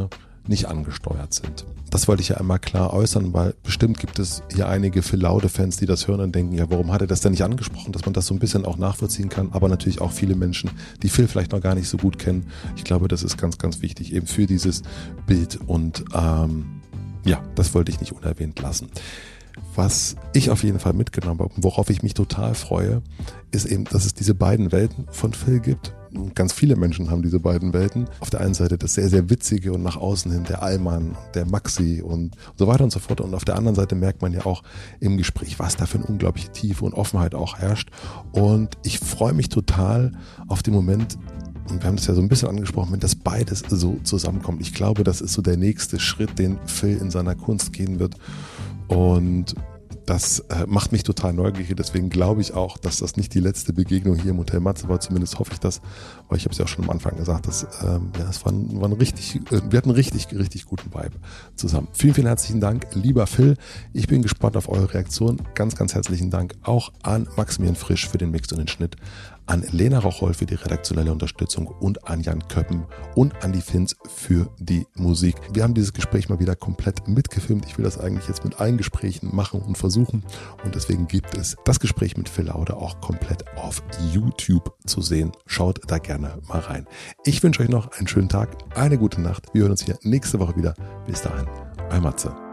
nicht angesteuert sind. Das wollte ich ja einmal klar äußern, weil bestimmt gibt es hier einige Phil Laude-Fans, die das hören und denken, ja, warum hat er das denn nicht angesprochen, dass man das so ein bisschen auch nachvollziehen kann, aber natürlich auch viele Menschen, die Phil vielleicht noch gar nicht so gut kennen. Ich glaube, das ist ganz, ganz wichtig eben für dieses Bild und das wollte ich nicht unerwähnt lassen. Was ich auf jeden Fall mitgenommen habe und worauf ich mich total freue, ist eben, dass es diese beiden Welten von Phil gibt. Und ganz viele Menschen haben diese beiden Welten. Auf der einen Seite das sehr, sehr Witzige und nach außen hin der Allmann, der Maxi und so weiter und so fort. Und auf der anderen Seite merkt man ja auch im Gespräch, was da für eine unglaubliche Tiefe und Offenheit auch herrscht. Und ich freue mich total auf den Moment, und wir haben das ja so ein bisschen angesprochen, wenn das beides so zusammenkommt. Ich glaube, das ist so der nächste Schritt, den Phil in seiner Kunst gehen wird. Und das macht mich total neugierig, deswegen glaube ich auch, dass das nicht die letzte Begegnung hier im Hotel Matze war, zumindest hoffe ich das, weil ich habe es ja auch schon am Anfang gesagt, dass, wir hatten richtig, richtig guten Vibe zusammen. Vielen, vielen herzlichen Dank, lieber Phil, ich bin gespannt auf eure Reaktion, ganz, ganz herzlichen Dank auch an Maximilian Frisch für den Mix und den Schnitt, an Lena Rocholl für die redaktionelle Unterstützung und an Jan Köppen und an die Finns für die Musik. Wir haben dieses Gespräch mal wieder komplett mitgefilmt. Ich will das eigentlich jetzt mit allen Gesprächen machen und versuchen und deswegen gibt es das Gespräch mit Phil Laude auch komplett auf YouTube zu sehen. Schaut da gerne mal rein. Ich wünsche euch noch einen schönen Tag, eine gute Nacht. Wir hören uns hier nächste Woche wieder. Bis dahin, euer Matze.